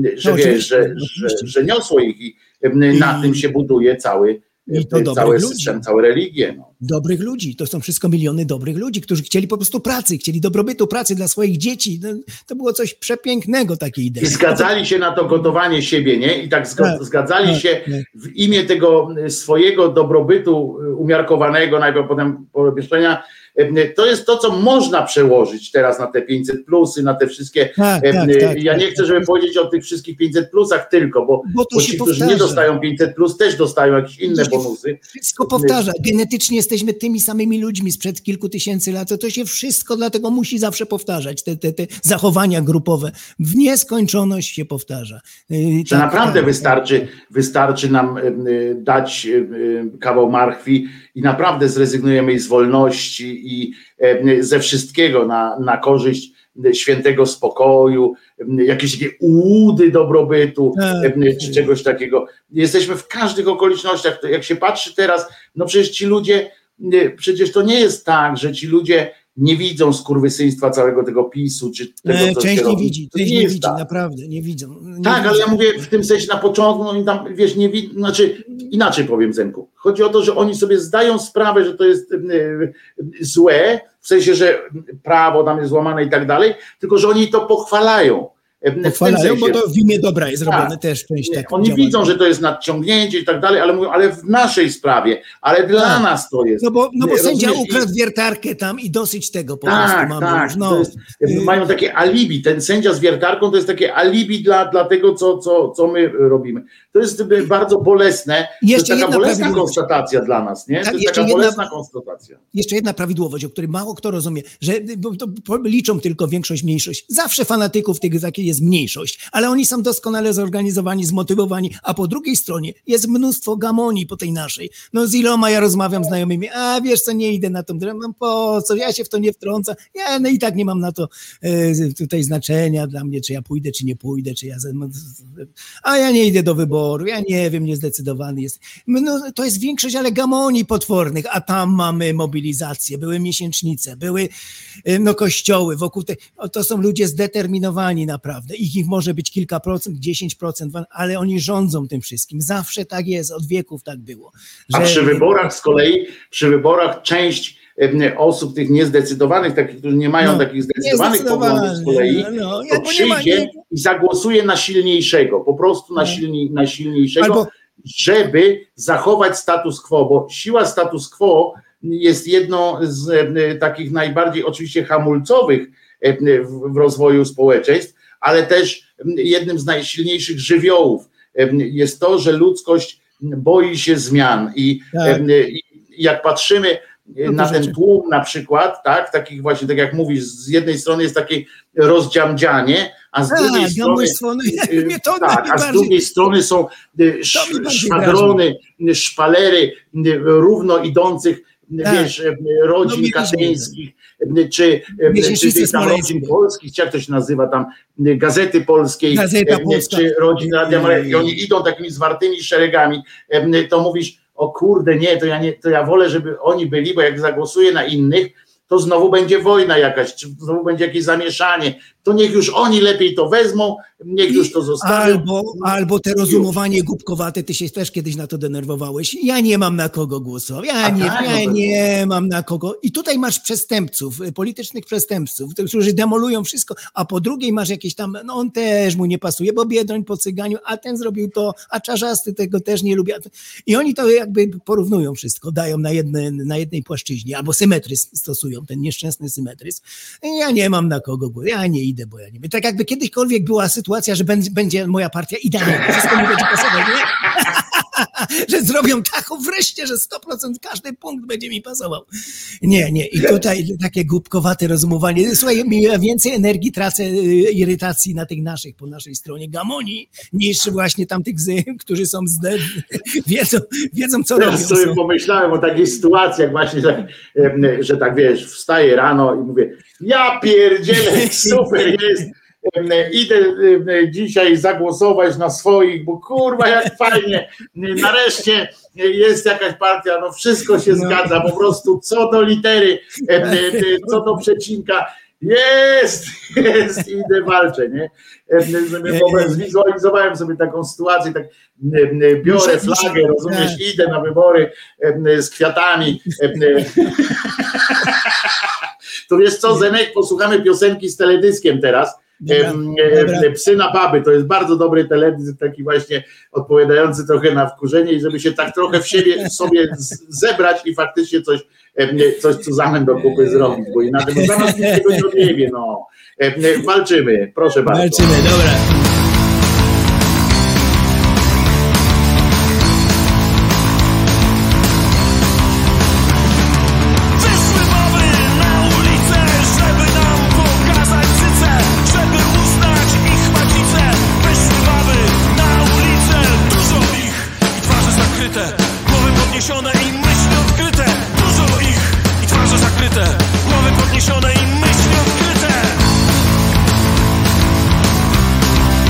niosło ich i na tym się buduje cały system, całe religie. Dobrych ludzi, to są wszystko miliony dobrych ludzi, którzy chcieli po prostu pracy, chcieli dobrobytu pracy dla swoich dzieci. To było coś przepięknego, takiej idei. I zgadzali się na to gotowanie siebie, nie? I tak zgadzali się w imię tego swojego dobrobytu umiarkowanego, najpierw potem powieszczenia. To jest to, co można przełożyć teraz na te 500 plusy, na te wszystkie. Ja nie chcę, żeby powiedzieć o tych wszystkich 500 plusach tylko, bo ci, którzy nie dostają 500 plus, też dostają jakieś inne bonusy. Wszystko powtarza. Genetycznie jesteśmy tymi samymi ludźmi sprzed kilku tysięcy lat. To się wszystko dlatego musi zawsze powtarzać. Te zachowania grupowe w nieskończoność się powtarza. Że naprawdę wystarczy nam dać kawał marchwi i naprawdę zrezygnujemy z wolności i ze wszystkiego na korzyść świętego spokoju, jakieś takie ułudy dobrobytu, czy czegoś takiego. Jesteśmy w każdych okolicznościach. Jak się patrzy teraz, przecież ci ludzie, przecież to nie jest tak, że ci ludzie nie widzą skurwysyństwa całego tego PiS-u, czy tego, co część nie widzi, część nie widzi, naprawdę nie widzą. Ale ja mówię w tym sensie na początku, i tam, wiesz, nie widzą, inaczej powiem, Zenku. Chodzi o to, że oni sobie zdają sprawę, że to jest złe, w sensie, że prawo tam jest złamane i tak dalej, tylko że oni to pochwalają. Pochwalają, bo to w imię dobra jest robione też część tak. Oni widzą, że to jest nadciągnięcie i tak dalej, ale mówią, ale w naszej sprawie, ale dla nas to jest. No bo sędzia ukradł wiertarkę tam i dosyć tego po prostu mamy już. Mają takie alibi, ten sędzia z wiertarką to jest takie alibi dla tego, co my robimy. to jest bardzo bolesne. To jest taka bolesna konstatacja dla nas, nie? To jest taka bolesna konstatacja. Jeszcze jedna prawidłowość, o której mało kto rozumie, że to liczą tylko większość, mniejszość. Zawsze fanatyków tych takiej jest mniejszość, ale oni są doskonale zorganizowani, zmotywowani, a po drugiej stronie jest mnóstwo gamonii po tej naszej. No z iloma ja rozmawiam z znajomymi, a wiesz co, nie idę na tą drogę, no po co, ja się w to nie wtrącam, ja no i tak nie mam na to tutaj znaczenia dla mnie, czy ja pójdę, czy nie pójdę, czy ja... A ja nie idę do wyboru, ja nie wiem, niezdecydowany jest. No, to jest większość, ale gamonii potwornych, a tam mamy mobilizację, były miesięcznice, były kościoły wokół to są ludzie zdeterminowani naprawdę. Ich może być kilka procent, 10%, ale oni rządzą tym wszystkim. Zawsze tak jest, od wieków tak było. A przy wyborach z kolei, część osób tych niezdecydowanych, takich, którzy nie mają takich zdecydowanych poglądów z kolei, to przyjdzie i zagłosuje na silniejszego, po prostu na silniejszego, żeby zachować status quo, bo siła status quo jest jedną z takich najbardziej oczywiście hamulcowych w rozwoju społeczeństw, ale też jednym z najsilniejszych żywiołów jest to, że ludzkość boi się zmian i jak patrzymy na ten tłum na przykład, tak, takich właśnie, tak jak mówisz, z jednej strony jest takie rozdziamdzianie, a z drugiej strony są szwadrony, szpalery równo idących, wiesz, rodzin katyńskich, czy tam rodzin polskich, jak to się nazywa tam, Gazety Polskiej, czy rodzin Radia Maryja, i oni idą takimi zwartymi szeregami, to mówisz, o kurde, to ja wolę, żeby oni byli, bo jak zagłosuję na innych, to znowu będzie wojna jakaś, czy znowu będzie jakieś zamieszanie, to niech już oni lepiej to wezmą, niech już to zostawią. Albo te rozumowanie głupkowate, ty się też kiedyś na to denerwowałeś, ja nie mam na kogo głosować, ja nie mam na kogo. I tutaj masz przestępców, politycznych przestępców, którzy demolują wszystko, a po drugiej masz jakieś tam, no on też mu nie pasuje, bo Biedroń po cyganiu, a ten zrobił to, a Czarzasty tego też nie lubi. I oni to jakby porównują wszystko, dają na jednej płaszczyźnie, albo symetryzm stosują, ten nieszczęsny symetryzm. Ja nie mam na kogo głosować, ja nie idę, bo ja nie wiem. Tak jakby kiedyśkolwiek była sytuacja, że będzie moja partia idealna, wszystko mi będzie pasować, nie? Że zrobią taką wreszcie, że 100% każdy punkt będzie mi pasował. Nie. I tutaj takie głupkowate rozumowanie. Słuchaj, ja więcej energii tracę, irytacji na tych po naszej stronie gamonii, niż właśnie tamtych, którzy są wiedzą co robią. Ja sobie pomyślałem o takich sytuacjach właśnie, że tak wiesz, wstaję rano i mówię, ja pierdzielę, super jest. Idę dzisiaj zagłosować na swoich, bo kurwa jak fajnie, nareszcie jest jakaś partia, no wszystko się zgadza, po prostu co do litery, co do przecinka, jest, idę walczę, nie? Zwizualizowałem sobie taką sytuację, tak biorę flagę, rozumiesz, idę na wybory z kwiatami. To wiesz co, Zenek, posłuchamy piosenki z teledyskiem teraz. Psy na baby, to jest bardzo dobry teledysk, taki właśnie odpowiadający trochę na wkurzenie i żeby się tak trochę w sobie zebrać i faktycznie coś cuzanem do kupy zrobić, bo inaczej bo zamiast nic tego nie odjebie, no. Walczymy, proszę bardzo. Walczymy, dobra. Głowy podniesione i myśli odkryte.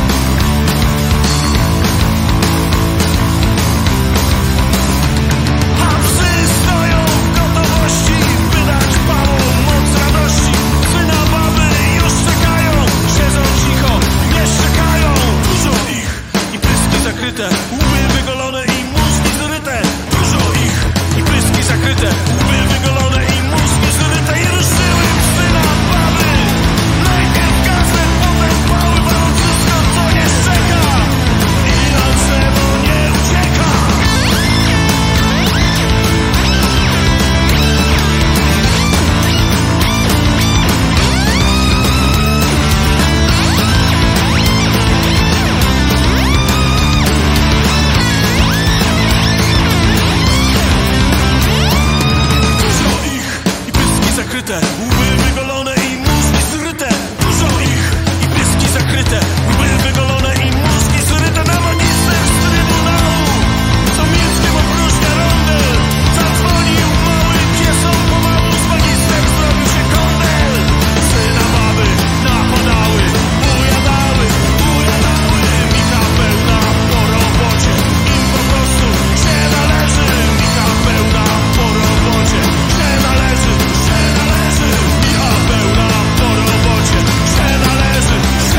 zakryte, łby wygolone i mózgi zryte. Dużo ich i pyski zakryte, łby wygolone i mózgi zryte. Na magister z trybunału, co milczkiem opróżnia rondel. Zadzwonił mały piesą pomału, z magister zrobił się kondel. Syna baby napadały, ujadały Mika pełna po robocie, im po prostu się należy. Mika pełna po robocie, się należy. Mika pełna po robocie, się należy.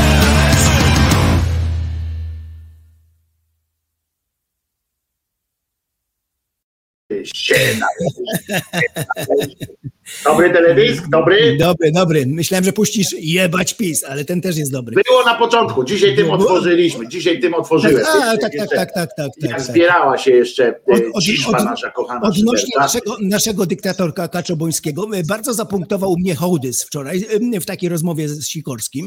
Dobry teledysk, dobry? Dobry. Myślałem, że puścisz jebać PiS, ale ten też jest dobry. Było na początku, dzisiaj tym otworzyliśmy, tym otworzyłem. Tak. Jak zbierała się jeszcze ciszma nasza kochana. Odnośnie naszego dyktatorka Kaczobońskiego, bardzo zapunktował mnie Hołdys wczoraj w takiej rozmowie z Sikorskim,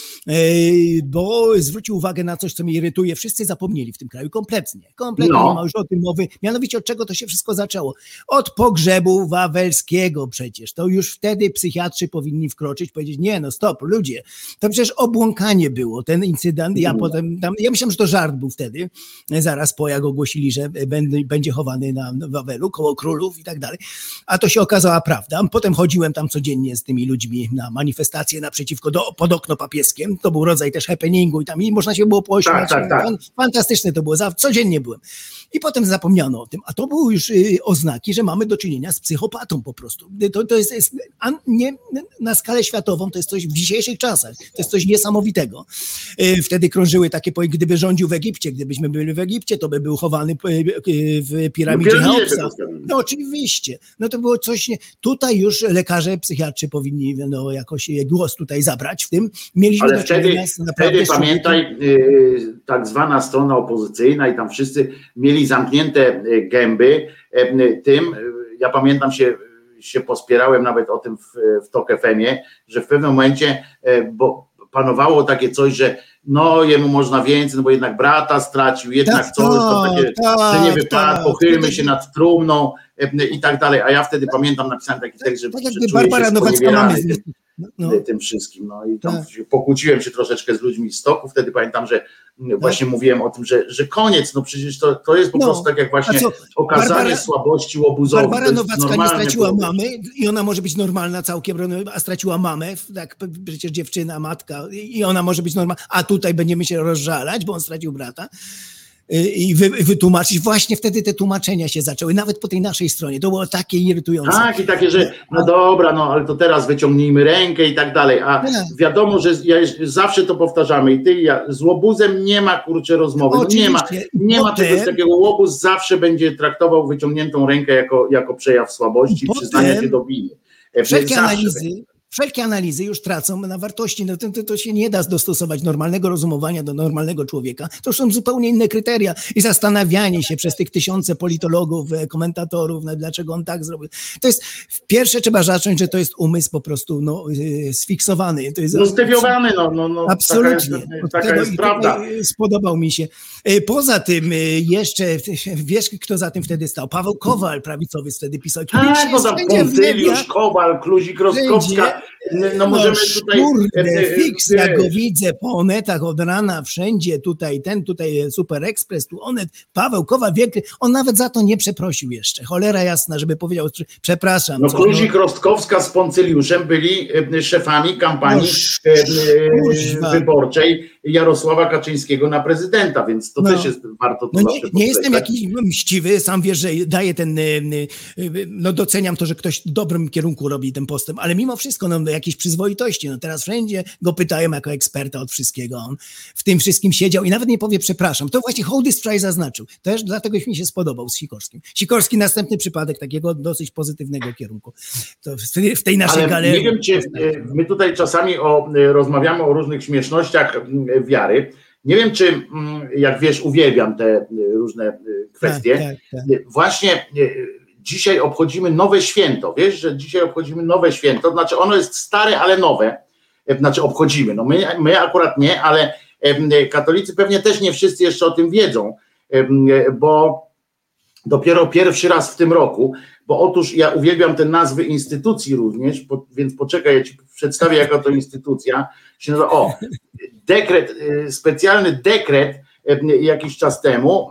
bo zwrócił uwagę na coś, co mnie irytuje. Wszyscy zapomnieli w tym kraju kompletnie nie ma już o tym mowy. Mianowicie od czego to się wszystko zaczęło? Od pogrzebu wawelskiego przecież. To już wtedy psychiatrzy powinni wkroczyć, powiedzieć, nie no stop, ludzie, to przecież obłąkanie było, ten incydent, ja myślałem, że to żart był wtedy, zaraz po jak ogłosili, że będzie chowany na Wawelu, koło królów i tak dalej, a to się okazała prawda. Potem chodziłem tam codziennie z tymi ludźmi na manifestacje naprzeciwko, pod okno papieskiem, to był rodzaj też happeningu i tam i można się było pośmiać. Tak. Fantastyczne to było, codziennie byłem. I potem zapomniano o tym, a to były już oznaki, że mamy do czynienia z psychopatą po prostu. To jest nie, na skalę światową, to jest coś w dzisiejszych czasach, to jest coś niesamowitego. Wtedy krążyły takie, gdyby rządził w Egipcie, gdybyśmy byli w Egipcie, to by był chowany w piramidzie Cheopsa. No oczywiście, no to było coś, tutaj już lekarze, psychiatrzy powinni jakoś głos tutaj zabrać w tym. Mieliśmy ale wtedy pamiętaj, tak zwana strona opozycyjna i tam wszyscy mieli zamknięte gęby tym, ja pamiętam się pospierałem nawet o tym w TOK FM-ie, że w pewnym momencie, bo panowało takie coś, że no jemu można więcej, no bo jednak brata stracił, jednak coś, to takie, że nie wypadł, pochylmy się nad trumną i tak dalej, a ja wtedy pamiętam, napisałem taki tekst, że czuję się sponiewierany tym wszystkim, no i tam pokłóciłem się troszeczkę z ludźmi z TOK-u, wtedy pamiętam, że właśnie mówiłem o tym, że koniec, no przecież to jest po prostu tak jak właśnie okazanie słabości łobuzowych. Barbara Nowacka nie straciła mamy i ona może być normalna całkiem, a straciła mamę, tak przecież dziewczyna, matka i ona może być normalna, a tutaj będziemy się rozżalać, bo on stracił brata. I wytłumaczyć. Właśnie wtedy te tłumaczenia się zaczęły, nawet po tej naszej stronie. To było takie irytujące. Tak, i takie, że no dobra, no ale to teraz wyciągnijmy rękę i tak dalej. A wiadomo, że zawsze to powtarzamy i ty i ja, z łobuzem nie ma kurczę rozmowy. No nie ma czegoś takiego. Łobuz zawsze będzie traktował wyciągniętą rękę jako przejaw słabości i przyznania się do winy. Wszelkie analizy już tracą na wartości. No to się nie da dostosować normalnego rozumowania do normalnego człowieka. To są zupełnie inne kryteria i zastanawianie się przez tych tysiące politologów, komentatorów, dlaczego on tak zrobił. To jest, pierwsze trzeba zacząć, że to jest umysł po prostu sfiksowany. To jest zdewiowany, absolutnie. Taka jest prawda. Spodobał mi się. Poza tym jeszcze, wiesz kto za tym wtedy stał? Paweł Kowal, prawicowy wtedy pisał. Tak, bo tam Poncyliusz, Kowal, Kluzik, Rostkowska. No możemy tutaj... Fix, jak go widzę po Onetach od rana, wszędzie, tutaj Super Express, tu Onet, Paweł Kowal, wielki, on nawet za to nie przeprosił jeszcze. Cholera jasna, żeby powiedział, przepraszam. No Kluzik, Rostkowska z Poncyliuszem byli szefami kampanii wyborczej Jarosława Kaczyńskiego na prezydenta, więc to też jest warto to zawsze nie jestem jakiś mściwy, sam wiesz, że daję doceniam to, że ktoś w dobrym kierunku robi ten postęp, ale mimo wszystko jakiejś przyzwoitości. Teraz wszędzie go pytają jako eksperta od wszystkiego. On w tym wszystkim siedział i nawet nie powie przepraszam. To właśnie Hołdys wczoraj zaznaczył. Też dlatego mi się spodobał z Sikorskim. Sikorski następny przypadek takiego dosyć pozytywnego kierunku. To w tej naszej galerii. Nie wiem, czy my tutaj czasami rozmawiamy o różnych śmiesznościach wiary. Nie wiem, czy jak wiesz, uwielbiam te różne kwestie. Tak. Właśnie dzisiaj obchodzimy nowe święto. Wiesz, że dzisiaj obchodzimy nowe święto. Znaczy ono jest stare, ale nowe. Znaczy obchodzimy. No my akurat nie, ale katolicy pewnie też nie wszyscy jeszcze o tym wiedzą, bo dopiero pierwszy raz w tym roku, bo otóż ja uwielbiam te nazwy instytucji również, więc poczekaj, ja ci przedstawię, jaka to instytucja się nazywa. Dekret, specjalny dekret jakiś czas temu,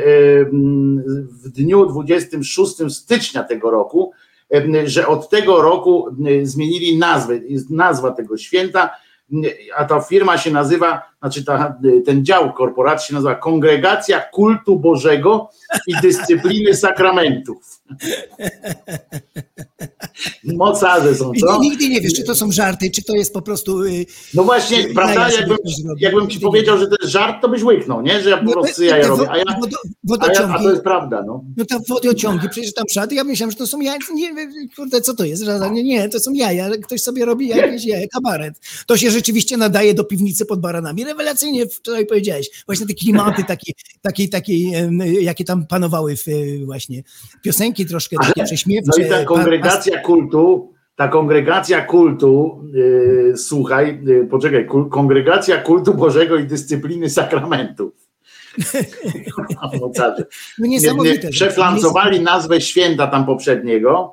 w dniu 26 stycznia tego roku, że od tego roku zmienili nazwę, jest nazwa tego święta, a ta firma się nazywa, znaczy ten dział korporacji się nazywa Kongregacja Kultu Bożego i Dyscypliny Sakramentów. Mocarze są, co? Nigdy nie wiesz, czy to są żarty, czy to jest po prostu... No właśnie, prawda, jakbym ci powiedział, że to jest żart, to byś łyknął, nie? Że ja po prostu jaja robię, a to jest prawda, no. No tam wodociągi, przecież tam szady, ja myślałem, że to są jaja, nie, kurde, co to jest? Nie, to są jaja, ale ktoś sobie robi jakieś jaja, kabaret. To się rzeczywiście nadaje do piwnicy pod baranami. Rewelacyjnie wczoraj powiedziałeś. Właśnie te klimaty takie, jakie tam panowały właśnie piosenki troszkę takie prześmiewcze. No i ta kongregacja kultu, słuchaj, poczekaj, Kongregacja Kultu Bożego i Dyscypliny Sakramentów. No niesamowite. Przeflancowali nazwę święta tam poprzedniego,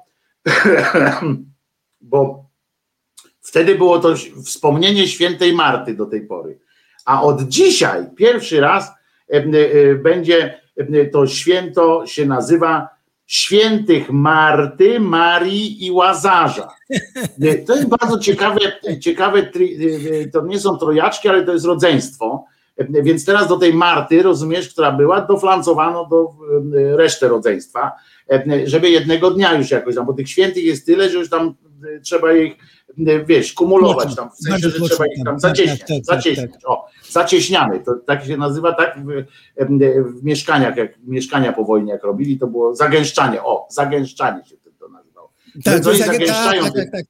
bo wtedy było to wspomnienie świętej Marty do tej pory. A od dzisiaj pierwszy raz będzie to święto się nazywa Świętych Marty, Marii i Łazarza. To jest bardzo ciekawe, to nie są trojaczki, ale to jest rodzeństwo. Więc teraz do tej Marty, rozumiesz, która była, doflancowano do resztę rodzeństwa, żeby jednego dnia już jakoś tam, bo tych świętych jest tyle, że już tam trzeba ich, wiesz, kumulować tam, w sensie, że trzeba ich tam zacieśniać. Zacieśniamy, to tak się nazywa, tak w mieszkaniach, jak mieszkania po wojnie jak robili, to było zagęszczanie, zagęszczanie się to nazywało. Tak, oni zagęszczają.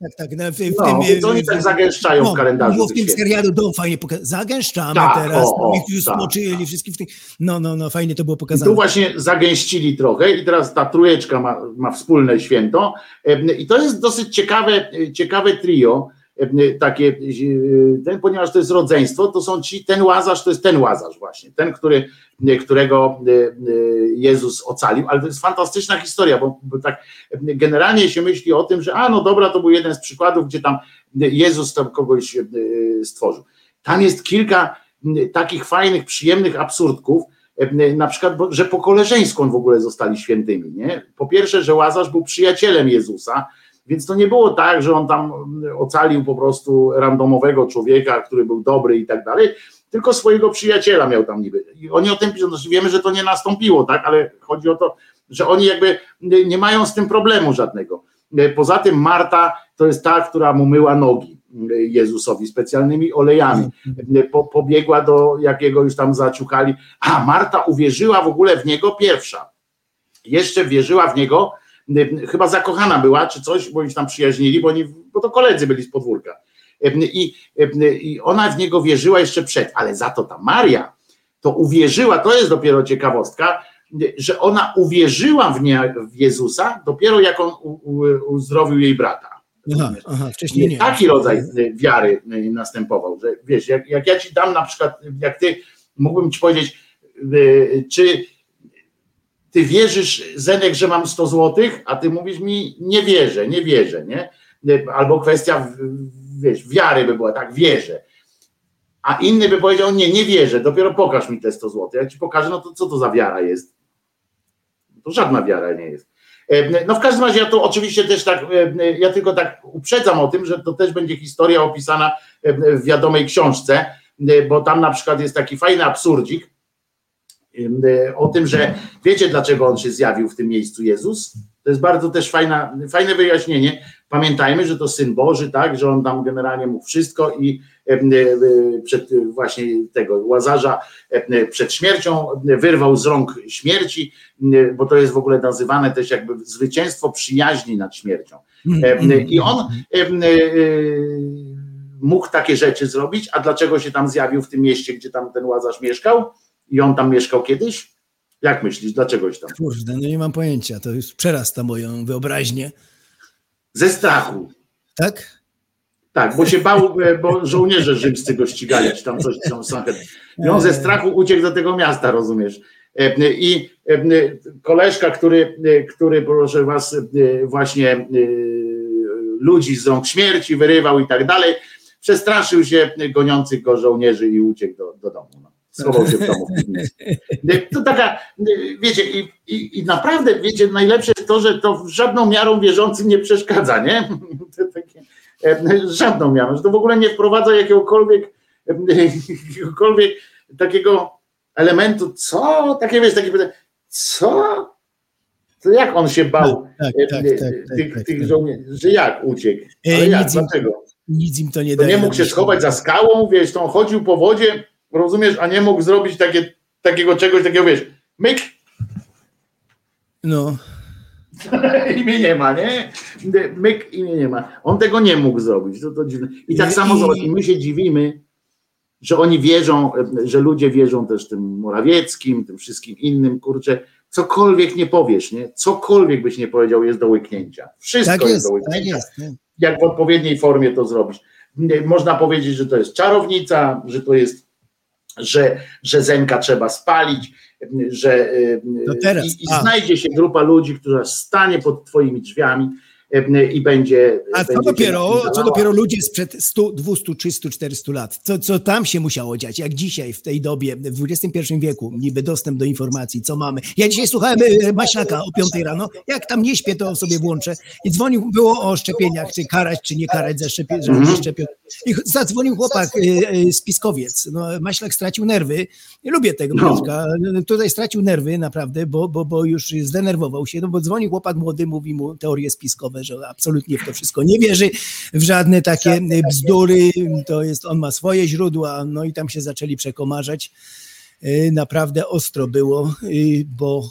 Oni tak zagęszczają w kalendarzu. Było w tym serialu Dom fajnie pokazane. Zagęszczamy teraz, już smoczyli wszystkich w tych. No, fajnie to było pokazane. I tu właśnie zagęścili trochę i teraz ta trójeczka ma wspólne święto i to jest dosyć ciekawe trio, takie, ponieważ to jest rodzeństwo, to są ten Łazarz, to jest ten Łazarz właśnie, ten, którego Jezus ocalił, ale to jest fantastyczna historia, bo tak generalnie się myśli o tym, że no dobra, to był jeden z przykładów, gdzie tam Jezus tam kogoś stworzył. Tam jest kilka takich fajnych, przyjemnych absurdków, na przykład, że po koleżeńsku on w ogóle zostali świętymi, nie? Po pierwsze, że Łazarz był przyjacielem Jezusa, więc to nie było tak, że on tam ocalił po prostu randomowego człowieka, który był dobry i tak dalej, tylko swojego przyjaciela miał tam niby. I oni o tym piszą, znaczy wiemy, że to nie nastąpiło, tak, ale chodzi o to, że oni jakby nie mają z tym problemu żadnego. Poza tym Marta to jest ta, która mu myła nogi Jezusowi specjalnymi olejami. Pobiegła do jakiego już tam zaciukali. Marta uwierzyła w ogóle w niego pierwsza. Jeszcze wierzyła w niego, chyba zakochana była, czy coś, bo już tam przyjaźnili, bo to koledzy byli z podwórka. I ona w niego wierzyła jeszcze przed, ale za to ta Maria to uwierzyła, to jest dopiero ciekawostka, że ona uwierzyła w Jezusa dopiero jak on uzdrowił jej brata. Wcześniej nie. Taki rodzaj wiary następował, że wiesz, jak ja ci dam na przykład, jak ty, mógłbym ci powiedzieć, czy ty wierzysz, Zenek, że mam 100 złotych, a ty mówisz mi, nie wierzę, nie? Albo kwestia, wiesz, wiary by była, tak, wierzę. A inny by powiedział, nie wierzę, dopiero pokaż mi te 100 złotych. Jak ci pokażę, no to co to za wiara jest? To żadna wiara nie jest. No w każdym razie ja to oczywiście też tak, ja tylko tak uprzedzam o tym, że to też będzie historia opisana w wiadomej książce, bo tam na przykład jest taki fajny absurdzik o tym, że wiecie dlaczego on się zjawił w tym miejscu Jezus? To jest bardzo też fajne wyjaśnienie. Pamiętajmy, że to Syn Boży, tak, że on tam generalnie mógł wszystko i przed właśnie tego Łazarza przed śmiercią wyrwał z rąk śmierci, bo to jest w ogóle nazywane też jakby zwycięstwo przyjaźni nad śmiercią. I on mógł takie rzeczy zrobić, a dlaczego się tam zjawił w tym mieście, gdzie tam ten Łazarz mieszkał? I on tam mieszkał kiedyś? Jak myślisz, dlaczegoś tam? Kurde, no nie mam pojęcia, to już przerasta moją wyobraźnię. Ze strachu. Tak? Tak, bo się bał, bo żołnierze rzymscy go ścigali, czy tam coś. I on ze strachu uciekł do tego miasta, rozumiesz? I koleżka, który proszę was właśnie ludzi z rąk śmierci wyrywał i tak dalej, przestraszył się goniących go żołnierzy i uciekł do domu. No. Schował się w domu. To taka, wiecie, i naprawdę, wiecie, najlepsze jest to, że to żadną miarą wierzącym nie przeszkadza, nie? Żadną miarą, że to w ogóle nie wprowadza jakiegokolwiek takiego elementu, co? Takie, wiesz, takie pytanie, co? To jak on się bał tych żołnierzy, że jak uciekł? Ale jak, dlaczego? Nic im to nie daje. daje. Nie mógł się schować za skałą, wiesz, to on chodził po wodzie, rozumiesz, a nie mógł zrobić takiego czegoś, takiego, wiesz, myk. No. I mnie nie ma, nie? Myk i mnie nie ma. On tego nie mógł zrobić. To dziwne. I tak samo zobacz, my się dziwimy, że oni wierzą, że ludzie wierzą też tym Morawieckim, tym wszystkim innym, kurczę, cokolwiek nie powiesz, nie? Cokolwiek byś nie powiedział, jest do łyknięcia. Wszystko tak jest do łyknięcia. Tak jest, jak w odpowiedniej formie to zrobić. Można powiedzieć, że to jest czarownica, że to jest, że Zenka trzeba spalić, że i znajdzie się grupa ludzi, która stanie pod twoimi drzwiami i będzie... A co dopiero ludzie sprzed 100, 200, 300, 400 lat? Co tam się musiało dziać? Jak dzisiaj, w tej dobie, w XXI wieku, niby dostęp do informacji, co mamy. Ja dzisiaj słuchałem Maślaka o 5 rano, jak tam nie śpię, to sobie włączę. I dzwonił, było o szczepieniach, czy karać, czy nie karać za szczepienie. I zadzwonił chłopak, spiskowiec. No, Maślak stracił nerwy. Nie lubię tego, Piotrka. Tutaj stracił nerwy, naprawdę, bo już zdenerwował się, no bo dzwoni chłopak młody, mówi mu teorie spiskowe, że absolutnie w to wszystko nie wierzy, w żadne takie bzdury, to jest, on ma swoje źródła, no i tam się zaczęli przekomarzać. Naprawdę ostro było, bo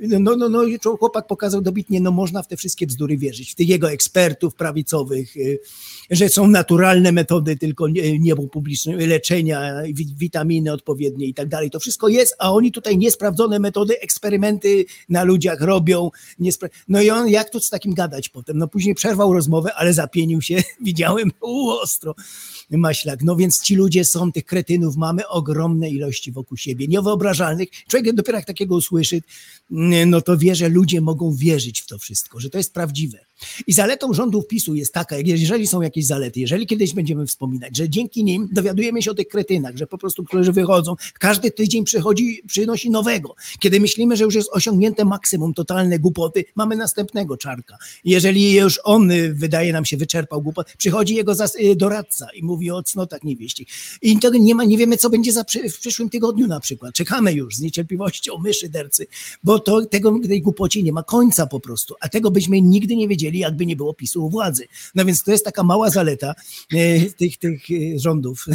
chłopak pokazał dobitnie, no można w te wszystkie bzdury wierzyć, w tych jego ekspertów prawicowych, że są naturalne metody tylko niebo publiczne, leczenia, witaminy odpowiednie i tak dalej, to wszystko jest, a oni tutaj niesprawdzone metody, eksperymenty na ludziach robią, no i on jak tu z takim gadać potem, no później przerwał rozmowę, ale zapienił się, widziałem, ostro, Maślak, no więc ci ludzie są, tych kretynów mamy ogromne ilości wokół siebie, niewyobrażalnych. Człowiek dopiero jak takiego usłyszy, no to wie, że ludzie mogą wierzyć w to wszystko, że to jest prawdziwe. I zaletą rządów PiS-u jest taka, jeżeli są jakieś zalety, jeżeli kiedyś będziemy wspominać, że dzięki nim dowiadujemy się o tych kretynach, że po prostu, którzy wychodzą, każdy tydzień przynosi nowego. Kiedy myślimy, że już jest osiągnięte maksimum, totalne głupoty, mamy następnego czarka. Jeżeli już on, wydaje nam się, wyczerpał głupot, przychodzi jego doradca i mówi o cnotach niewieścich. I tego nie wiemy, co będzie w przyszłym tygodniu na przykład. Czekamy już z niecierpliwością, my szydercy, bo tej głupocie nie ma końca po prostu, a tego byśmy nigdy nie wiedzieli, jakby nie było PiS-u u władzy. No więc to jest taka mała zaleta tych rządów.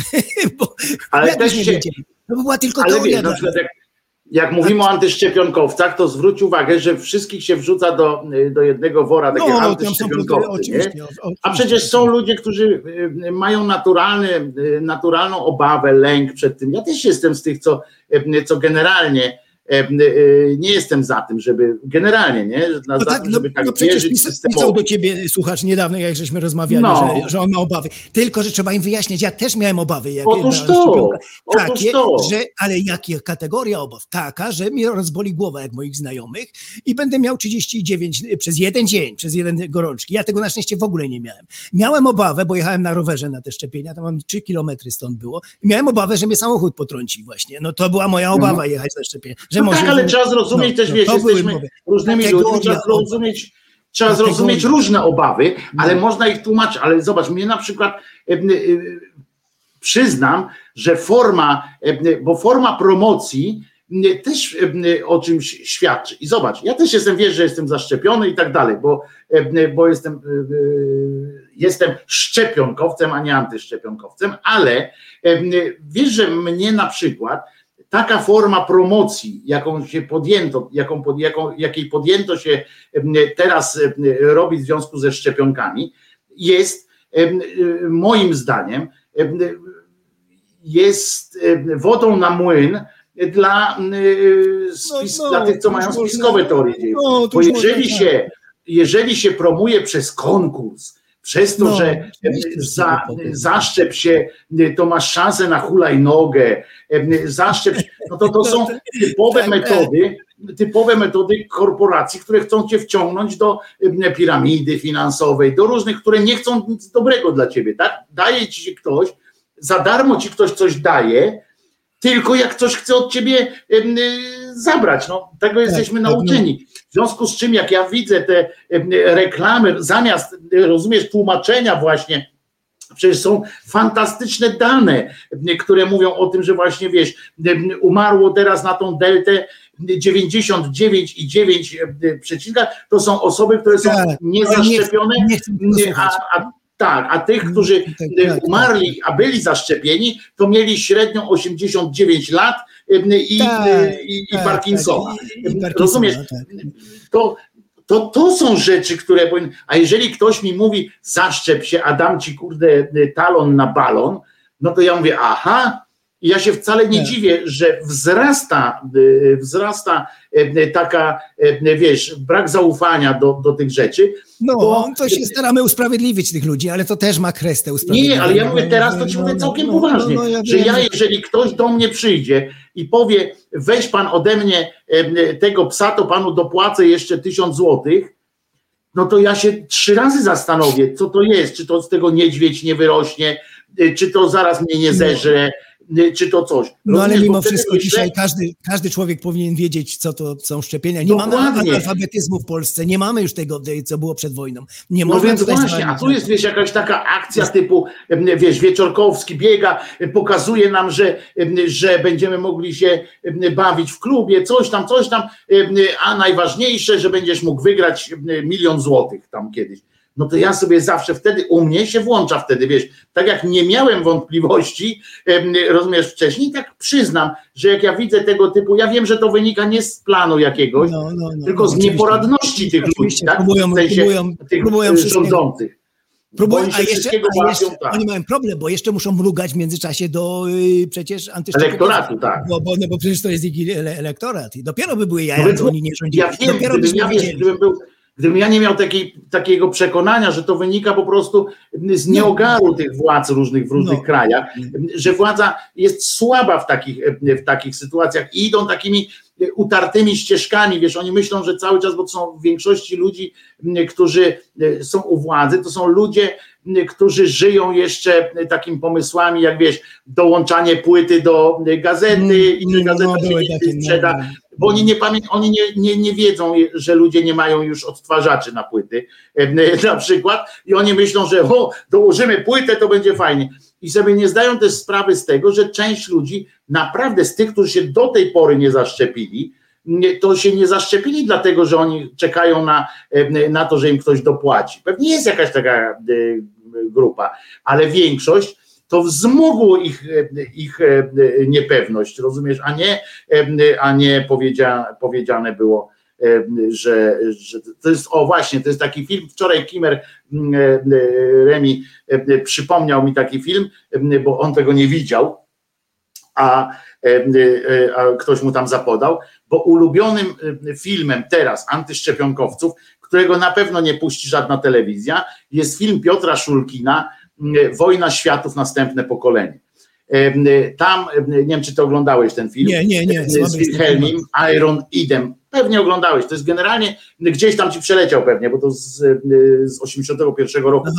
Ale też nie wiedzieli. To była tylko ale teoria. Na przykład jak mówimy o antyszczepionkowcach, to zwróć uwagę, że wszystkich się wrzuca do jednego wora, takie antyszczepionkowcy. A przecież są ludzie, którzy mają naturalną obawę, lęk przed tym. Ja też jestem z tych, co generalnie nie jestem za tym, żeby generalnie, nie? Żeby wierzyć systemowi. Pisał do ciebie słuchacz niedawno, jak żeśmy rozmawiali, że on ma obawy. Tylko, że trzeba im wyjaśniać. Ja też miałem obawy. Otóż to. Ale jaka kategoria obaw? Taka, że mnie rozboli głowa jak moich znajomych i będę miał 39 przez jeden dzień, przez jeden gorączki. Ja tego na szczęście w ogóle nie miałem. Miałem obawę, bo jechałem na rowerze na te szczepienia, tam mam 3 kilometry stąd było. I miałem obawę, że mnie samochód potrąci właśnie. No to była moja obawa jechać na szczepienia. No tak, ale trzeba zrozumieć też, wiesz, jesteśmy różnymi ludźmi, trzeba zrozumieć różne obawy, ale można ich tłumaczyć, ale zobacz, mnie na przykład przyznam, że forma promocji też o czymś świadczy. I zobacz, ja też wiesz, że jestem zaszczepiony i tak dalej, bo jestem szczepionkowcem, a nie antyszczepionkowcem, ale wiesz, że mnie na przykład taka forma promocji, jakiej podjęto się teraz robić w związku ze szczepionkami, jest moim zdaniem jest wodą na młyn dla tych, co mają spiskowe teorie. Bo jeżeli się promuje przez konkurs, Przez to, że zaszczep się, to masz szansę na hulajnogę, zaszczep się, no to są typowe metody korporacji, które chcą cię wciągnąć do piramidy finansowej, do różnych, które nie chcą nic dobrego dla ciebie, tak? Daje ci się ktoś, za darmo ci ktoś coś daje, tylko jak ktoś chce od ciebie zabrać, no tego jesteśmy nauczeni. W związku z czym, jak ja widzę te reklamy, zamiast, rozumiesz, tłumaczenia właśnie, przecież są fantastyczne dane, które mówią o tym, że właśnie, wiesz, umarło teraz na tą deltę 99,9%, to są osoby, które są niezaszczepione, a tych, którzy umarli, a byli zaszczepieni, to mieli średnią 89 lat i Parkinsona. Rozumiesz? To są rzeczy, które... A jeżeli ktoś mi mówi, zaszczep się, a dam ci, kurde, talon na balon, no to ja mówię, aha, i ja się wcale nie dziwię, że wzrasta taka, wiesz, brak zaufania do tych rzeczy. No, to się staramy usprawiedliwić tych ludzi, ale to też ma krestę usprawiedliwienia. Nie, ale ja mówię teraz, to ci mówię całkiem poważnie, że jeżeli ktoś do mnie przyjdzie i powie, weź pan ode mnie tego psa, to panu dopłacę jeszcze 1000 złotych, no to ja się 3 razy zastanowię, co to jest, czy to z tego niedźwiedź nie wyrośnie, czy to zaraz mnie nie zeżre, czy to coś. No ale mimo wszystko dzisiaj każdy człowiek powinien wiedzieć, co to są szczepienia. Nie mamy analfabetyzmu w Polsce, nie mamy już tego, co było przed wojną. Nie no więc właśnie, a tu jest, wiesz, jakaś taka akcja typu, wiesz, Wieczorkowski biega, pokazuje nam, że będziemy mogli się bawić w klubie, coś tam, a najważniejsze, że będziesz mógł wygrać 1 000 000 złotych tam kiedyś. No to ja sobie zawsze wtedy, u mnie się włącza wtedy, wiesz, tak jak nie miałem wątpliwości, rozumiesz, wcześniej, tak przyznam, że jak ja widzę tego typu, ja wiem, że to wynika nie z planu jakiegoś, tylko z nieporadności tych ludzi, tak? W sensie tych rządzących. A jeszcze oni mają problem, bo jeszcze muszą mrugać w międzyczasie do przecież antycznego elektoratu, tak. Bo przecież to jest ich elektorat i dopiero by były jaja, to oni nie rządzili. Ja wiem, gdybym ja nie miał takiego przekonania, że to wynika po prostu z nieogaru tych władz różnych w różnych krajach, że władza jest słaba w takich sytuacjach i idą takimi utartymi ścieżkami, wiesz, oni myślą, że cały czas, bo to są w większości ludzi, którzy są u władzy, to są ludzie, którzy żyją jeszcze takimi pomysłami, jak wiesz, dołączanie płyty do gazety i że gazeta się nie sprzeda, bo oni nie wiedzą, że ludzie nie mają już odtwarzaczy na płyty na przykład i oni myślą, że dołożymy płytę, to będzie fajnie. I sobie nie zdają też sprawy z tego, że część ludzi naprawdę z tych, którzy się do tej pory nie zaszczepili, to się nie zaszczepili dlatego, że oni czekają na to, że im ktoś dopłaci. Pewnie jest jakaś taka grupa, ale większość to wzmogło ich niepewność, rozumiesz, a nie powiedziane było, że to jest, właśnie, to jest taki film, wczoraj Kimmer Remi przypomniał mi taki film, bo on tego nie widział, a ktoś mu tam zapodał, bo ulubionym filmem teraz antyszczepionkowców, którego na pewno nie puści żadna telewizja, jest film Piotra Szulkina, Wojna światów, następne pokolenie. Tam, nie wiem, czy ty oglądałeś ten film, nie, z Wilhelmim, Iron Idem, pewnie oglądałeś, to jest generalnie, gdzieś tam ci przeleciał pewnie, bo to z 81 roku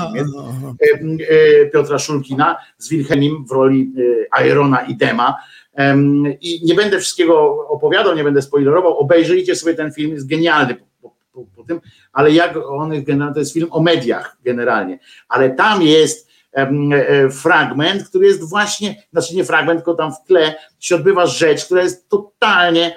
Piotra Szulkina z Wilhelmim w roli Irona Idema. I nie będę wszystkiego opowiadał, nie będę spoilerował, obejrzyjcie sobie ten film, jest genialny po tym, ale jak on jest generalnie, to jest film o mediach generalnie, ale tam jest fragment, który jest właśnie, znaczy nie fragment, tylko tam w tle się odbywa rzecz, która jest totalnie,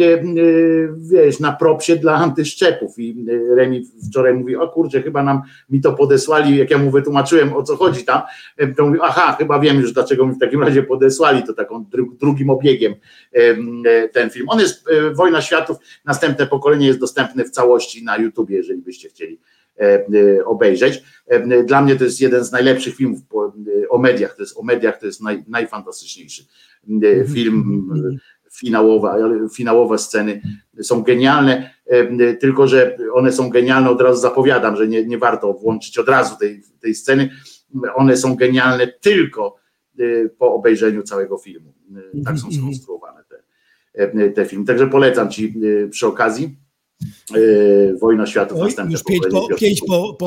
wiesz, na propsie dla antyszczepów i Remi wczoraj mówi, o kurczę, chyba mi to podesłali, jak ja mu wytłumaczyłem, o co chodzi tam, to mówi, aha, chyba wiem już, dlaczego mi w takim razie podesłali, to taką drugim obiegiem ten film. On jest, Wojna światów, następne pokolenie jest dostępny w całości na YouTubie, jeżeli byście chcieli obejrzeć. Dla mnie to jest jeden z najlepszych filmów finałowe sceny są genialne, tylko że one są genialne, od razu zapowiadam, że nie warto włączyć od razu tej sceny, one są genialne tylko po obejrzeniu całego filmu. Tak są skonstruowane te filmy. Także polecam ci przy okazji Wojna Światów następne. Już 5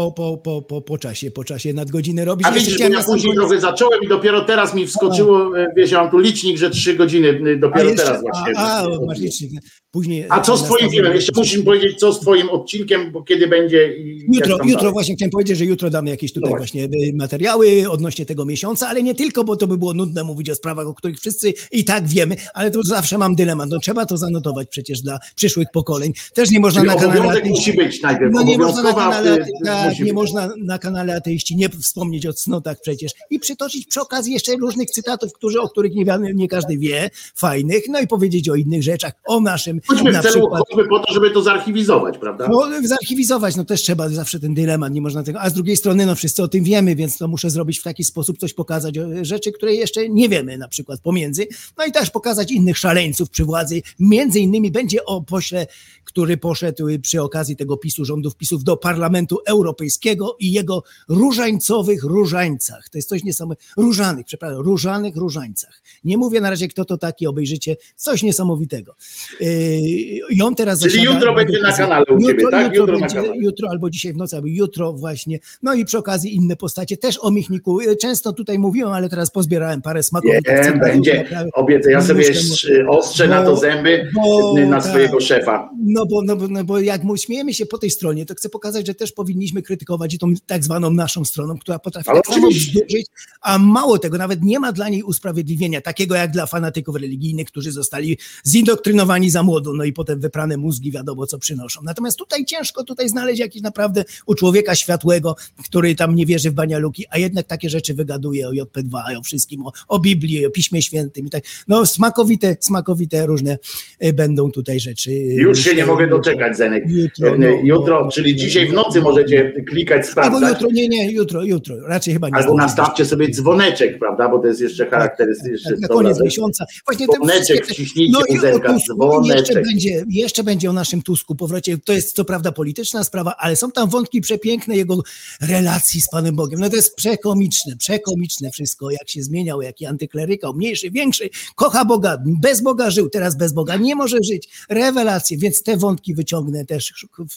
po czasie nadgodziny robisz. A widzisz, ja później trochę zacząłem i dopiero teraz mi wskoczyło, wiesz, ja mam tu licznik, że 3 godziny, dopiero teraz właśnie. Masz licznik. Później, a co z twoim filmem? Jeszcze musisz powiedzieć, co z twoim odcinkiem, bo kiedy będzie... Jutro właśnie chciałem powiedzieć, że jutro damy jakieś tutaj właśnie materiały odnośnie tego miesiąca, ale nie tylko, bo to by było nudne mówić o sprawach, o których wszyscy i tak wiemy, ale to zawsze mam dylemat. No, trzeba to zanotować przecież dla przyszłych pokoleń. Też nie można na kanale ateiści... musi być najpierw. No nie można na kanale ateiści nie wspomnieć o cnotach przecież i przytoczyć przy okazji jeszcze różnych cytatów, o których nie każdy wie, fajnych, no i powiedzieć o innych rzeczach, o naszym... Chodźmy po to, żeby to zarchiwizować, prawda? No, zarchiwizować, no też trzeba zawsze ten dylemat, nie można tego, a z drugiej strony no wszyscy o tym wiemy, więc to muszę zrobić w taki sposób, coś pokazać, rzeczy, które jeszcze nie wiemy, na przykład pomiędzy, no i też pokazać innych szaleńców przy władzy, między innymi będzie o pośle, który poszedł przy okazji tego rządów PiS-ów do Parlamentu Europejskiego i jego różańcowych różańcach, to jest coś niesamowitego, różanych różańcach. Nie mówię na razie, kto to taki, obejrzycie, coś niesamowitego. I on teraz czyli jutro będzie na kanale u ciebie, tak? Jutro albo dzisiaj w nocy, albo jutro właśnie. No i przy okazji inne postacie, też o Michniku. Często tutaj mówiłem, ale teraz pozbierałem parę smakowych. Będzie, obiecę, ja sobie ostrzę na to zęby na swojego szefa. Bo jak śmiejemy się po tej stronie, to chcę pokazać, że też powinniśmy krytykować i tą tak zwaną naszą stroną, która potrafi tak samo bzdurzyć, a mało tego, nawet nie ma dla niej usprawiedliwienia, takiego jak dla fanatyków religijnych, którzy zostali zindoktrynowani za młodu, no i potem wyprane mózgi wiadomo co przynoszą. Natomiast tutaj ciężko znaleźć jakiś naprawdę u człowieka światłego, który tam nie wierzy w banialuki, a jednak takie rzeczy wygaduje o JP2, o wszystkim, o Biblii, o Piśmie Świętym i tak. No smakowite różne będą tutaj rzeczy. Już się nie mogę doczekać, Zenek. Jutro, czyli dzisiaj w nocy możecie klikać, sprawdzać. Albo jutro, raczej chyba nie. Albo nastawcie sobie dzwoneczek, prawda, bo to jest jeszcze charakterystyczne. Na koniec miesiąca. Właśnie dzwoneczek wciśnijcie u Zenka, dzwoneczek. Jeszcze będzie o naszym Tusku powrocie. To jest co prawda polityczna sprawa, ale są tam wątki przepiękne jego relacji z Panem Bogiem. No to jest przekomiczne wszystko, jak się zmieniał, jaki antyklerykał, mniejszy, większy, kocha Boga, bez Boga żył, teraz bez Boga nie może żyć. Rewelacje, więc te wątki wyciągnę też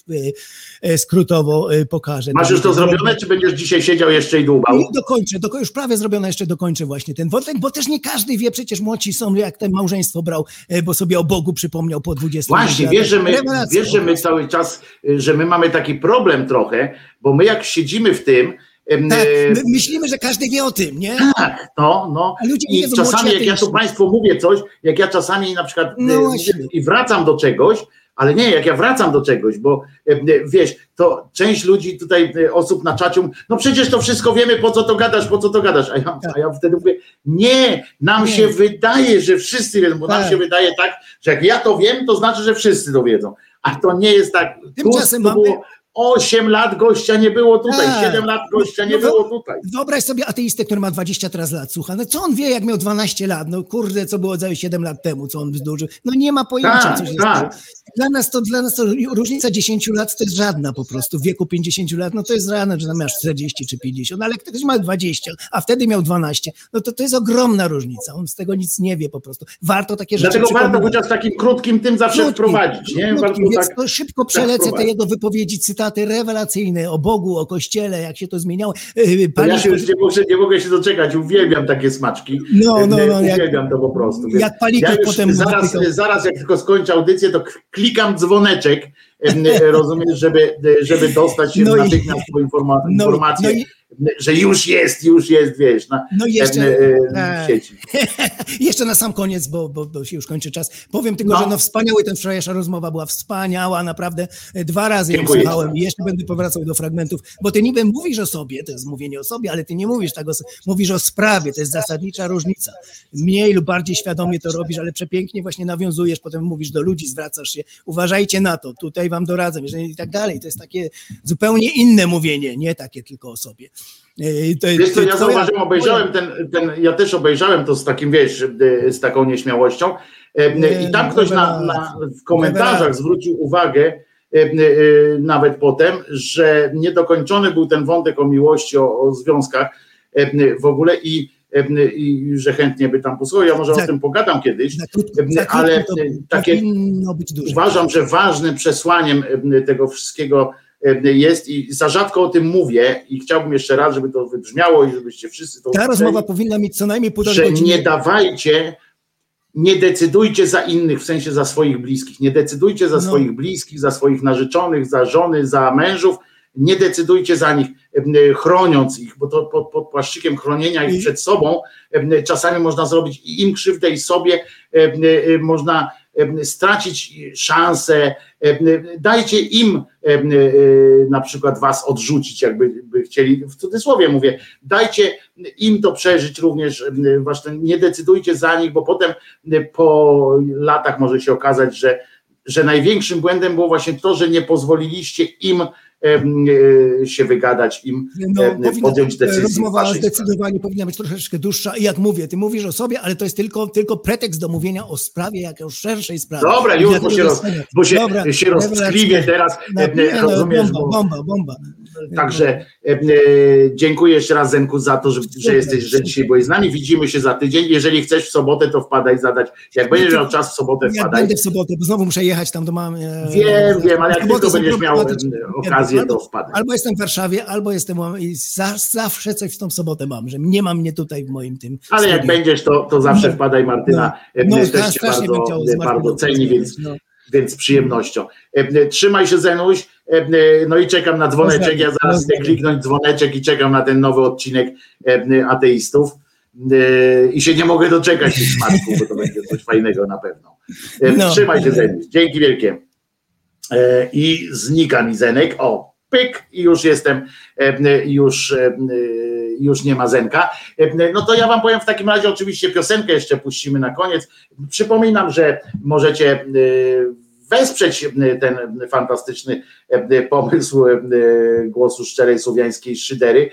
skrótowo pokażę. Masz już to zrobione, czy będziesz dzisiaj siedział jeszcze i dłubał? Dokończę, już prawie zrobione, jeszcze dokończę właśnie ten wątek, bo też nie każdy wie, przecież młodzi są, jak ten małżeństwo brał, bo sobie o Bogu przypomniał po 20 latach. Właśnie, wiesz, że my cały czas, że my mamy taki problem trochę, bo my jak siedzimy w tym, tak, my myślimy, że każdy wie o tym, nie? Tak, no. I czasami jak ja tu Państwu mówię coś, jak ja czasami na przykład i wracam do czegoś, ale nie, jak ja wracam do czegoś, bo wiesz, to część ludzi tutaj, osób na czacie, no przecież to wszystko wiemy, po co to gadasz, a ja wtedy mówię, nie, nam się wydaje, że wszyscy wiedzą, bo nam się wydaje tak, że jak ja to wiem, to znaczy, że wszyscy to wiedzą, a to nie jest tak. Tymczasem to było 8 lat gościa nie było tutaj, 7 lat gościa nie było tutaj. Wyobraź sobie ateistę, który ma 20 teraz lat, słucha, no co on wie, jak miał 12 lat, no kurde, co było za 7 lat temu, co on bzdurzył, no nie ma pojęcia, co się stało. Dla nas to różnica 10 lat to jest żadna po prostu, w wieku 50 lat, no to jest żadna, że tam masz 40 czy 50, ale ktoś ma 20, a wtedy miał 12, no to jest ogromna różnica, on z tego nic nie wie po prostu. Warto takie rzeczy Dlatego warto chociaż takim krótkim tym zawsze wprowadzić, nie? Więc to szybko przelecę te jego wypowiedzi, cytaty rewelacyjne o Bogu, o Kościele, jak się to zmieniało. Ja się już nie mogę się doczekać, uwielbiam takie smaczki. Uwielbiam to po prostu. Jak Palików potem... Zaraz jak tylko skończę audycję, to klikam dzwoneczek, rozumiesz, żeby dostać się natychmiast po informację, że już jest, wiesz, w sieci. Jeszcze na sam koniec, bo się już kończy czas. Powiem tylko, że wspaniały, ten wczorajsza rozmowa była wspaniała, naprawdę 2 razy ją słuchałem i jeszcze będę powracał do fragmentów, bo ty niby mówisz o sobie, to jest mówienie o sobie, ale ty nie mówisz tak mówisz o sprawie, to jest zasadnicza różnica. Mniej lub bardziej świadomie to robisz, ale przepięknie właśnie nawiązujesz, potem mówisz do ludzi, zwracasz się, uważajcie na to, tutaj wam doradzam, jeżeli i tak dalej. To jest takie zupełnie inne mówienie, nie takie tylko o sobie. Wiesz co, ja zauważyłem, ja też obejrzałem to z takim, wiesz, z taką nieśmiałością i tam ktoś w komentarzach zwrócił uwagę, nawet potem, że niedokończony był ten wątek o miłości, o związkach w ogóle i że chętnie by tam posłuchał, ja może o tym pogadam kiedyś, ale takie uważam, że ważnym przesłaniem tego wszystkiego jest i za rzadko o tym mówię i chciałbym jeszcze raz, żeby to wybrzmiało i żebyście wszyscy to Ta rozmowa powinna mieć co najmniej półtorej godziny. Nie decydujcie za innych, w sensie za swoich bliskich, nie decydujcie za swoich bliskich, za swoich narzeczonych, za żony, za mężów, nie decydujcie za nich, chroniąc ich, bo to pod płaszczykiem chronienia ich przed sobą czasami można zrobić i im krzywdę i sobie, można stracić szansę, dajcie im na przykład was odrzucić, jakby chcieli, w cudzysłowie mówię, dajcie im to przeżyć również, właśnie nie decydujcie za nich, bo potem po latach może się okazać, że największym błędem było właśnie to, że nie pozwoliliście im się wygadać, im podjąć decyzję. Rozmowa zdecydowanie powinna być troszeczkę dłuższa i jak mówię, ty mówisz o sobie, ale to jest tylko pretekst do mówienia o sprawie, jakiejś szerszej sprawie. Dobra, już, bo się roztkliwię teraz. Rozumiesz, bomba. Także dziękuję jeszcze raz, Zenku, za to, że dzisiaj byłeś z nami. Widzimy się za tydzień. Jeżeli chcesz w sobotę, to wpadaj zadać. Jak będziesz miał czas w sobotę, wpadaj. Ja będę w sobotę, bo znowu muszę jechać tam do mamy. Wiem, ale jak tylko będziesz miał okazję, to wpadaj. Albo jestem w Warszawie, albo jestem i zawsze coś w tą sobotę mam, że nie ma mnie tutaj w moim tym. Ale jak będziesz, to zawsze wpadaj, Martyna. Też cię bardzo ceni, więc z przyjemnością. Trzymaj się, Zenuś. No i czekam na dzwoneczek. Ja zaraz idę kliknąć dzwoneczek i czekam na ten nowy odcinek Ateistów. I się nie mogę doczekać tych smaczków, bo to będzie coś fajnego na pewno. Trzymaj się, Zenuś. Dzięki wielkie. I znika mi Zenek. O, pyk, i już jestem, już nie ma Zenka. No to ja wam powiem w takim razie, oczywiście piosenkę jeszcze puścimy na koniec. Przypominam, że możecie wesprzeć ten fantastyczny pomysł Głosu Szczerej Słowiańskiej Szydery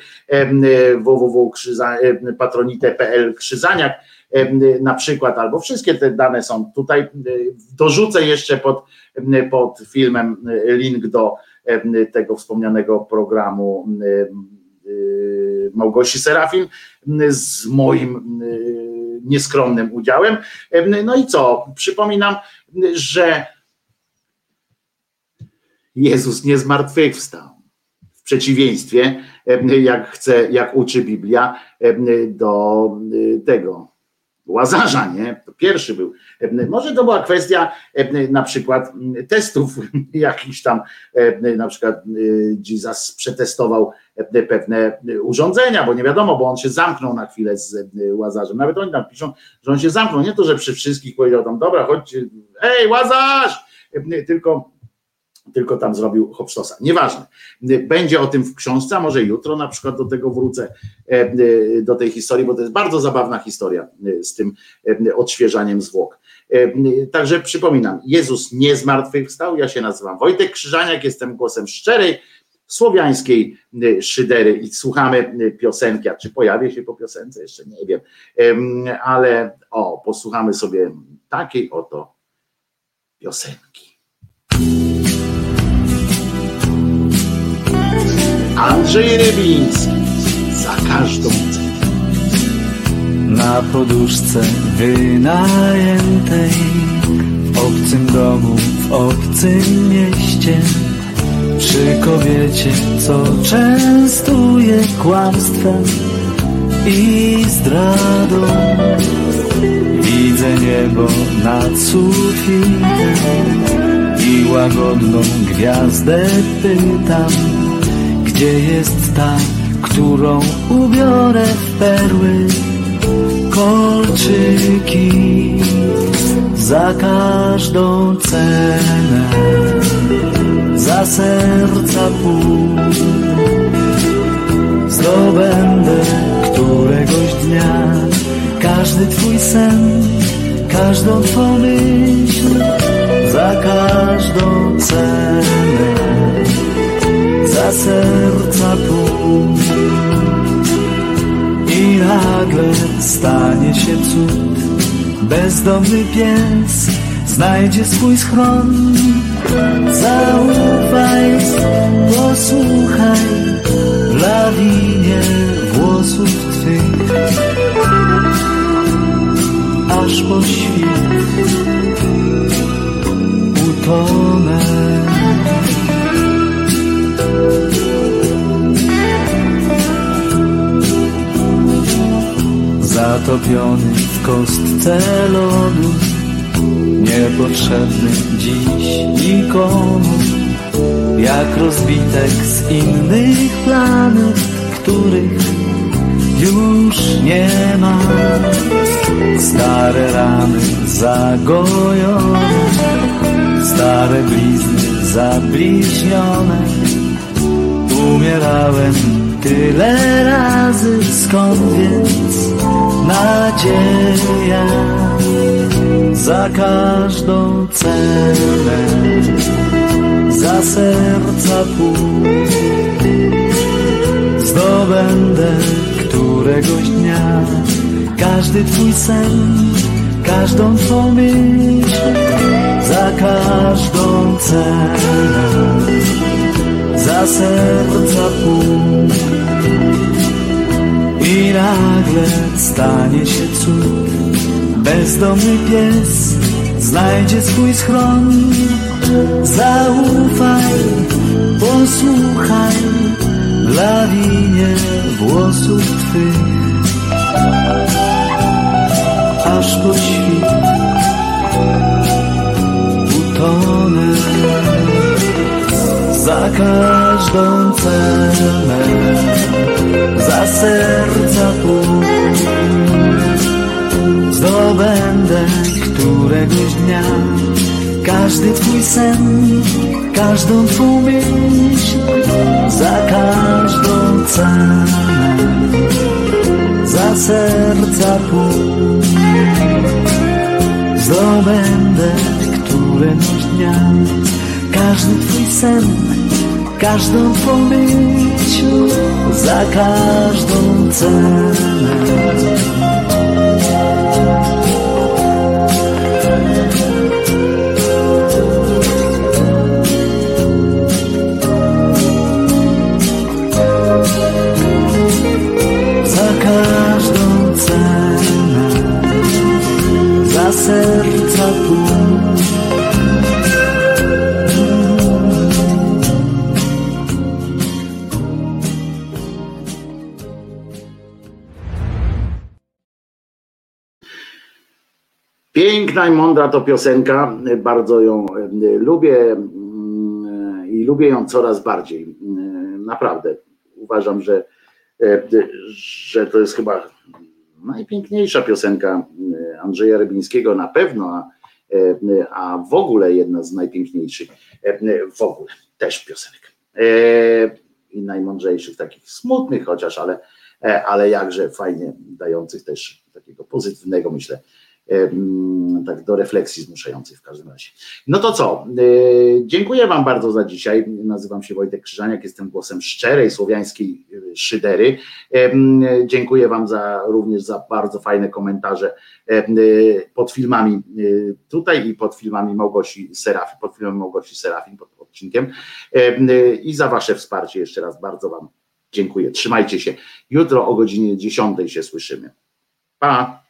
www.patronite.pl Krzyżaniak na przykład, albo wszystkie te dane są tutaj. Dorzucę jeszcze pod filmem link do tego wspomnianego programu Małgosi Serafin z moim nieskromnym udziałem. No i co? Przypominam, że Jezus nie zmartwychwstał. W przeciwieństwie, jak uczy Biblia, do tego Łazarza, nie? To pierwszy był. Może to była kwestia na przykład testów jakichś tam, na przykład Jesus przetestował pewne urządzenia, bo nie wiadomo, bo on się zamknął na chwilę z Łazarzem. Nawet oni tam piszą, że on się zamknął. Nie to, że przy wszystkich powiedział tam, dobra, chodźcie, ej, Łazarz! Tylko tam zrobił hopsztosa. Nieważne. Będzie o tym w książce, a może jutro na przykład do tego wrócę, do tej historii, bo to jest bardzo zabawna historia z tym odświeżaniem zwłok. Także przypominam, Jezus nie zmartwychwstał. Ja się nazywam Wojtek Krzyżaniak, jestem głosem szczerej słowiańskiej szydery i słuchamy piosenki, a czy pojawię się po piosence? Jeszcze nie wiem, ale posłuchamy sobie takiej oto piosenki. Andrzej Rybiński, Za każdą cenę. Na poduszce wynajętej, w obcym domu, w obcym mieście, przy kobiecie, co częstuje kłamstwem i zdradą. Widzę niebo nad sufitem i łagodną gwiazdę pytam, gdzie jest ta, którą ubiorę w perły kolczyki za każdą cenę, za serca pół. Zdobędę któregoś dnia każdy twój sen, każdą twą myśl, za każdą cenę, za serca pół. nagle stanie się cud. Bezdomny pies znajdzie swój schron. Zaufaj, posłuchaj lawinie włosów twych, aż po świt utonę. Zatopiony w kostce lodu, niepotrzebny dziś nikomu, jak rozbitek z innych planet, których już nie ma. Stare rany zagojone, stare blizny zabliźnione. Umierałem tyle razy, skąd więc nadzieja? Za każdą cenę, za serca pół zdobędę któregoś dnia każdy twój sen, każdą twą myśl, za każdą cenę, za serca pół. I nagle stanie się cud. Bezdomny pies znajdzie swój schron. Zaufaj, posłuchaj lawinie włosów twych, aż po świt utonę. Za każdą cenę, za serca pół zdobędę któregoś dnia każdy twój sen, każdą twą myśl, za każdą cenę, za serca pół zdobędę któregoś dnia każdy twój sen, każdą twą myśl, za każdą cenę. Za każdą cenę, za serca pół. Piękna i mądra to piosenka, bardzo ją lubię i lubię ją coraz bardziej. Naprawdę uważam, że to jest chyba najpiękniejsza piosenka Andrzeja Rybińskiego na pewno, a w ogóle jedna z najpiękniejszych w ogóle też piosenek. I najmądrzejszych, takich smutnych chociaż, ale jakże fajnie dających też takiego pozytywnego, myślę, tak do refleksji zmuszających w każdym razie. No to co? Dziękuję wam bardzo za dzisiaj. Nazywam się Wojtek Krzyżaniak, jestem głosem szczerej słowiańskiej szydery. Dziękuję wam również za bardzo fajne komentarze pod filmami tutaj i pod filmami Małgosi Serafin, pod filmem Małgosi Serafin, pod odcinkiem, i za wasze wsparcie jeszcze raz bardzo wam dziękuję. Trzymajcie się. Jutro o godzinie 10 się słyszymy. Pa!